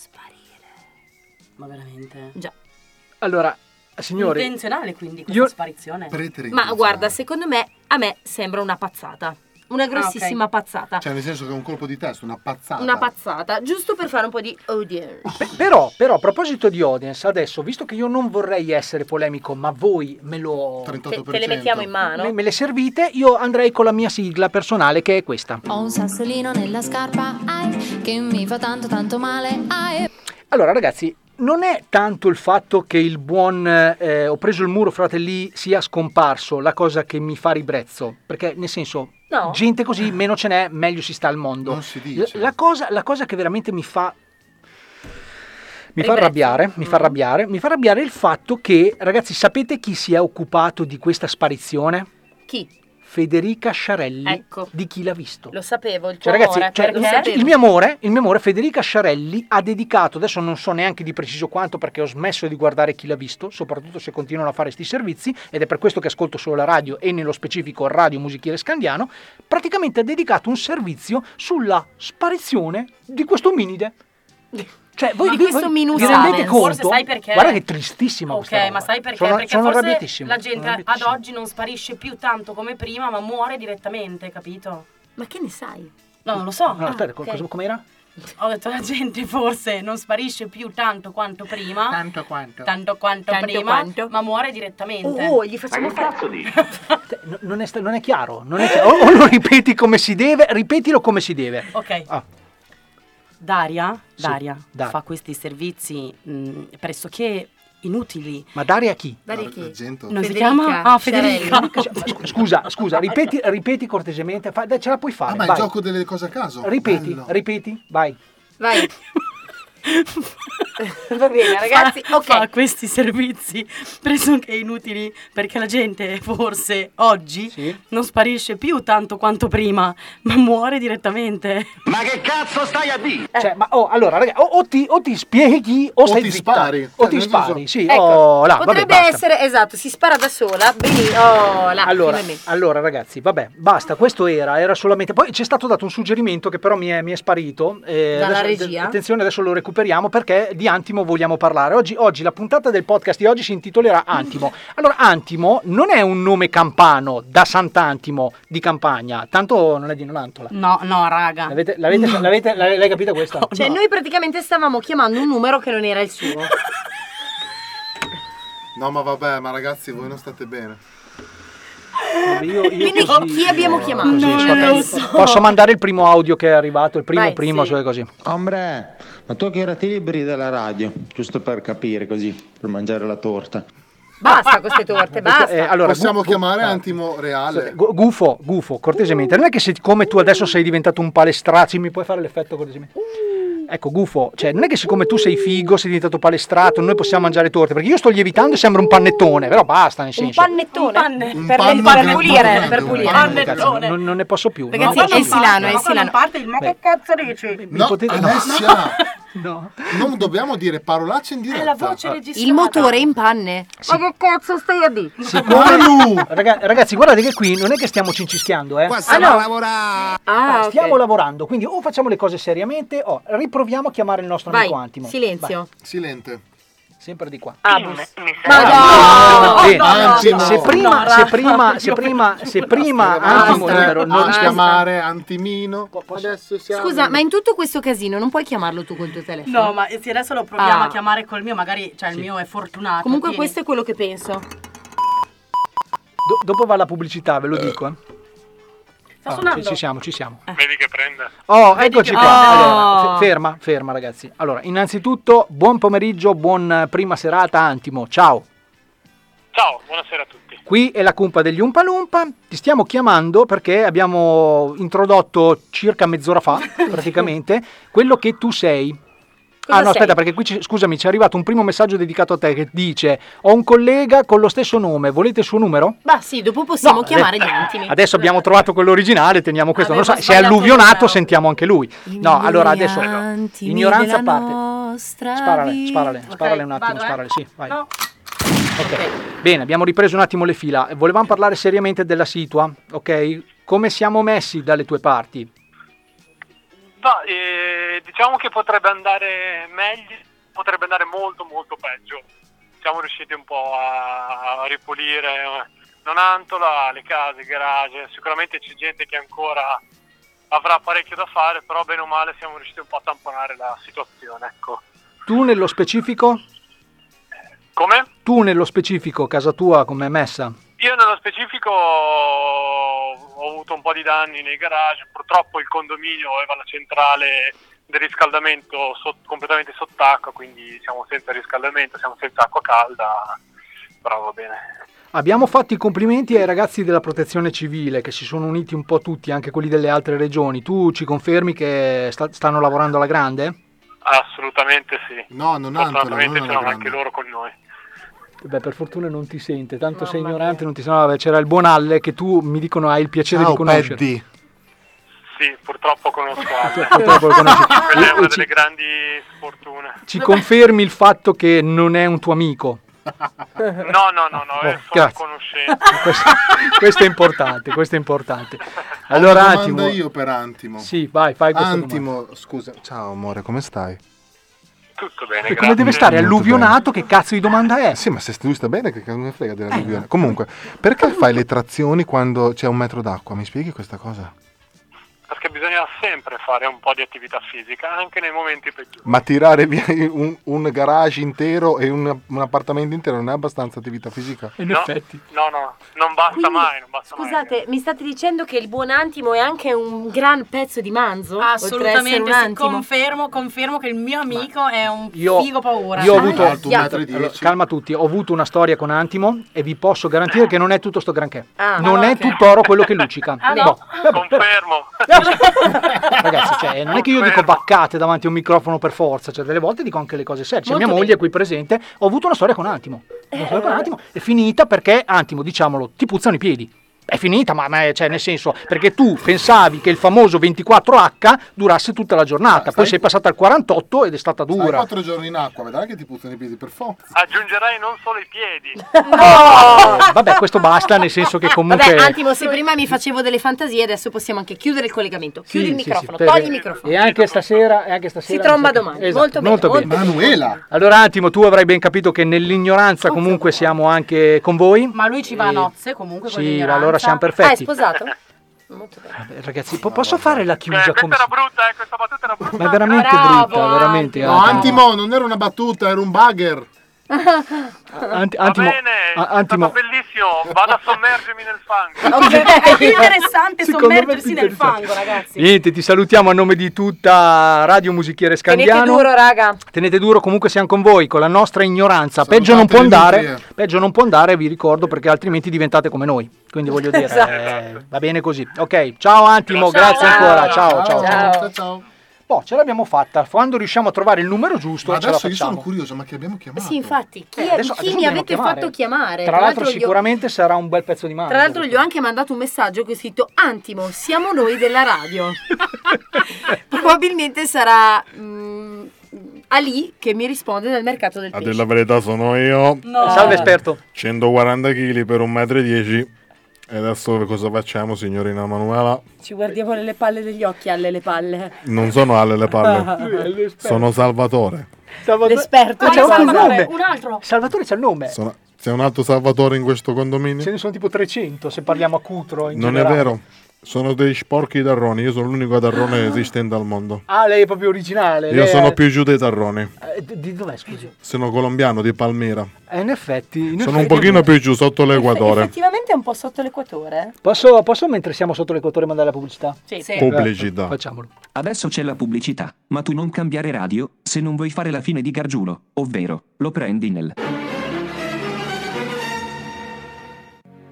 sparire. Ma veramente? Già. Allora, signori, Intenzionale quindi questa io- sparizione? Ma guarda, secondo me, a me sembra una pazzata. Una grossissima Ah, ok. pazzata. Cioè, nel senso che è un colpo di testa, una pazzata. Una pazzata, giusto per fare un po' di audience. Però, però, a proposito di audience, adesso, visto che io non vorrei essere polemico, ma voi me lo... Te, te le mettiamo in mano? Me, me le servite, io andrei con la mia sigla personale, che è questa. Ho un sassolino nella scarpa, ai, che mi fa tanto tanto male, ai. Allora, ragazzi, non è tanto il fatto che il buon eh, ho preso il muro Fratelli sia scomparso la cosa che mi fa ribrezzo, perché nel senso, No. gente così meno ce n'è, meglio si sta al mondo. Non si dice. La, la cosa, la cosa che veramente mi fa mi fa Ribrezzo. arrabbiare, mi fa Mm. arrabbiare, mi fa arrabbiare il fatto che, ragazzi, sapete chi si è occupato di questa sparizione? Chi? Federica Sciarelli, Ecco. di Chi l'ha visto. Lo sapevo, il tuo Cioè, ragazzi, amore, cioè, perché? il mio amore, il mio amore, Federica Sciarelli ha dedicato, adesso non so neanche di preciso quanto perché ho smesso di guardare Chi l'ha visto, soprattutto se continuano a fare sti servizi, ed è per questo che ascolto solo la radio e nello specifico Radio Musichiere Scandiano, praticamente ha dedicato un servizio sulla sparizione di questo ominide. Cioè, voi, Ma vi- questo voi minus vi rendete Silence. conto? Forse sai perché? Guarda che tristissima Ok, questa roba. ma sai perché? Sono, perché sono forse arrabbiatissimo. la gente sono ad arrabbiatissimo. oggi non sparisce più tanto come prima, ma muore direttamente, capito? Ma che ne sai? No, non lo so. No, aspetta, Ah, ok. cosa- com'era? Ho detto la gente forse non sparisce più tanto quanto prima. Tanto quanto. Tanto quanto Tanto prima, quanto. ma muore direttamente. Oh, gli facciamo fare... No, non, è, sta- non è chiaro, non è chiaro. O, o lo ripeti come si deve, ripetilo come si deve. Ok. Ah. Daria, Sì, Daria Daria. fa questi servizi mh, pressoché inutili. Ma Daria chi? Daria chi? Non si Federica chiama? Ah, Federica. Sc- Scusa, scusa, ripeti, ripeti cortesemente. Fa- dai, ce la puoi fare. Ah, ma è vai. il gioco delle cose a caso? Ripeti, Bello. ripeti, vai. Vai. Va bene, ragazzi. Fa, Ok. fa questi servizi pressoché inutili perché la gente forse oggi Sì. non sparisce più tanto quanto prima, ma muore direttamente. Ma che cazzo stai a dire? Cioè, ma oh, allora, ragazzi, o, o ti, o ti spieghi o, O stai ti zitta. spari. O Cioè, ti nel spari, senso- sì. Ecco, oh, là, potrebbe vabbè, basta. essere, esatto, si spara da sola. Benissimo. Oh, là, Allora, fino a me. allora, ragazzi, vabbè, basta, questo era, era solamente... Poi ci è stato dato un suggerimento che però mi è, mi è sparito. eh, Dalla adesso- regia? Attenzione, adesso lo recuperiamo perché di Antimo vogliamo parlare. Oggi, oggi la puntata del podcast di oggi si intitolerà Antimo. Allora, Antimo non è un nome campano da Sant'Antimo di campagna, tanto non è di Nonantola. No, no, raga. L'avete, l'avete, l'avete, l'avete- l'hai capita questa? Cioè, noi praticamente stavamo chiamando un numero che non era il suo. No, ma vabbè, ma ragazzi, voi non state bene. Io, io Quindi così- chi abbiamo eh, chiamato? così, Non aspetta, lo so. Posso mandare il primo audio che è arrivato, il primo Vai, primo, sì. cioè così. Ombre, ma tu a che ora ti liberi dalla radio? Giusto per capire così, per mangiare la torta. Basta queste torte, basta. Eh, allora, Possiamo gu- gu- chiamare eh, Antimo Reale. Gu- Gufo, Gufo, cortesemente. Non è che se, come tu adesso sei diventato un palestrato, mi puoi fare l'effetto cortesemente? Ecco, Gufo, cioè non è che siccome tu sei figo, sei diventato palestrato, noi possiamo mangiare torte, perché io sto lievitando e sembra un pannettone, però basta, nel Un senso. pannettone? panne. Un Per, panno per grande, pulire, grande, per un pulire. panno. Cazzo, non, non ne posso più. Ragazzi, no? è il silano, è il Ma qua non silano. parte il ma che cazzo dici? Mi No, potete- no. Alessia, No. non dobbiamo dire parolacce in È diretta. la voce registrata. Il motore in panne. Ma che cazzo stai a dire? Manu! Raga- Ragazzi, guardate che qui non è che stiamo cincischiando, eh. Stiamo Ah, no. lavorando. Ah, ok. Stiamo lavorando, quindi o facciamo le cose seriamente o riproviamo a chiamare il nostro Vai, amico Antimo. silenzio. Silente. Vai, sempre di qua. Abus. Ma no! Eh, no, Antimo. se prima, No, se Rafa, prima, se io prima, se prima Basta, Antimo libero non a sta- chiamare Antimino. Adesso siamo. Scusa, ma in tutto questo casino non puoi chiamarlo tu col tuo telefono? No, ma se adesso lo proviamo Ah. a chiamare col mio, magari, cioè il mio è fortunato. Comunque tieni. questo è quello che penso. Do- dopo va la pubblicità, ve lo dico, eh. Sta Ah, suonando? ci, ci siamo, ci siamo. Vedi che prenda. Oh, eccoci che- qua. Oh. Allora, f- ferma, ferma ragazzi. Allora, innanzitutto, buon pomeriggio, buon eh, prima serata Antimo. Ciao. Ciao, buonasera a tutti. Qui è la cumpa degli Umpa Lumpa, ti stiamo chiamando perché abbiamo introdotto circa mezz'ora fa, praticamente, quello che tu sei. Cosa ah no, sei? aspetta, perché qui, ci- scusami, ci è arrivato un primo messaggio dedicato a te che dice: ho un collega con lo stesso nome, volete il suo numero? Ma sì, dopo possiamo No, chiamare adesso- gli intimi. Adesso abbiamo trovato quello originale, teniamo questo. Non so, Avevo se è sbagliato alluvionato numero. sentiamo anche lui. No, allora adesso Intimi ignoranza a della parte. nostra Sparale, vita. sparale, Ok, sparale un attimo, vado, eh? sparale, sì, vai. No. Ok, bene, abbiamo ripreso un attimo le fila. Volevamo parlare seriamente della situa, ok? Come siamo messi dalle tue parti? No, eh, diciamo che potrebbe andare meglio, potrebbe andare molto molto peggio. Siamo riusciti un po' a, a ripulire eh, Nonantola, le case, i garage. Sicuramente c'è gente che ancora avrà parecchio da fare, però bene o male siamo riusciti un po' a tamponare la situazione, ecco. Tu nello specifico? Come? Tu nello specifico, casa tua com'è messa? Io nello specifico ho avuto un po' di danni nei garage, purtroppo il condominio aveva la centrale del riscaldamento sot- completamente sott'acqua, quindi siamo senza riscaldamento, siamo senza acqua calda, però va bene. Abbiamo fatto i complimenti ai ragazzi della protezione civile che si sono uniti un po' tutti, anche quelli delle altre regioni. Tu ci confermi che sta- stanno lavorando alla grande? Assolutamente sì. No, non Antola, Fortunatamente non ce alla l'hanno anche grande. loro con noi. Beh, per fortuna non ti sente, tanto sei ignorante, non ti sembra. C'era il buon Alle che tu mi dicono hai il piacere Ciao, di conoscere. Paddy. Sì, purtroppo conosco Ale. Purtroppo lo conosci. Quella è E- una e ci- delle grandi sfortune. Ci confermi il fatto che non è un tuo amico? No, no, no, no, è Oh, solo grazie. conoscenza. questo, questo è importante, questo è importante. Allora, Ho una Antimo. domanda io per Antimo. Sì, vai, fai questa Antimo, scusa. Ciao amore, come stai? Tutto bene, E come grazie. deve stare Molto alluvionato? Che cazzo di domanda è? Sì, ma se lui sta bene, che cazzo ne frega dell'alluvione? Comunque, perché fai le trazioni quando c'è un metro d'acqua? Mi spieghi questa cosa? Perché bisogna sempre fare un po' di attività fisica, anche nei momenti peggiori. Ma tirare via un, un garage intero e un, un appartamento intero non è abbastanza attività fisica? In No, effetti. no, no, non basta Quindi, mai, non basta Scusate, mi state dicendo che il buon Antimo è anche un gran pezzo di manzo? Oltre a essere Assolutamente, un sì, Antimo? confermo, confermo che il mio amico è un Io, figo paura. io ho avuto, Alto un metro e dieci. allora, calma tutti, ho avuto una storia con Antimo e vi posso garantire che non è tutto sto granché. Ah, non ah, è ok. tutto oro quello che luccica. Ah, no? Boh, vabbè, però- Confermo. Ragazzi, cioè, non è che io dico baccate davanti a un microfono per forza, cioè delle volte dico anche le cose serie. C'è Molto mia moglie bene. qui presente, ho avuto una storia con Antimo. Una storia con Antimo è finita perché Antimo, diciamolo, ti puzzano i piedi. È finita, ma, ma cioè, nel senso, perché tu pensavi che il famoso ventiquattro acca durasse tutta la giornata, poi sei passata al quarantotto ed è stata Stai dura. quattro giorni in acqua, vedrai che ti puzzano i piedi per forza. Aggiungerei non solo i piedi. Oh, vabbè, questo basta, nel senso che comunque... Vabbè, Antimo, se prima mi facevo delle fantasie, adesso possiamo anche chiudere il collegamento. Chiudi Sì, il sì, microfono, sì, per- togli il microfono. E anche stasera, e anche stasera Si tromba mi sa che- domani. Esatto, Molto bene, molto molto bene. Manuela. Allora, Antimo, tu avrai ben capito che nell'ignoranza comunque siamo anche con voi. Ma lui ci va a E- nozze comunque con Sì, l'ignoranza. allora siamo Ah, è perfetti. sposato? Molto bene. Vabbè, ragazzi, po- posso fare la Eh, chiusa questa come... era brutta, eh, questa battuta era brutta. Ma è veramente Bravo, brutta, veramente. No, Antimo. Antimo, non era una battuta, era un bugger. Anti- Va Antimo, bene, a- è Antimo, stato bellissimo, vado a sommergermi nel fango. Ok, è più interessante Secondo me è più sommergersi nel interessante. fango, ragazzi. niente, ti salutiamo a nome di tutta Radio Musichiere Tenete Scandiano. duro, raga. Tenete duro, comunque siamo con voi, con la nostra ignoranza. Peggio non può andare, peggio non può andare, vi ricordo, perché altrimenti diventate come noi. Quindi voglio dire, Esatto. eh, va bene così. Ok, ciao Antimo, Ciao. grazie ancora. Ciao, ciao. Ciao. Ciao, ciao. Boh, ce l'abbiamo fatta. Quando riusciamo a trovare il numero giusto, Ma ce la adesso io facciamo. sono curioso, ma chi abbiamo chiamato? Sì, infatti, chi, Eh, è- adesso- chi adesso mi dobbiamo avete chiamare. fatto chiamare? Tra l'altro gli ho- sicuramente sarà un bel pezzo di mano. Tra l'altro gli ho anche mandato un messaggio che ho scritto Antimo, siamo noi della radio. Probabilmente sarà mm, Ali che mi risponde nel mercato del A pesce. della verità sono io. No. Salve esperto. centoquaranta chili per un metro e dieci. E adesso cosa facciamo, signorina Manuela? Ci guardiamo nelle palle degli occhi, alle le palle. Non sono alle le palle, sono Salvatore. Salvatore. L'esperto. Ah, c'è Quale anche il Salvatore? nome. Un altro. Salvatore c'è il nome. Sono- C'è un altro Salvatore in questo condominio? Ce ne sono tipo trecento se parliamo a Cutro. In Non è generale. vero, sono dei sporchi tarroni, io sono l'unico tarrone esistente al mondo. Ah, lei è proprio originale. Io lei sono è- più giù dei tarroni, Eh, di di dov'è, scusi? sono colombiano di Palmira. Eh, in effetti. in Sono un effetti- pochino più giù, sotto l'equatore. Effettivamente è un po' sotto l'equatore. Posso, posso mentre siamo sotto l'equatore mandare la pubblicità? Sì, Pubblicità. Eh, Facciamolo. Adesso c'è la pubblicità, ma tu non cambiare radio se non vuoi fare la fine di Gargiulo, ovvero lo prendi nel...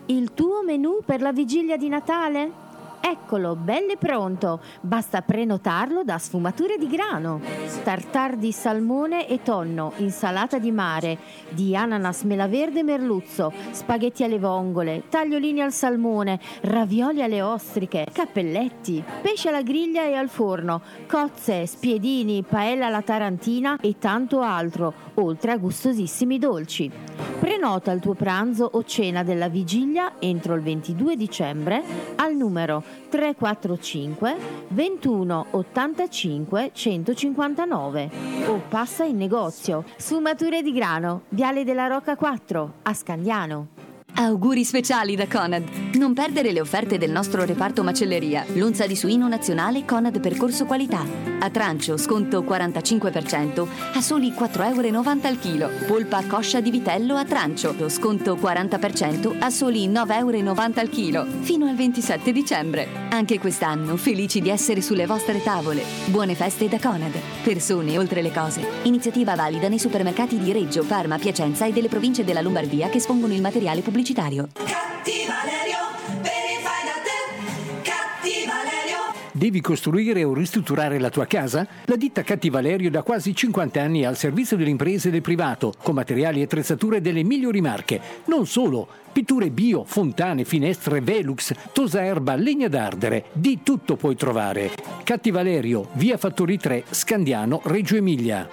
Il tuo menù per la vigilia di Natale? Eccolo, bello e pronto, basta prenotarlo da Sfumature di Grano. Tartar di salmone e tonno, insalata di mare, di ananas, mela verde e merluzzo, spaghetti alle vongole, tagliolini al salmone, ravioli alle ostriche, cappelletti, pesce alla griglia e al forno, cozze, spiedini, paella alla tarantina e tanto altro, oltre a gustosissimi dolci. Prenota il tuo pranzo o cena della vigilia entro il ventidue dicembre al numero tre quattro cinque ventuno ottantacinque centocinquantanove o passa in negozio. Sfumature di Grano, Viale della Rocca quattro, a Scandiano. Auguri speciali da Conad. Non perdere le offerte del nostro reparto macelleria. L'onza di suino nazionale Conad Percorso Qualità. A trancio sconto quarantacinque per cento a soli quattro virgola novanta euro al chilo. Polpa coscia di vitello a trancio. Sconto quaranta per cento a soli nove virgola novanta euro al chilo. Fino al ventisette dicembre. Anche quest'anno felici di essere sulle vostre tavole. Buone feste da Conad. Persone oltre le cose. Iniziativa valida nei supermercati di Reggio, Parma, Piacenza e delle province della Lombardia che espongono il materiale pubblicitario. Devi costruire o ristrutturare la tua casa? La ditta Cattivalerio da quasi cinquanta anni è al servizio delle imprese e del privato, con materiali e attrezzature delle migliori marche. Non solo, pitture bio, fontane, finestre, Velux, tosa erba, legna d'ardere, di tutto puoi trovare. Cattivalerio, via Fattori tre, Scandiano, Reggio Emilia.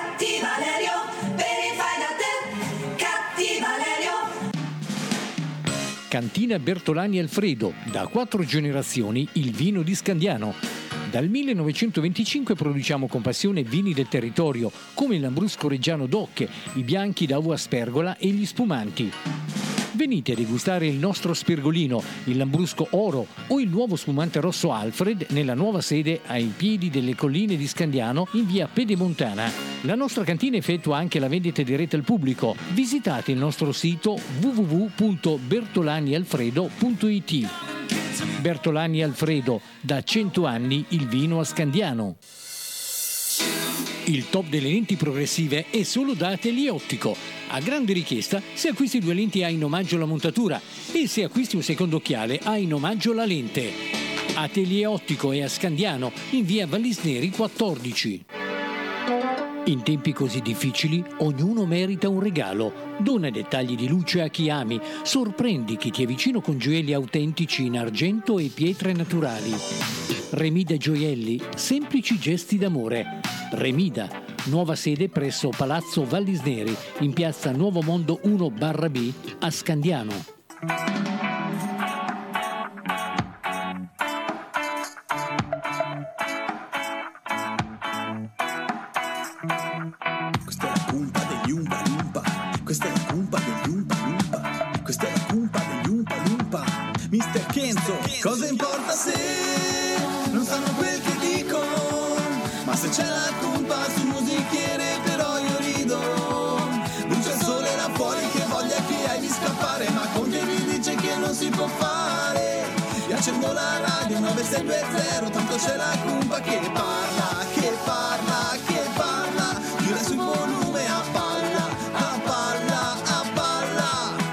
Cantina Bertolani Alfredo, da quattro generazioni il vino di Scandiano. Dal millenovecentoventicinque produciamo con passione vini del territorio, come il Lambrusco Reggiano d'Ocche, i bianchi da uva spergola e gli spumanti. Venite a degustare il nostro spergolino, il Lambrusco Oro o il nuovo spumante rosso Alfred nella nuova sede ai piedi delle colline di Scandiano in via Pedemontana. La nostra cantina effettua anche la vendita diretta al pubblico. Visitate il nostro sito w w w punto bertolani alfredo punto i t. Bertolani Alfredo, da cento anni il vino a Scandiano. Il top delle lenti progressive è solo da Atelier Ottico. A grande richiesta, se acquisti due lenti hai in omaggio la montatura e se acquisti un secondo occhiale hai in omaggio la lente. Atelier Ottico è a Scandiano, in via Vallisneri quattordici. In tempi così difficili, ognuno merita un regalo. Dona dettagli di luce a chi ami. Sorprendi chi ti è vicino con gioielli autentici in argento e pietre naturali. Remida Gioielli, semplici gesti d'amore. Remida, nuova sede presso Palazzo Vallisneri, in piazza Nuovo Mondo uno barra B a Scandiano. Questa è la cumpa degli Umpa Lumpa. Questa è la cumpa degli Umpa Lumpa. Questa è la cumpa degli Umpa Lumpa. mister Kenzo, cosa importa se non sanno quel che dico? Ma se c'è la cumpa sul musichiere però io rido. Brucia il sole là fuori, che voglia che hai di scappare, ma con che mi dice che non si può fare. Io accendo la radio nove sei due zero, tanto c'è la cumpa che parla, che parla, che parla. Gira sul volume a palla, a palla, a palla.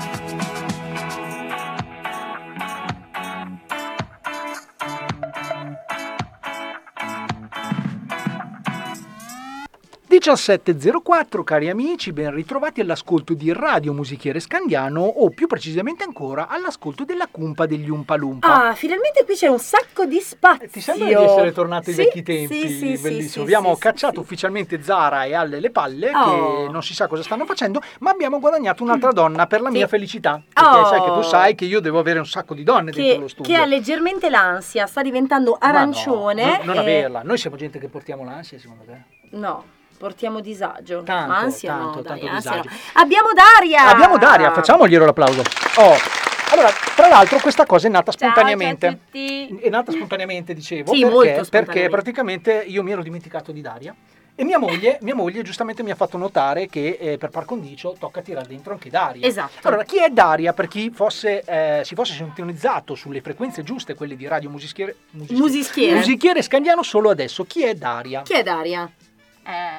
diciassette e zero quattro, cari amici, ben ritrovati all'ascolto di Radio Musichiere Scandiano, o più precisamente ancora all'ascolto della cumpa degli Umpa Lumpa. Ah, finalmente qui c'è un sacco di spazio. Ti sembra di essere tornati ai Sì, vecchi tempi? sì, sì, Bellissimo. sì, sì, abbiamo sì, cacciato sì. ufficialmente Zara e Alle le palle, Oh. che non si sa cosa stanno facendo, ma abbiamo guadagnato un'altra donna per la Sì. mia felicità. Perché Oh. sai che tu sai che io devo avere un sacco di donne dentro lo Che, studio. che ha leggermente l'ansia, sta diventando Ma no, arancione. non, non e- averla. Noi siamo gente che portiamo l'ansia, secondo te? No, portiamo disagio. Tanto, Ma ansia tanto, no, dai, tanto ansia disagio. no. Abbiamo Daria! Abbiamo Daria, facciamoglielo l'applauso. Oh. Allora, tra l'altro questa cosa è nata Ciao, spontaneamente. ciao a tutti. È nata spontaneamente, dicevo, Sì, molto perché, spontaneamente. perché praticamente io mi ero dimenticato di Daria e mia moglie, mia moglie giustamente mi ha fatto notare che eh, per par condicio tocca tirare dentro anche Daria. Esatto. Allora, chi è Daria? Per chi fosse, eh, si fosse sintonizzato sulle frequenze giuste, quelle di Radio Musischiere, Musischiere. Musischiere Scandiano solo adesso, chi è Daria? Chi è Daria? Eh,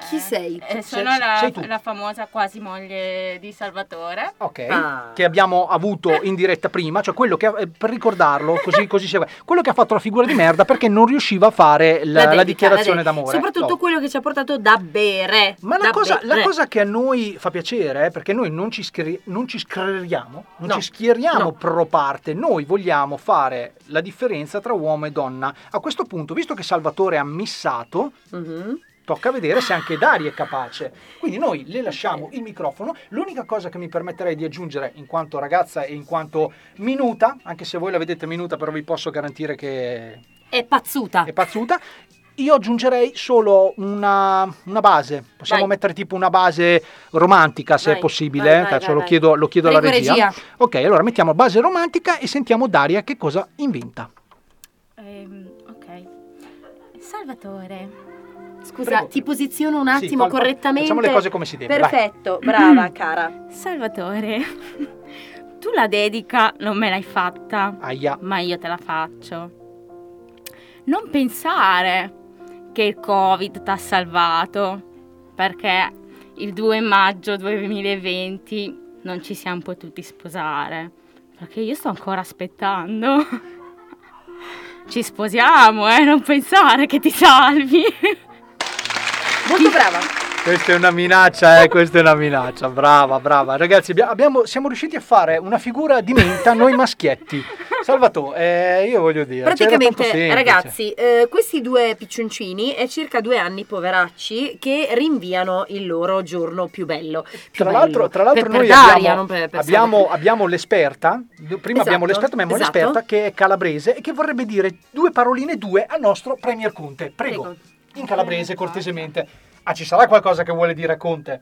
Chi sei? Eh, Sei- sono la, sei tu. la famosa quasi moglie di Salvatore. Ok, Ah. che abbiamo avuto in diretta prima, cioè quello che, ha- eh, per ricordarlo, così, così sia- quello che ha fatto la figura di merda perché non riusciva a fare la, la dedica, dichiarazione la dedica. d'amore. Soprattutto No. quello che ci ha portato da bere. Ma la da cosa, la bere. cosa che a noi fa piacere è perché noi non ci, scheri- non ci schieriamo, non No. ci schieriamo No. pro parte, noi vogliamo fare la differenza tra uomo e donna. A questo punto, visto che Salvatore ha missato, Mhm. tocca vedere se anche Daria è capace. Quindi noi le lasciamo il microfono. L'unica cosa che mi permetterei di aggiungere in quanto ragazza e in quanto minuta, anche se voi la vedete minuta, però vi posso garantire che È pazzuta. è pazzuta, io aggiungerei solo una, una base. Possiamo Vai. mettere tipo una base romantica se Vai, è possibile. vai, vai, Adesso vai, lo vai. chiedo, lo chiedo alla Prego, regia. regia. Ok, allora mettiamo base romantica e sentiamo Daria che cosa inventa. Ehm, ok. Salvatore. Scusa, Prego. ti posiziono un Sì, attimo fal- correttamente. facciamo le cose come si deve, vai. Perfetto, brava cara. Salvatore, tu la dedica non me l'hai fatta, Aia. ma io te la faccio. Non pensare che il Covid t'ha salvato, perché il due maggio duemilaventi non ci siamo potuti sposare, perché io sto ancora aspettando. Ci sposiamo, eh, non pensare che ti salvi. Molto brava. Questa è una minaccia, eh, questa è una minaccia. Brava, brava. Ragazzi, abbia- abbiamo, siamo riusciti a fare una figura di menta noi maschietti. Salvatore, eh, io voglio dire, c'era tanto Praticamente, semplice. ragazzi, eh, questi due piccioncini è circa due anni, poveracci, che rinviano il loro giorno più bello. Più Tra l'altro, bello. tra l'altro per, noi per Daria, abbiamo, non per, per abbiamo, Salvatore. abbiamo l'esperta, prima Esatto, abbiamo l'esperta, ma abbiamo esatto. l'esperta che è calabrese e che vorrebbe dire due paroline due al nostro Premier Conte. Prego, Prego. in calabrese, cortesemente. Ah, ci sarà qualcosa che vuole dire Conte?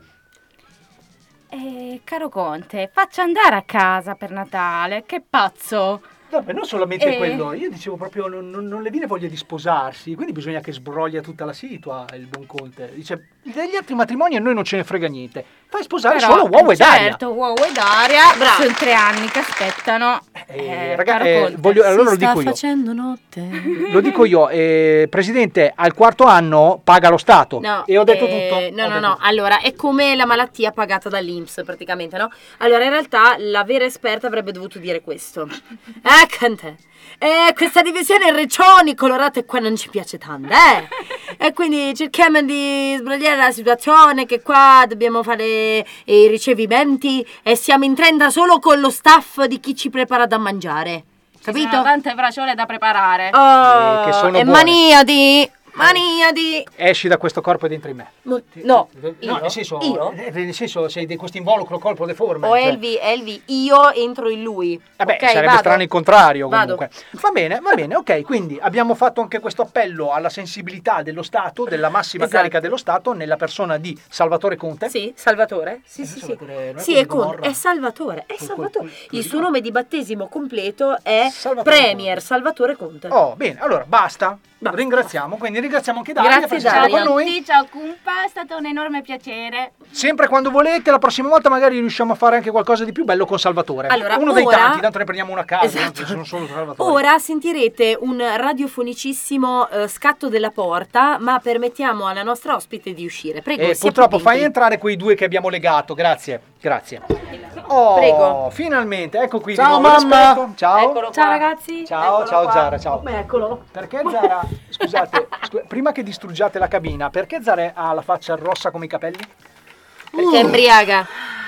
Eh, caro Conte, faccia andare a casa per Natale, che pazzo! Vabbè, non solamente Eh. quello, io dicevo proprio non, non- non le viene voglia di sposarsi, quindi bisogna che sbroglia tutta la situa il buon Conte. Dice, degli altri matrimoni a noi non ce ne frega niente, fai sposare Però, solo uomo e Daria. Certo, uomo e Daria, sono tre anni che aspettano. Eh, Eh, raga- caro eh, Conte. voglio- allora lo Si sta dico io. facendo notte. Lo dico io, eh, Presidente, al quarto anno paga lo Stato. No, e ho detto eh, tutto. No, Ho no, detto no. Allora, è come la malattia pagata dall'I N P S praticamente, no? Allora, in realtà, la vera esperta avrebbe dovuto dire questo. Eh, Conte, eh, questa divisione in regioni colorate qua non ci piace tanto, eh? E quindi cerchiamo di sbrogliare la situazione, che qua dobbiamo fare i ricevimenti e siamo in trenta solo con lo staff di chi ci prepara da mangiare. Ci Capito? sono tante braciole da preparare. Oh, Eh, che sono e buone. maniadi, maniadi. Esci da questo corpo e dentro in me. Mo- No, No, io? nel senso, Io? eh, nel senso sei di questo involucro corpo deforme. O cioè. Elvi, Elvi, io entro in lui. Vabbè, Ok, sarebbe vado. strano il contrario Vado. comunque. Va bene, va bene, ok, quindi abbiamo fatto anche questo appello alla sensibilità dello Stato, della massima Esatto. carica dello Stato, nella persona di Salvatore Conte. Sì, Salvatore. Sì, sì, sì. Salvatore, non è Sì, quello è, di con- Gomorra? è Salvatore, è Quel- Salvatore. quel- quel Il di suo là. nome di battesimo completo è Salvatore Premier Salvatore Conte. Oh, bene, allora basta. Ringraziamo, quindi ringraziamo anche Daria Grazie, per essere stata Daria. con noi. Ciao Cumpa, è stato un enorme piacere. Sempre quando volete, la prossima volta magari riusciamo a fare anche qualcosa di più bello con Salvatore. Allora, Uno dei ora- tanti, tanto ne prendiamo una a casa, Esatto. tanto ci sono solo Salvatore. Ora sentirete un radiofonicissimo eh, scatto della porta, ma permettiamo alla nostra ospite di uscire. Prego, E sia purtroppo potente. fai entrare quei due che abbiamo legato, grazie, grazie. Oh, Prego. finalmente, ecco qui. di Ciao, nuovo mamma. l'esperto. Ciao. Eccolo Ciao ragazzi. Ciao, Eccolo ciao qua. Zara, ciao. Eccolo. Perché Zara, scusate, scu- prima che distruggiate la cabina, perché Zara ha la faccia rossa come i capelli? Perché è embriaga.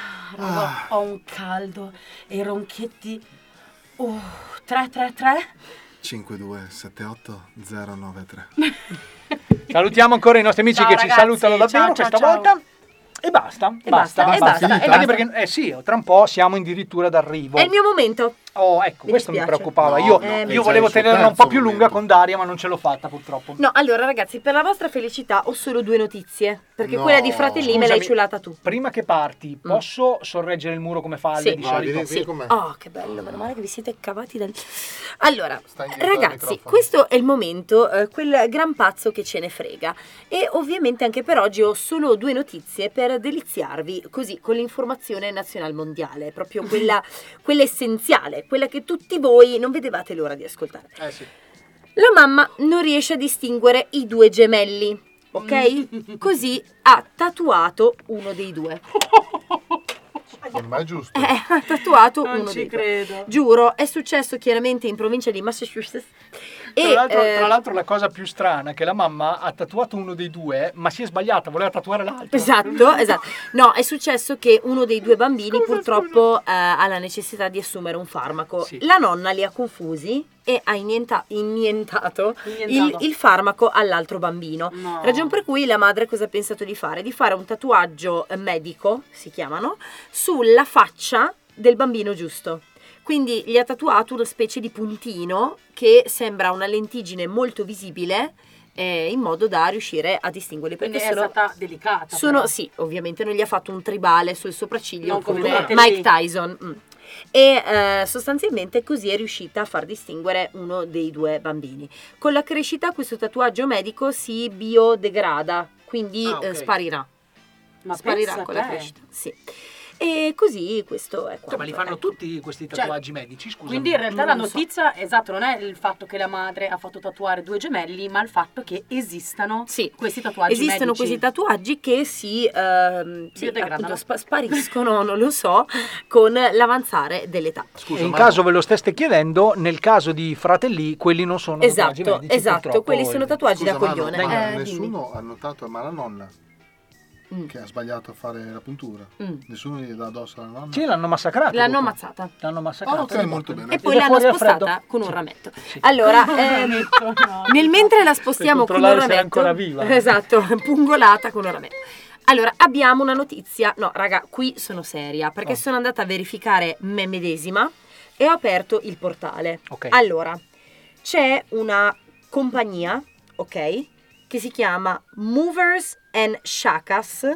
Raga, ho un caldo e i ronchetti. Uh, tre tre tre. cinque due sette otto zero nove tre. Salutiamo ancora i nostri amici Ciao, che ci ragazzi. salutano davvero Ciao, ciao, questa ciao. volta. E basta, E basta, basta, e basta, Anche e basta. perché, eh sì, tra un po' siamo addirittura d'arrivo. È il mio momento. Oh, ecco, Mi questo mi dispiace. preoccupava. No, io no, io pensavo volevo al suo tenerla un terzo po' più lunga momento. con Daria, ma non ce l'ho fatta purtroppo. No, allora ragazzi, per la vostra felicità ho solo due notizie, perché No. quella di Fratelli me l'hai Scusami, ciulata tu. Prima che parti, posso sorreggere il muro come fa Ale Sì. di No, solito? vieni, vieni con me. Oh, che bello, meno male che vi siete cavati dal... Allora, Stai dietro al ragazzi, microfono. questo è il momento, eh, quel gran pazzo che ce ne frega. E ovviamente anche per oggi ho solo due notizie per deliziarvi, così, con l'informazione nazionale mondiale, proprio quella, quella essenziale, quella che tutti voi non vedevate l'ora di ascoltare. Eh sì. La mamma non riesce a distinguere i due gemelli. ok? Così ha tatuato uno dei due. Non è mai giusto. Eh, ha tatuato Non uno ci dei due. credo. Giuro, è successo chiaramente in provincia di Massachusetts. Tra, E, l'altro, eh, tra l'altro la cosa più strana è che la mamma ha tatuato uno dei due, ma si è sbagliata, voleva tatuare l'altro. Esatto, esatto. No, è successo che uno dei due bambini purtroppo eh, ha la necessità di assumere un farmaco. Sì. La nonna li ha confusi e ha inienta- inientato il, Inientato. il farmaco all'altro bambino. No. Ragion per cui la madre cosa ha pensato di fare? Di fare un tatuaggio eh, medico, si chiamano, sulla faccia del bambino giusto. Quindi gli ha tatuato una specie di puntino che sembra una lentiggine molto visibile, eh, in modo da riuscire a distinguerli. Quindi Perché è sono, stata delicata. sono però. sì, ovviamente non gli ha fatto un tribale sul sopracciglio Non come come durante Mike lì. Tyson. Mm. E eh, sostanzialmente così è riuscita a far distinguere uno dei due bambini. Con la crescita questo tatuaggio medico si biodegrada, quindi Ah, ok. eh, sparirà. Ma sparirà pensa con te. la crescita. Sì. E così questo è Cioè, quanto. ma li fanno ecco. tutti questi tatuaggi medici, scusa. Quindi in realtà Non la lo so. notizia, esatto, non è il fatto che la madre ha fatto tatuare due gemelli, ma il fatto che esistano Sì. questi tatuaggi Esistono medici. questi tatuaggi che si, ehm, sì, Biodegradano. appunto, spa- spariscono, non lo so, con l'avanzare dell'età. E in caso ve lo steste chiedendo, nel caso di Fratelli, quelli non sono tatuaggi Esatto, medici, esatto, purtroppo. quelli sono tatuaggi Scusa, da ma coglione. no, ma Eh, nessuno ha notato, ma la nonna Mm. che ha sbagliato a fare la puntura. Mm. Nessuno gli dà addosso alla nonna. Sì, l'hanno massacrata. L'hanno dopo. ammazzata. L'hanno massacrata. Ah, ok, molto bene. E poi Ed è l'hanno fuori al spostata freddo. con un rametto. Allora, ehm, nel mentre la spostiamo con un controllare se era rametto, ancora viva. esatto, pungolata con un rametto. Allora, abbiamo una notizia. No, raga, qui sono seria perché Oh. sono andata a verificare me medesima e ho aperto il portale. Ok. Allora, c'è una compagnia, ok, che si chiama Movers and Shakers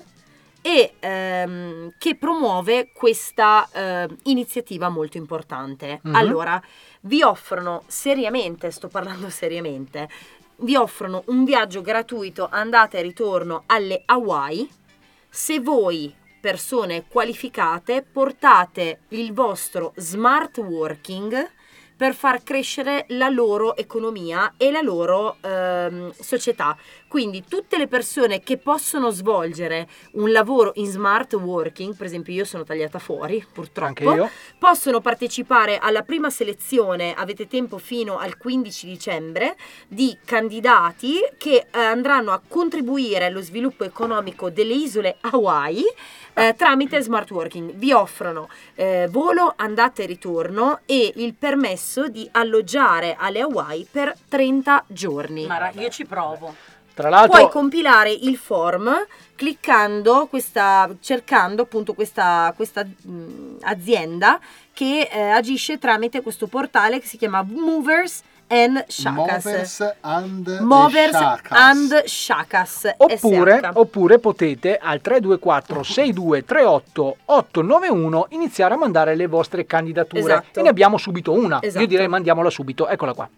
e ehm, che promuove questa eh, iniziativa molto importante. Mhm. Allora, vi offrono seriamente, sto parlando seriamente, vi offrono un viaggio gratuito andata e ritorno alle Hawaii se voi, persone qualificate, portate il vostro smart working per far crescere la loro economia e la loro ehm, società. Quindi tutte le persone che possono svolgere un lavoro in smart working, per esempio io sono tagliata fuori purtroppo, Anche io. possono partecipare alla prima selezione, avete tempo fino al quindici dicembre, di candidati che eh, andranno a contribuire allo sviluppo economico delle isole Hawaii eh, tramite smart working. Vi offrono eh, volo, andata e ritorno e il permesso di alloggiare alle Hawaii per trenta giorni. Ma ra- io ci provo. Tra l'altro, Puoi compilare il form cliccando questa, cercando appunto questa, questa mh, azienda che eh, agisce tramite questo portale che si chiama Movers and Shakers. Movers and Movers Shakers. and Shakers. oppure, S H. oppure potete al tre due quattro sei due tre otto otto nove uno iniziare a mandare le vostre candidature. Esatto. E ne abbiamo subito una. Esatto. Io direi mandiamola subito. Eccola qua.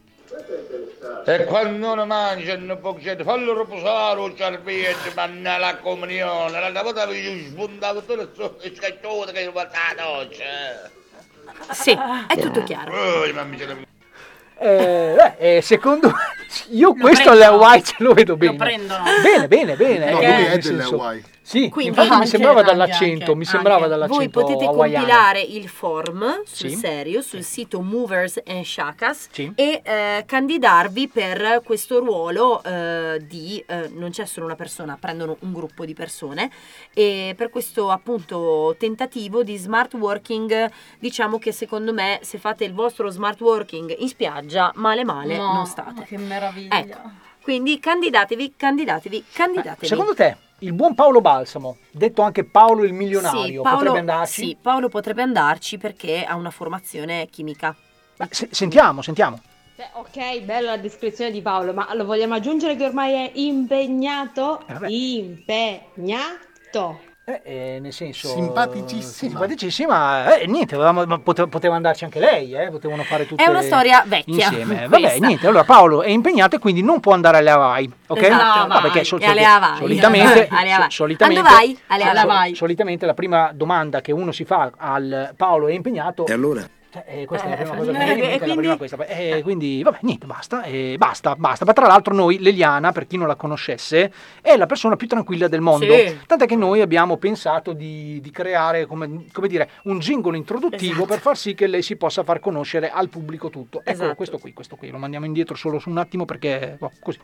E quando non mangiano poco c'è, fallo riposare il cervello, manna la comunione, l'altra volta avevi sfondato tutto il scaccione che hai fatto la doccia. Sì, è tutto chiaro. Oh, mamma mia. Eh, beh, eh, secondo io Lo questo alle prendono. Hawaii ce lo vedo bene. prendono. Bene, bene, bene. No, eh, lui nel è delle senso- Hawaii. Sì, Quindi infatti mi anche- sembrava anche, dall'accento, anche, mi sembrava anche. dall'accento Voi potete hawaiano. compilare il form sul Sì. serio sul sito Movers and Shakers Sì. e eh, candidarvi per questo ruolo eh, di eh, non c'è solo una persona, prendono un gruppo di persone e per questo appunto tentativo di smart working, diciamo che secondo me se fate il vostro smart working in spiaggia male male No, non state. Che meraviglia. Ecco, quindi candidatevi, candidatevi, candidatevi. Secondo te, il buon Paolo Balsamo, detto anche Paolo il milionario, Sì, Paolo, potrebbe andarci? Sì, Paolo potrebbe andarci perché ha una formazione chimica. Ma se- sentiamo, sentiamo. Beh, ok, bella la descrizione di Paolo, ma lo vogliamo aggiungere che ormai è impegnato? Eh, vabbè. Impegnato. Eh, eh, nel senso... Simpaticissima. Sì, simpaticissima. Eh, niente, avevamo- ma pote- poteva andarci anche lei, eh, potevano fare tutte È una storia vecchia, insieme. Vabbè, questa. niente, allora Paolo è impegnato e quindi non può andare alle Hawaii, ok? Esatto. No, perché E alle Hawaii. solitamente, Alle Hawaii. so- solitamente, Quando vai? Alle so- Hawaii. solitamente la prima domanda che uno si fa al Paolo è impegnato E allora? Cioè, eh, questa Eh, è la prima cosa che eh, mi viene in e mente, la quindi? prima questa. Eh, quindi vabbè, niente, basta, eh, basta, basta. Ma tra l'altro noi, Leliana, per chi non la conoscesse, è la persona più tranquilla del mondo. Sì. Tant'è che noi abbiamo pensato di, di creare, come, come dire, un jingle introduttivo Esatto. per far sì che lei si possa far conoscere al pubblico tutto. Ecco, Esatto. questo qui, questo qui, lo mandiamo indietro solo su un attimo perché, boh, così.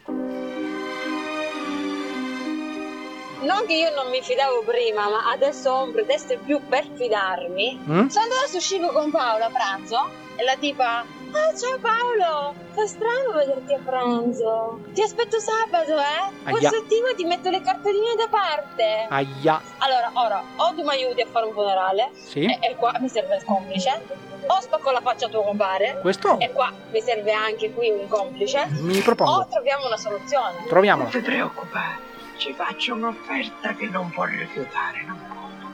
Non che io non mi fidavo prima, ma adesso ho un pretesto in più per fidarmi. Mm? Sono andata su Scico con Paolo a pranzo e la tipa: ah, ciao Paolo, fa strano vederti a pranzo. Ti aspetto sabato, eh? Aia. Forse attivo ti metto le cartoline da parte. Aia, Allora, ora, o tu mi aiuti a fare un funerale, sì. e, e qua mi serve il complice, o spacco la faccia a tuo compare, Questo? e qua mi serve anche qui un complice, Mi propongo. o troviamo una soluzione. Troviamola. Non ti preoccupare, ci faccio un'offerta che non può rifiutare, no?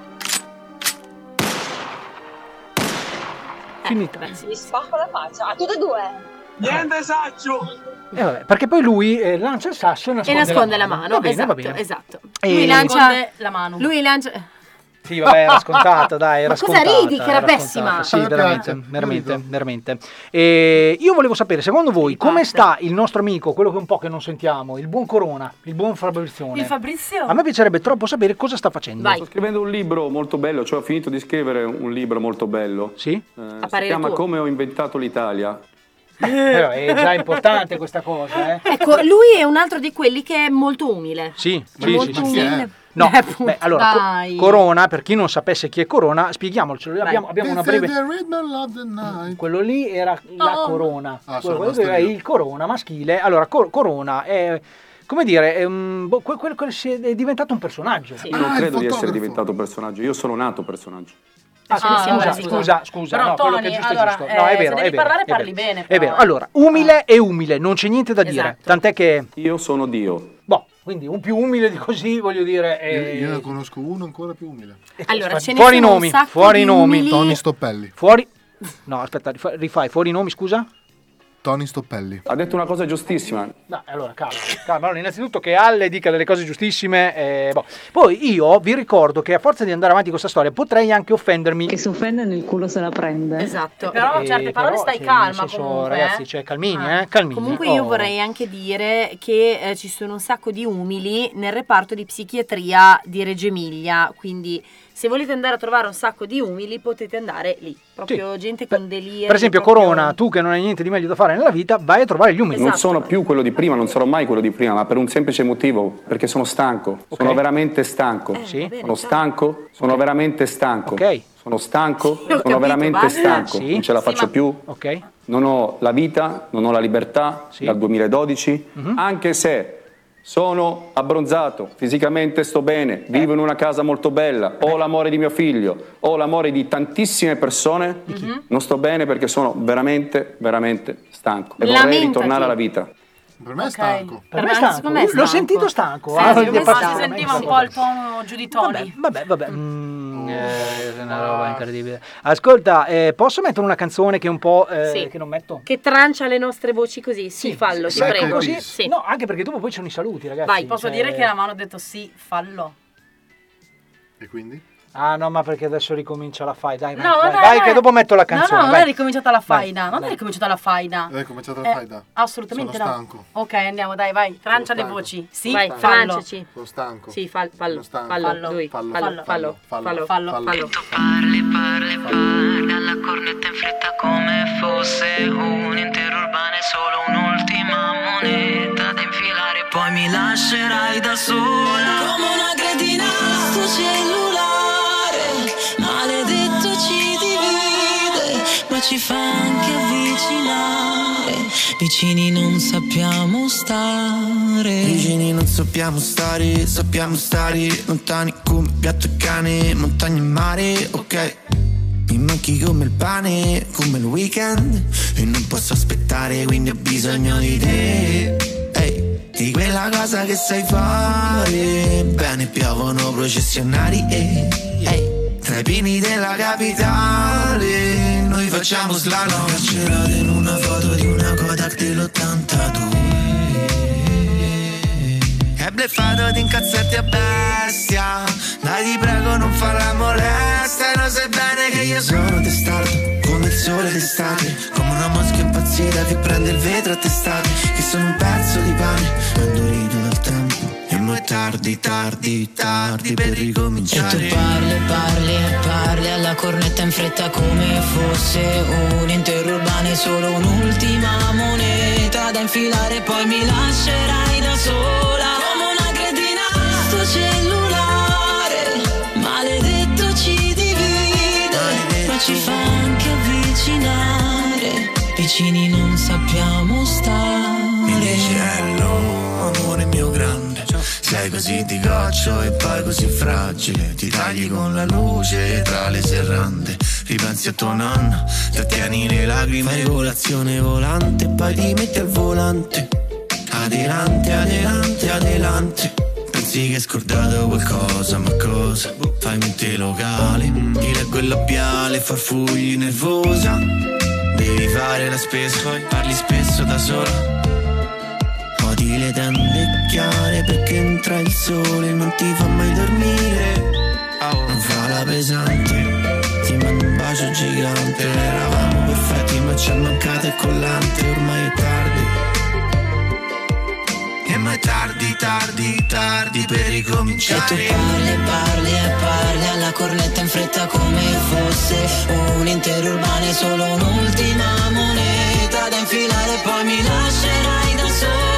Finita. Mi spacco la faccia, a tutte e due. Niente saggio! Eh, vabbè, perché poi lui eh, lancia il sasso e nasconde, E nasconde la mano, Va bene, esatto, va bene. esatto. E- Lui lancia Nasconde la mano. Lui lancia Sì, vabbè, era scontata, dai, era Ma cosa scontata, ridi, che era pessima? scontata. Sì, A me veramente, piace, veramente, rido. veramente. E io volevo sapere, secondo voi, come sta il nostro amico, quello che un po' che non sentiamo, il buon Corona, il buon Fabrizione? Il Fabrizio? A me piacerebbe troppo sapere cosa sta facendo. Vai. Sto scrivendo un libro molto bello, cioè ho finito di scrivere un libro molto bello. Sì? Eh, si parere chiama tuo. Come ho inventato l'Italia. Però è già importante questa cosa, eh? Ecco, lui è un altro di quelli che è molto umile. Sì, È sì, molto sì, sì. umile. No, Eh, appunto. beh, allora, Co- Dai. Corona, per chi non sapesse chi è Corona, spieghiamocelo. Noi Abbiamo, abbiamo una This is breve... the rhythm of the night. Quello lì era la Oh. Corona, Ah, quello, sono quello rimasto era io. il Corona maschile. Allora, Cor- Corona è, come dire, è, un, boh, que- que- que- si è è diventato un personaggio. Io non Ah, il credo di essere fotografo. diventato personaggio, io sono nato personaggio. Ah, Ah, scusa, vabbè, scusa, scusa. scusa, Però, no, quello che Tony, è giusto allora, è giusto. No, è eh, vero, se è devi vero, parlare, è parli vero. bene, È però, vero. eh. Allora, umile e umile, non c'è niente da dire. Esatto. Tant'è che, Io sono Dio. boh, quindi un più umile di così, voglio dire... Io, È... io ne conosco uno ancora più umile. Allora, ce ne fuori i sono un nomi, sacco fuori di i nomi. umili. Tony Stoppelli. Fuori... No, aspetta, rifa- rifai, fuori i nomi, scusa? Tony Stoppelli. Ha detto una cosa giustissima. No, allora, calma, calma. Allora, innanzitutto che Alle dica delle cose giustissime. eh, boh. Poi io vi ricordo che a forza di andare avanti con questa storia potrei anche offendermi. Che si offende nel culo se la prende. Esatto. Però Eh, certe parole però, stai cioè, calma nel senso, comunque. ragazzi, eh. cioè, calmini, Ah. eh, calmini. Comunque io Oh. vorrei anche dire che eh, ci sono un sacco di umili nel reparto di psichiatria di Reggio Emilia, quindi se volete andare a trovare un sacco di umili potete andare lì, proprio gente con deliri. Per esempio, proprio- Corona, tu che non hai niente di meglio da fare nella vita, vai a trovare gli umili. Non Esatto. sono più quello di prima, non sarò mai quello di prima, ma per un semplice motivo, perché sono stanco. Ok. Sono veramente stanco. Eh, Sì. va bene, Sono ciao. stanco, sono veramente stanco. Ok. Sono stanco, Ho sono capito, veramente basta. stanco. Sì. Non ce la Sì, faccio ma- più. Ok. Non ho la vita, non ho la libertà Sì. dal duemiladodici, Mhm. anche se sono abbronzato, fisicamente sto bene, vivo in una casa molto bella, ho l'amore di mio figlio, ho l'amore di tantissime persone, non sto bene perché sono veramente, veramente stanco e vorrei Lamentati. ritornare alla vita. Per me è stanco. Per me è Ma stanco. secondo me è L'ho stanco. sentito stanco. Sì, ah, sì, gli è ma passato si la sentiva mente. un po' il tono giù di Tony. Vabbè, vabbè, mm, eh, è una roba incredibile. Ascolta, eh, posso mettere una canzone che un po' eh, Sì. che non metto? Che trancia le nostre voci così. Sì, fallo, ti Sì, prego. così? Sì. No, anche perché dopo poi ci sono i saluti, ragazzi. Vai, Posso cioè- dire che la mano ha detto sì, fallo. E quindi? Ah no, ma perché adesso ricomincia la fai, dai, vai, No, vai, dai, vai, dai. che dopo metto la No, canzone. no, non vai. è ricominciata la Vai, faida. Non vai. è ricominciata la faida. È cominciata la Eh, faida. Assolutamente Sono no. stanco. Ok, andiamo, dai, vai. Trancia le stanco. voci. Sì, Vai, fallo. tranciaci. Sono stanco. Sì, fall- fallo, Sono stanco. fallo, Fallo. lui. Fallo. Fallo, fallo, fallo, Fallo. fallo. Parli, parli, parli alla cornetta in fretta come fosse un intero urbano e solo un'ultima moneta da infilare. Poi mi lascerai da sola come una cretina sto cellulare. Maledetto ci divide, ma ci fa anche avvicinare. Vicini non sappiamo stare. Vicini non sappiamo stare, sappiamo stare lontani come gatto e cane, montagna e mare, ok. Mi manchi come il pane, come il weekend, e non posso aspettare, quindi ho bisogno di te. Ehi, di quella cosa che sai fare, bene piovono processionari, ehi, ehi. Tra i pini della capitale, noi facciamo slalom. Carcerato in una foto di una Kodak dell'ottantadue. È bleffato di incazzarti a bestia. Dai ti prego non fare la molestia. Lo sai bene che io sono testardo come il sole d'estate, come una mosca impazzita che prende il vetro a testate, che sono un pezzo di pane, indurito dal tempo. E mo' è tardi, tardi, tardi per ricominciare. E tu parli, parli e parli alla cornetta in fretta come fosse un intero urbano, solo un'ultima moneta da infilare, poi mi lascerai da sola come una cretina. Sto cellulare maledetto ci divide, ma ci fa anche avvicinare, vicini non sappiamo stare. Mi dici hello, amore mio grande, sei così di goccio e poi così fragile, ti tagli con la luce tra le serrande, ripensi a tuo nonno, ti ottieni le lacrime, fai colazione volante, poi ti metti al volante, adelante, adelante, adelante, pensi che hai scordato qualcosa, ma cosa? Fai mente locale, ti leggo il labiale, farfugli nervosa, devi fare la spesa, parli spesso da sola. Odi le tende chiare perché entra il sole, non ti fa mai dormire, non fa la pesante, ti mando un bacio gigante. Eravamo perfetti ma ci è mancato il collante, ormai è tardi. E ma è tardi, tardi, tardi per ricominciare. E tu parli, parli e parli alla cornetta in fretta come fosse un intero urbano, solo un'ultima moneta da infilare, poi mi lascerai da sola.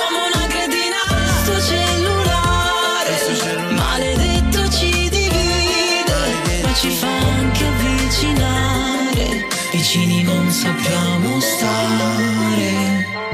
Maledetto ci divide, ma ci fa anche avvicinare, vicini non sappiamo stare.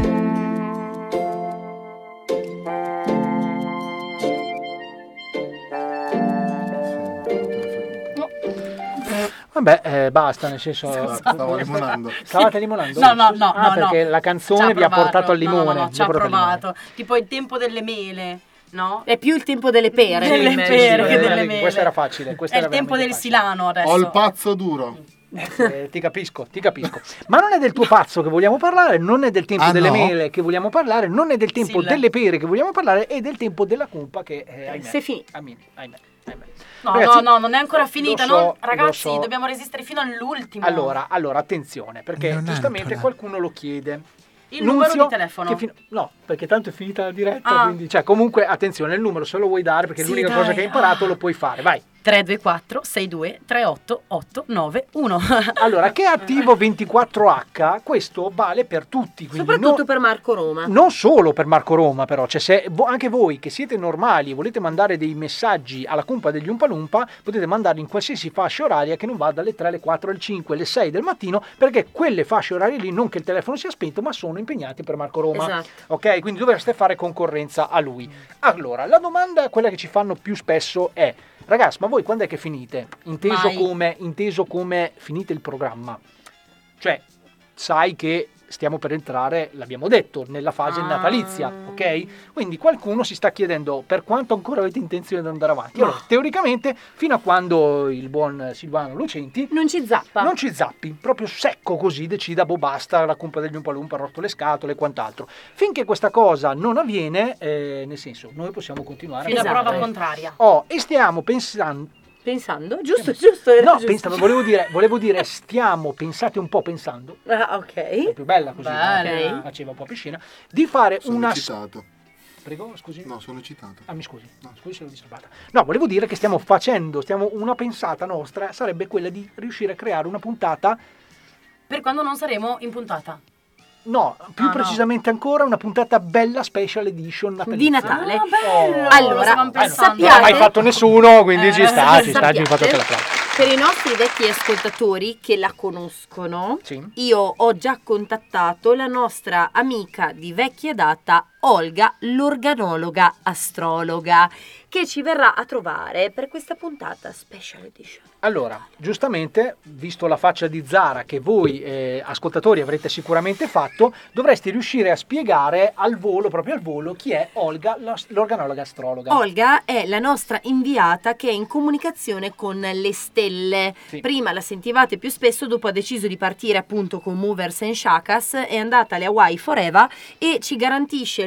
Vabbè, eh, basta, nel senso... Stavo limonando. Stavate limonando? No, no, no, ah, no, perché no. la canzone vi ha portato al limone. No, no, no, vi ci ha ha portato al limone. provato. Tipo il tempo delle mele, no? È più il tempo delle pere. Delle immagino. pere che Eh, delle mele. Questo era facile. Questo È era il tempo del veramente silano adesso. Ho il pazzo duro. Eh, ti capisco, ti capisco. Ma non è del tuo pazzo che vogliamo parlare, non è del tempo Ah, delle no? mele che vogliamo parlare, non è del tempo Sì, delle pere che vogliamo parlare, è del tempo della cumpa che, eh, ahimè, Se finì. ahimè, ahimè, ahimè. No, Ragazzi, no, no, non è ancora finita, lo so, no? Ragazzi, lo so. dobbiamo resistere fino all'ultimo. Allora, allora, attenzione, perché Leonardo, giustamente là. qualcuno lo chiede. Il numero Nunzio, di telefono. che fin- no, perché tanto è finita la diretta, Ah. quindi, cioè, comunque, attenzione, il numero se lo vuoi dare, perché è Sì, l'unica dai. cosa che hai imparato, lo puoi fare, vai. tre due quattro sei due tre otto otto nove uno. Allora, che è attivo ventiquattro acca, questo vale per tutti, quindi Soprattutto non- per Marco Roma. non solo per Marco Roma, però, cioè se vo- anche voi che siete normali e volete mandare dei messaggi alla cumpa degli Umpalumpa, potete mandarli in qualsiasi fascia oraria che non va dalle tre alle quattro, alle cinque, alle sei del mattino, perché quelle fasce orarie lì, non che il telefono sia spento, ma sono impegnati per Marco Roma. Esatto. Ok? Quindi dovreste fare concorrenza a lui. Allora, la domanda, quella che ci fanno più spesso è: ragazzi, ma voi quando è che finite? Inteso Mai. come, inteso come finite il programma. Cioè, sai che stiamo per entrare, l'abbiamo detto, nella fase Ah. natalizia, ok? Quindi qualcuno si sta chiedendo per quanto ancora avete intenzione di andare avanti. Allora, teoricamente, fino a quando il buon Silvano Lucenti Non ci zappa. non ci zappi, proprio secco così, decida, boh basta, la cumpa degli Umpalumpa ha rotto le scatole e quant'altro. Finché questa cosa non avviene, eh, nel senso, noi possiamo continuare Fino a Esatto. prova contraria. Oh, e stiamo pensando... Pensando? Giusto, giusto. era No, giusto. pensavo, volevo dire, volevo dire stiamo, pensate un po' pensando, Ah, ok. è più bella così, Bella. no? Faceva un po' piscina, di fare Sono una... eccitato. Prego, scusi? No, sono eccitato. Ah, mi scusi, no, scusi se l'ho disturbata. No, volevo dire che stiamo facendo, stiamo, una pensata nostra sarebbe quella di riuscire a creare una puntata, Per quando non saremo in puntata. no, più Ah, no. precisamente ancora una puntata bella special edition natalizia. Di Natale. Ah, bello! Allora, Lo stavamo Ah, no, pensando. non l'ha mai fatto nessuno, quindi Eh, ci sta, ci sta, sappiate, ci fatto che la prova. Per i nostri vecchi ascoltatori che la conoscono, Sì. io ho già contattato la nostra amica di vecchia data, Olga, l'organologa astrologa, che ci verrà a trovare per questa puntata special edition. Allora, giustamente, visto la faccia di Zara che voi eh, ascoltatori avrete sicuramente fatto, dovresti riuscire a spiegare al volo, proprio al volo, chi è Olga, la- l'organologa astrologa. Olga è la nostra inviata che è in comunicazione con le stelle. Sì. Prima la sentivate più spesso, dopo ha deciso di partire appunto con Movers and Shakas, è andata alle Hawaii Forever e ci garantisce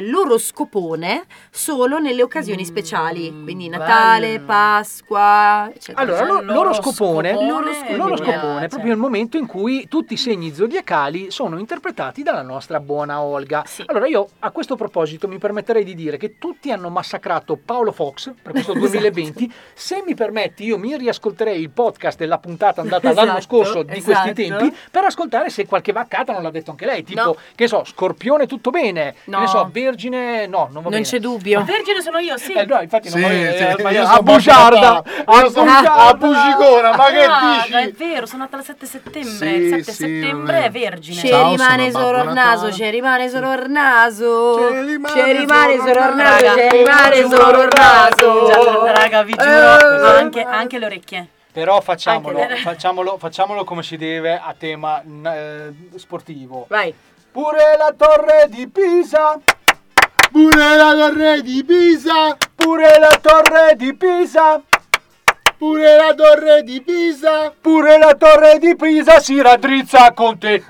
l'oroscopone solo nelle occasioni speciali, quindi Natale, Pasqua, eccetera. Allora, lo- l'oroscopone, L'oroscopone, l'oroscopone è proprio il momento in cui tutti i segni zodiacali sono interpretati dalla nostra buona Olga. Allora io a questo proposito mi permetterei di dire che tutti hanno massacrato Paolo Fox per questo duemilaventi. Se mi permetti, io mi riascolterei il podcast della puntata andata l'anno Esatto, scorso di esatto. questi tempi per ascoltare se qualche vaccata non l'ha detto anche lei, tipo No. che so, Scorpione tutto bene, No. che ne so, Vergine no, non va Non bene. c'è dubbio. Vergine sono io, sì. Eh, no, infatti non Sì, va bene, sì, eh, io sbagliato. sono a bugiarda, Io a sono bugiarda. a Bugigora, ma che Ah, dici? è vero, sono nata il sette settembre. Sì, il sette sì, settembre vabbè. è Vergine. Ci Ciao, rimane sono solo Babbo il naso, Natale. ci rimane solo il naso. Ci rimane Ci rimane solo solo il il naso, naso. ci rimane solo il naso. Già, raga, vi giuro, Eh. anche, anche le orecchie. Però facciamolo, Anche- facciamolo, facciamolo come si deve a tema eh, sportivo. Vai. Pure la torre di Pisa, Pure la torre di Pisa, pure la torre di Pisa, pure la torre di Pisa. pure la torre di Pisa si raddrizza con te.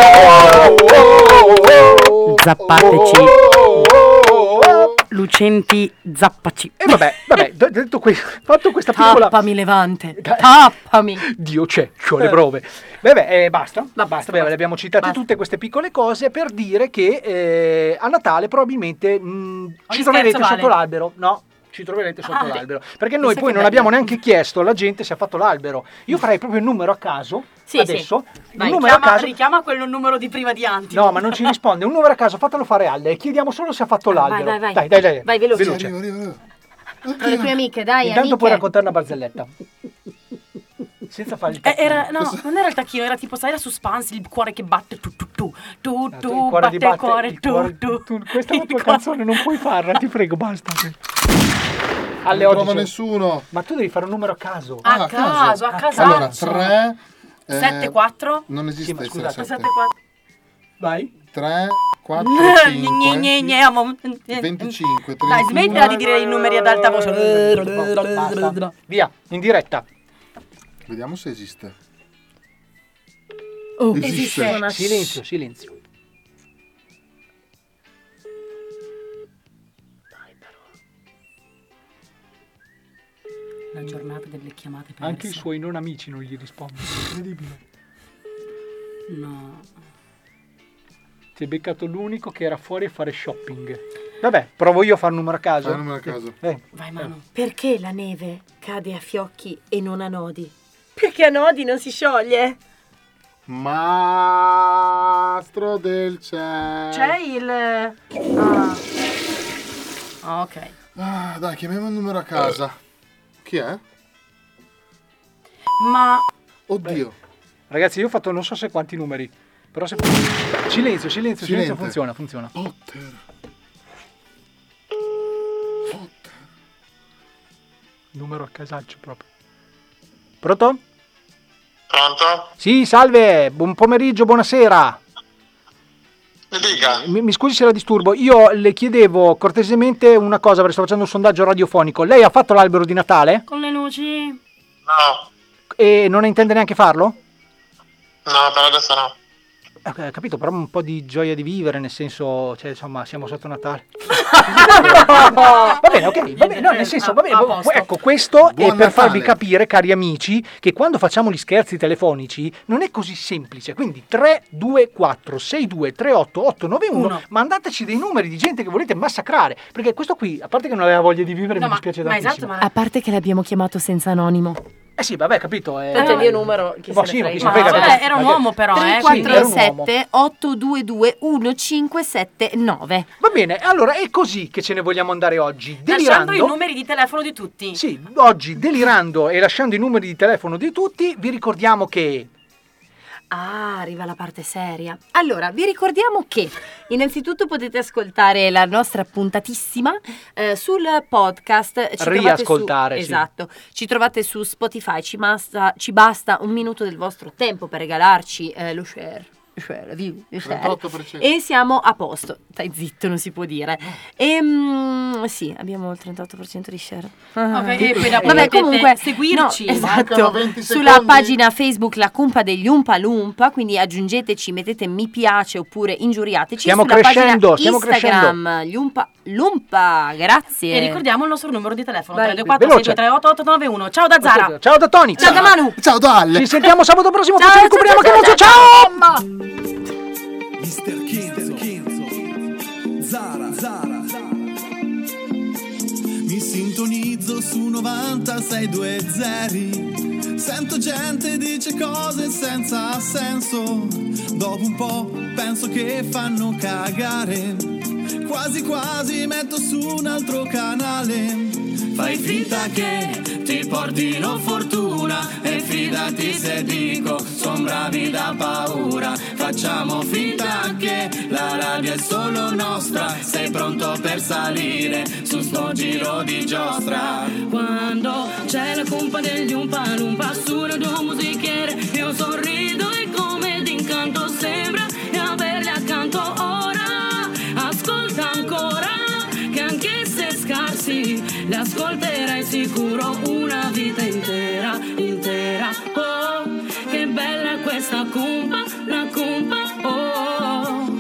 Zappateci. Lucenti zappaci. E vabbè, vabbè, d- detto questo, fatto questa piccola... Tappami Levante, tappami. Dio c'è, c'ho le prove. Beh, eh, basta, Ma basta, basta, beh, basta. le abbiamo citate Basta. tutte queste piccole cose per dire che eh, a Natale probabilmente mh, ci scherzo, troverete Vale. sotto l'albero, no? Ci troverete sotto Ah, l'albero. Perché noi chissà poi che non bello. abbiamo neanche chiesto alla gente se ha fatto l'albero. Io farei proprio il numero a caso, Sì, adesso, sì. un Vai, numero a chiama, caso. richiama quello numero di prima di Anti. No, ma non ci risponde, un numero a caso, fatelo fare Alle, e chiediamo solo se ha fatto l'albero. vai, vai. Dai, dai, dai. Vai, veloce. veloce. Arriva, arriva, arriva. Con le tue amiche, dai, Intanto amiche. puoi raccontare una barzelletta. Senza fare il Eh, tacchino. era, no, non era il tacchino, era tipo, sai, la suspense, il cuore che batte, tu tu tu, tu Ah, tu, il cuore batte di il batte, cuore, il tu cuore- tu. tu- Questa è la Il tua cuore. canzone, non puoi farla, ti prego, basta. Alle Non oggi trova c'è- nessuno. Ma tu devi fare un numero a caso. A Ah, a caso, a caso. caso. Allora, tre... eh, sette quattro. Non esiste Sì, ma essere scusate, sette. sette quattro. Vai. tre, quattro, Gne, cinque, gne, gne, amo. venticinque, Dai, smettila di dire i numeri ad alta voce. Basta. Via, in diretta. Vediamo se esiste. Oh, Esiste. esiste una... Silenzio, silenzio. La giornata delle chiamate perse. Anche i suoi non amici non gli rispondono. Incredibile. No. Ti hai beccato l'unico che era fuori a fare shopping. Vabbè, provo io a fare un numero a caso. Fai un numero a caso. Eh. Vai, Manu. Perché la neve cade a fiocchi e non a nodi? Perché a nodi non si scioglie. Mastro del cielo. C'è il... Ah. Ok. Ah, dai, chiamiamo il numero a casa. Chi è? Ma... Oddio. Ragazzi, io ho fatto non so se quanti numeri. Però se... Silenzio, silenzio, silenzio, Silente. funziona, funziona. Potter. Potter. Numero a casaccio proprio. Pronto? Pronto? Sì, salve, buon pomeriggio, buonasera. Mi dica. Mi, mi scusi se la disturbo, io le chiedevo cortesemente una cosa perché sto facendo un sondaggio radiofonico. Lei ha fatto l'albero di Natale? Con le luci? No, E non intende neanche farlo? no, per adesso no. Eh, capito, però un po' di gioia di vivere, nel senso, cioè, insomma, siamo sotto Natale. Va bene, ok, va bene, no, nel senso, va bene, A posto. ecco, questo Buon è per farvi Natale. capire, cari amici, che quando facciamo gli scherzi telefonici non è così semplice, quindi tre due quattro sei due tre otto otto nove uno, Uno. mandateci dei numeri di gente che volete massacrare, perché questo qui, a parte che non aveva voglia di vivere, No, mi ma, dispiace ma tantissimo. esatto, ma... A parte che l'abbiamo chiamato senza anonimo. Eh sì, vabbè, capito. Eh, Tanto il mio numero, chi boh, se sì, ne ma chi frega. se ne Ma frega, vabbè, tanto- era un ma che- uomo però, tre eh. quattro era un uomo. sette otto due due uno cinque sette nove. Va bene, allora è così che ce ne vogliamo andare oggi, Lasciando delirando. i numeri di telefono di tutti. Sì, oggi delirando e lasciando i numeri di telefono di tutti, vi ricordiamo che... Ah, arriva la parte seria. Allora, vi ricordiamo che innanzitutto potete ascoltare la nostra puntatissima eh, sul podcast. Ci trovate Riascoltare, su, sì. Esatto. Ci trovate su Spotify. Ci basta, ci basta un minuto del vostro tempo per regalarci eh, lo share. Share, view, share. trentotto per cento. E siamo a posto. Stai zitto, non si può dire. E, mm, Mm, sì, abbiamo il trentotto per cento di share. Ok, e poi dopo Vabbè, potete comunque seguirci. no, Mancano esatto. venti Sulla secondi. pagina Facebook La Cumpa degli Umpa Lumpa, quindi aggiungeteci, mettete mi piace oppure ingiuriateci. Stiamo sulla crescendo, pagina stiamo Instagram gli Umpa Lumpa, grazie. E ricordiamo il nostro numero di telefono Vai. tre due quattro sei due tre otto otto nove uno. Ciao da Zara. Ciao da Tony. Ciao da Manu. Ciao da Ale. Ci sentiamo sabato prossimo, Ciao, poi ci ricopriamo ciao, che ciao, voce. Ciao! Mister Kenzo, Zara, Zara. Mi sintonizzo su novantasei due zeri. Sento gente dice cose senza senso. Dopo un po' penso che fanno cagare. Quasi quasi metto su un altro canale. Fai finta che ti portino fortuna e fidati se dico son bravi da paura. Facciamo finta che la radio è solo nostra. Sei pronto per salire su sto giro di giostra? Quando c'è la cumpa degli Umpa Lumpa su Radio Musichiere, io sorrido e come d'incanto sembra di averli accanto ora. Ascolta ancora che anche se scarsi li ascolterai sicuro una vita intera, intera. Oh, che bella questa cumpa, la cumpa, oh.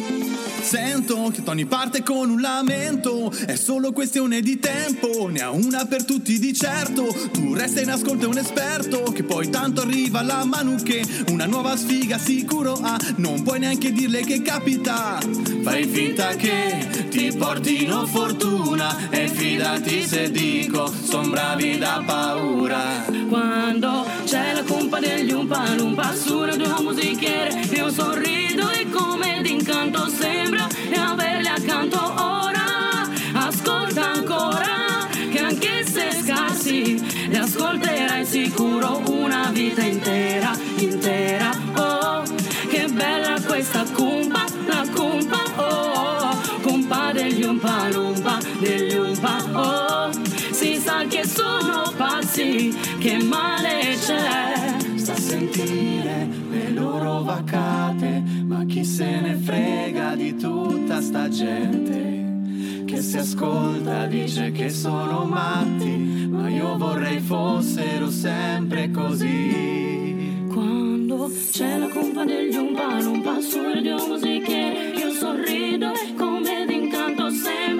Sento che Tony parte con un lamento. È solo questione di tempo. Ne ha una per tutti di certo. Tu resta in ascolto, è un esperto. Che poi tanto arriva la Manu che una nuova sfiga sicuro ha. Non puoi neanche dirle che capita. Fai finta che ti portino fortuna e fidati se dico son bravi da paura. Quando c'è la cumpa degli Umpa Lumpa su Radio Musichiere, io sorrido e come d'incanto sembra di averli accanto ora. Ascolta ancora che anche se scarsi li ascolterai sicuro una vita intera, intera. Oh, che bella questa cumpa, la cumpa, oh, cumpa degli Umpa Lumpa, degli Umpa, oh. Si sa che sono pazzi, che male c'è, sta a sentire le loro vacate, ma chi se ne frega di tutta sta gente che si ascolta, dice che sono matti, ma io vorrei fossero sempre così. Quando c'è la cumpa degli Umpa Lumpa su Radio Musichiere, io sorrido e come d'incanto sembra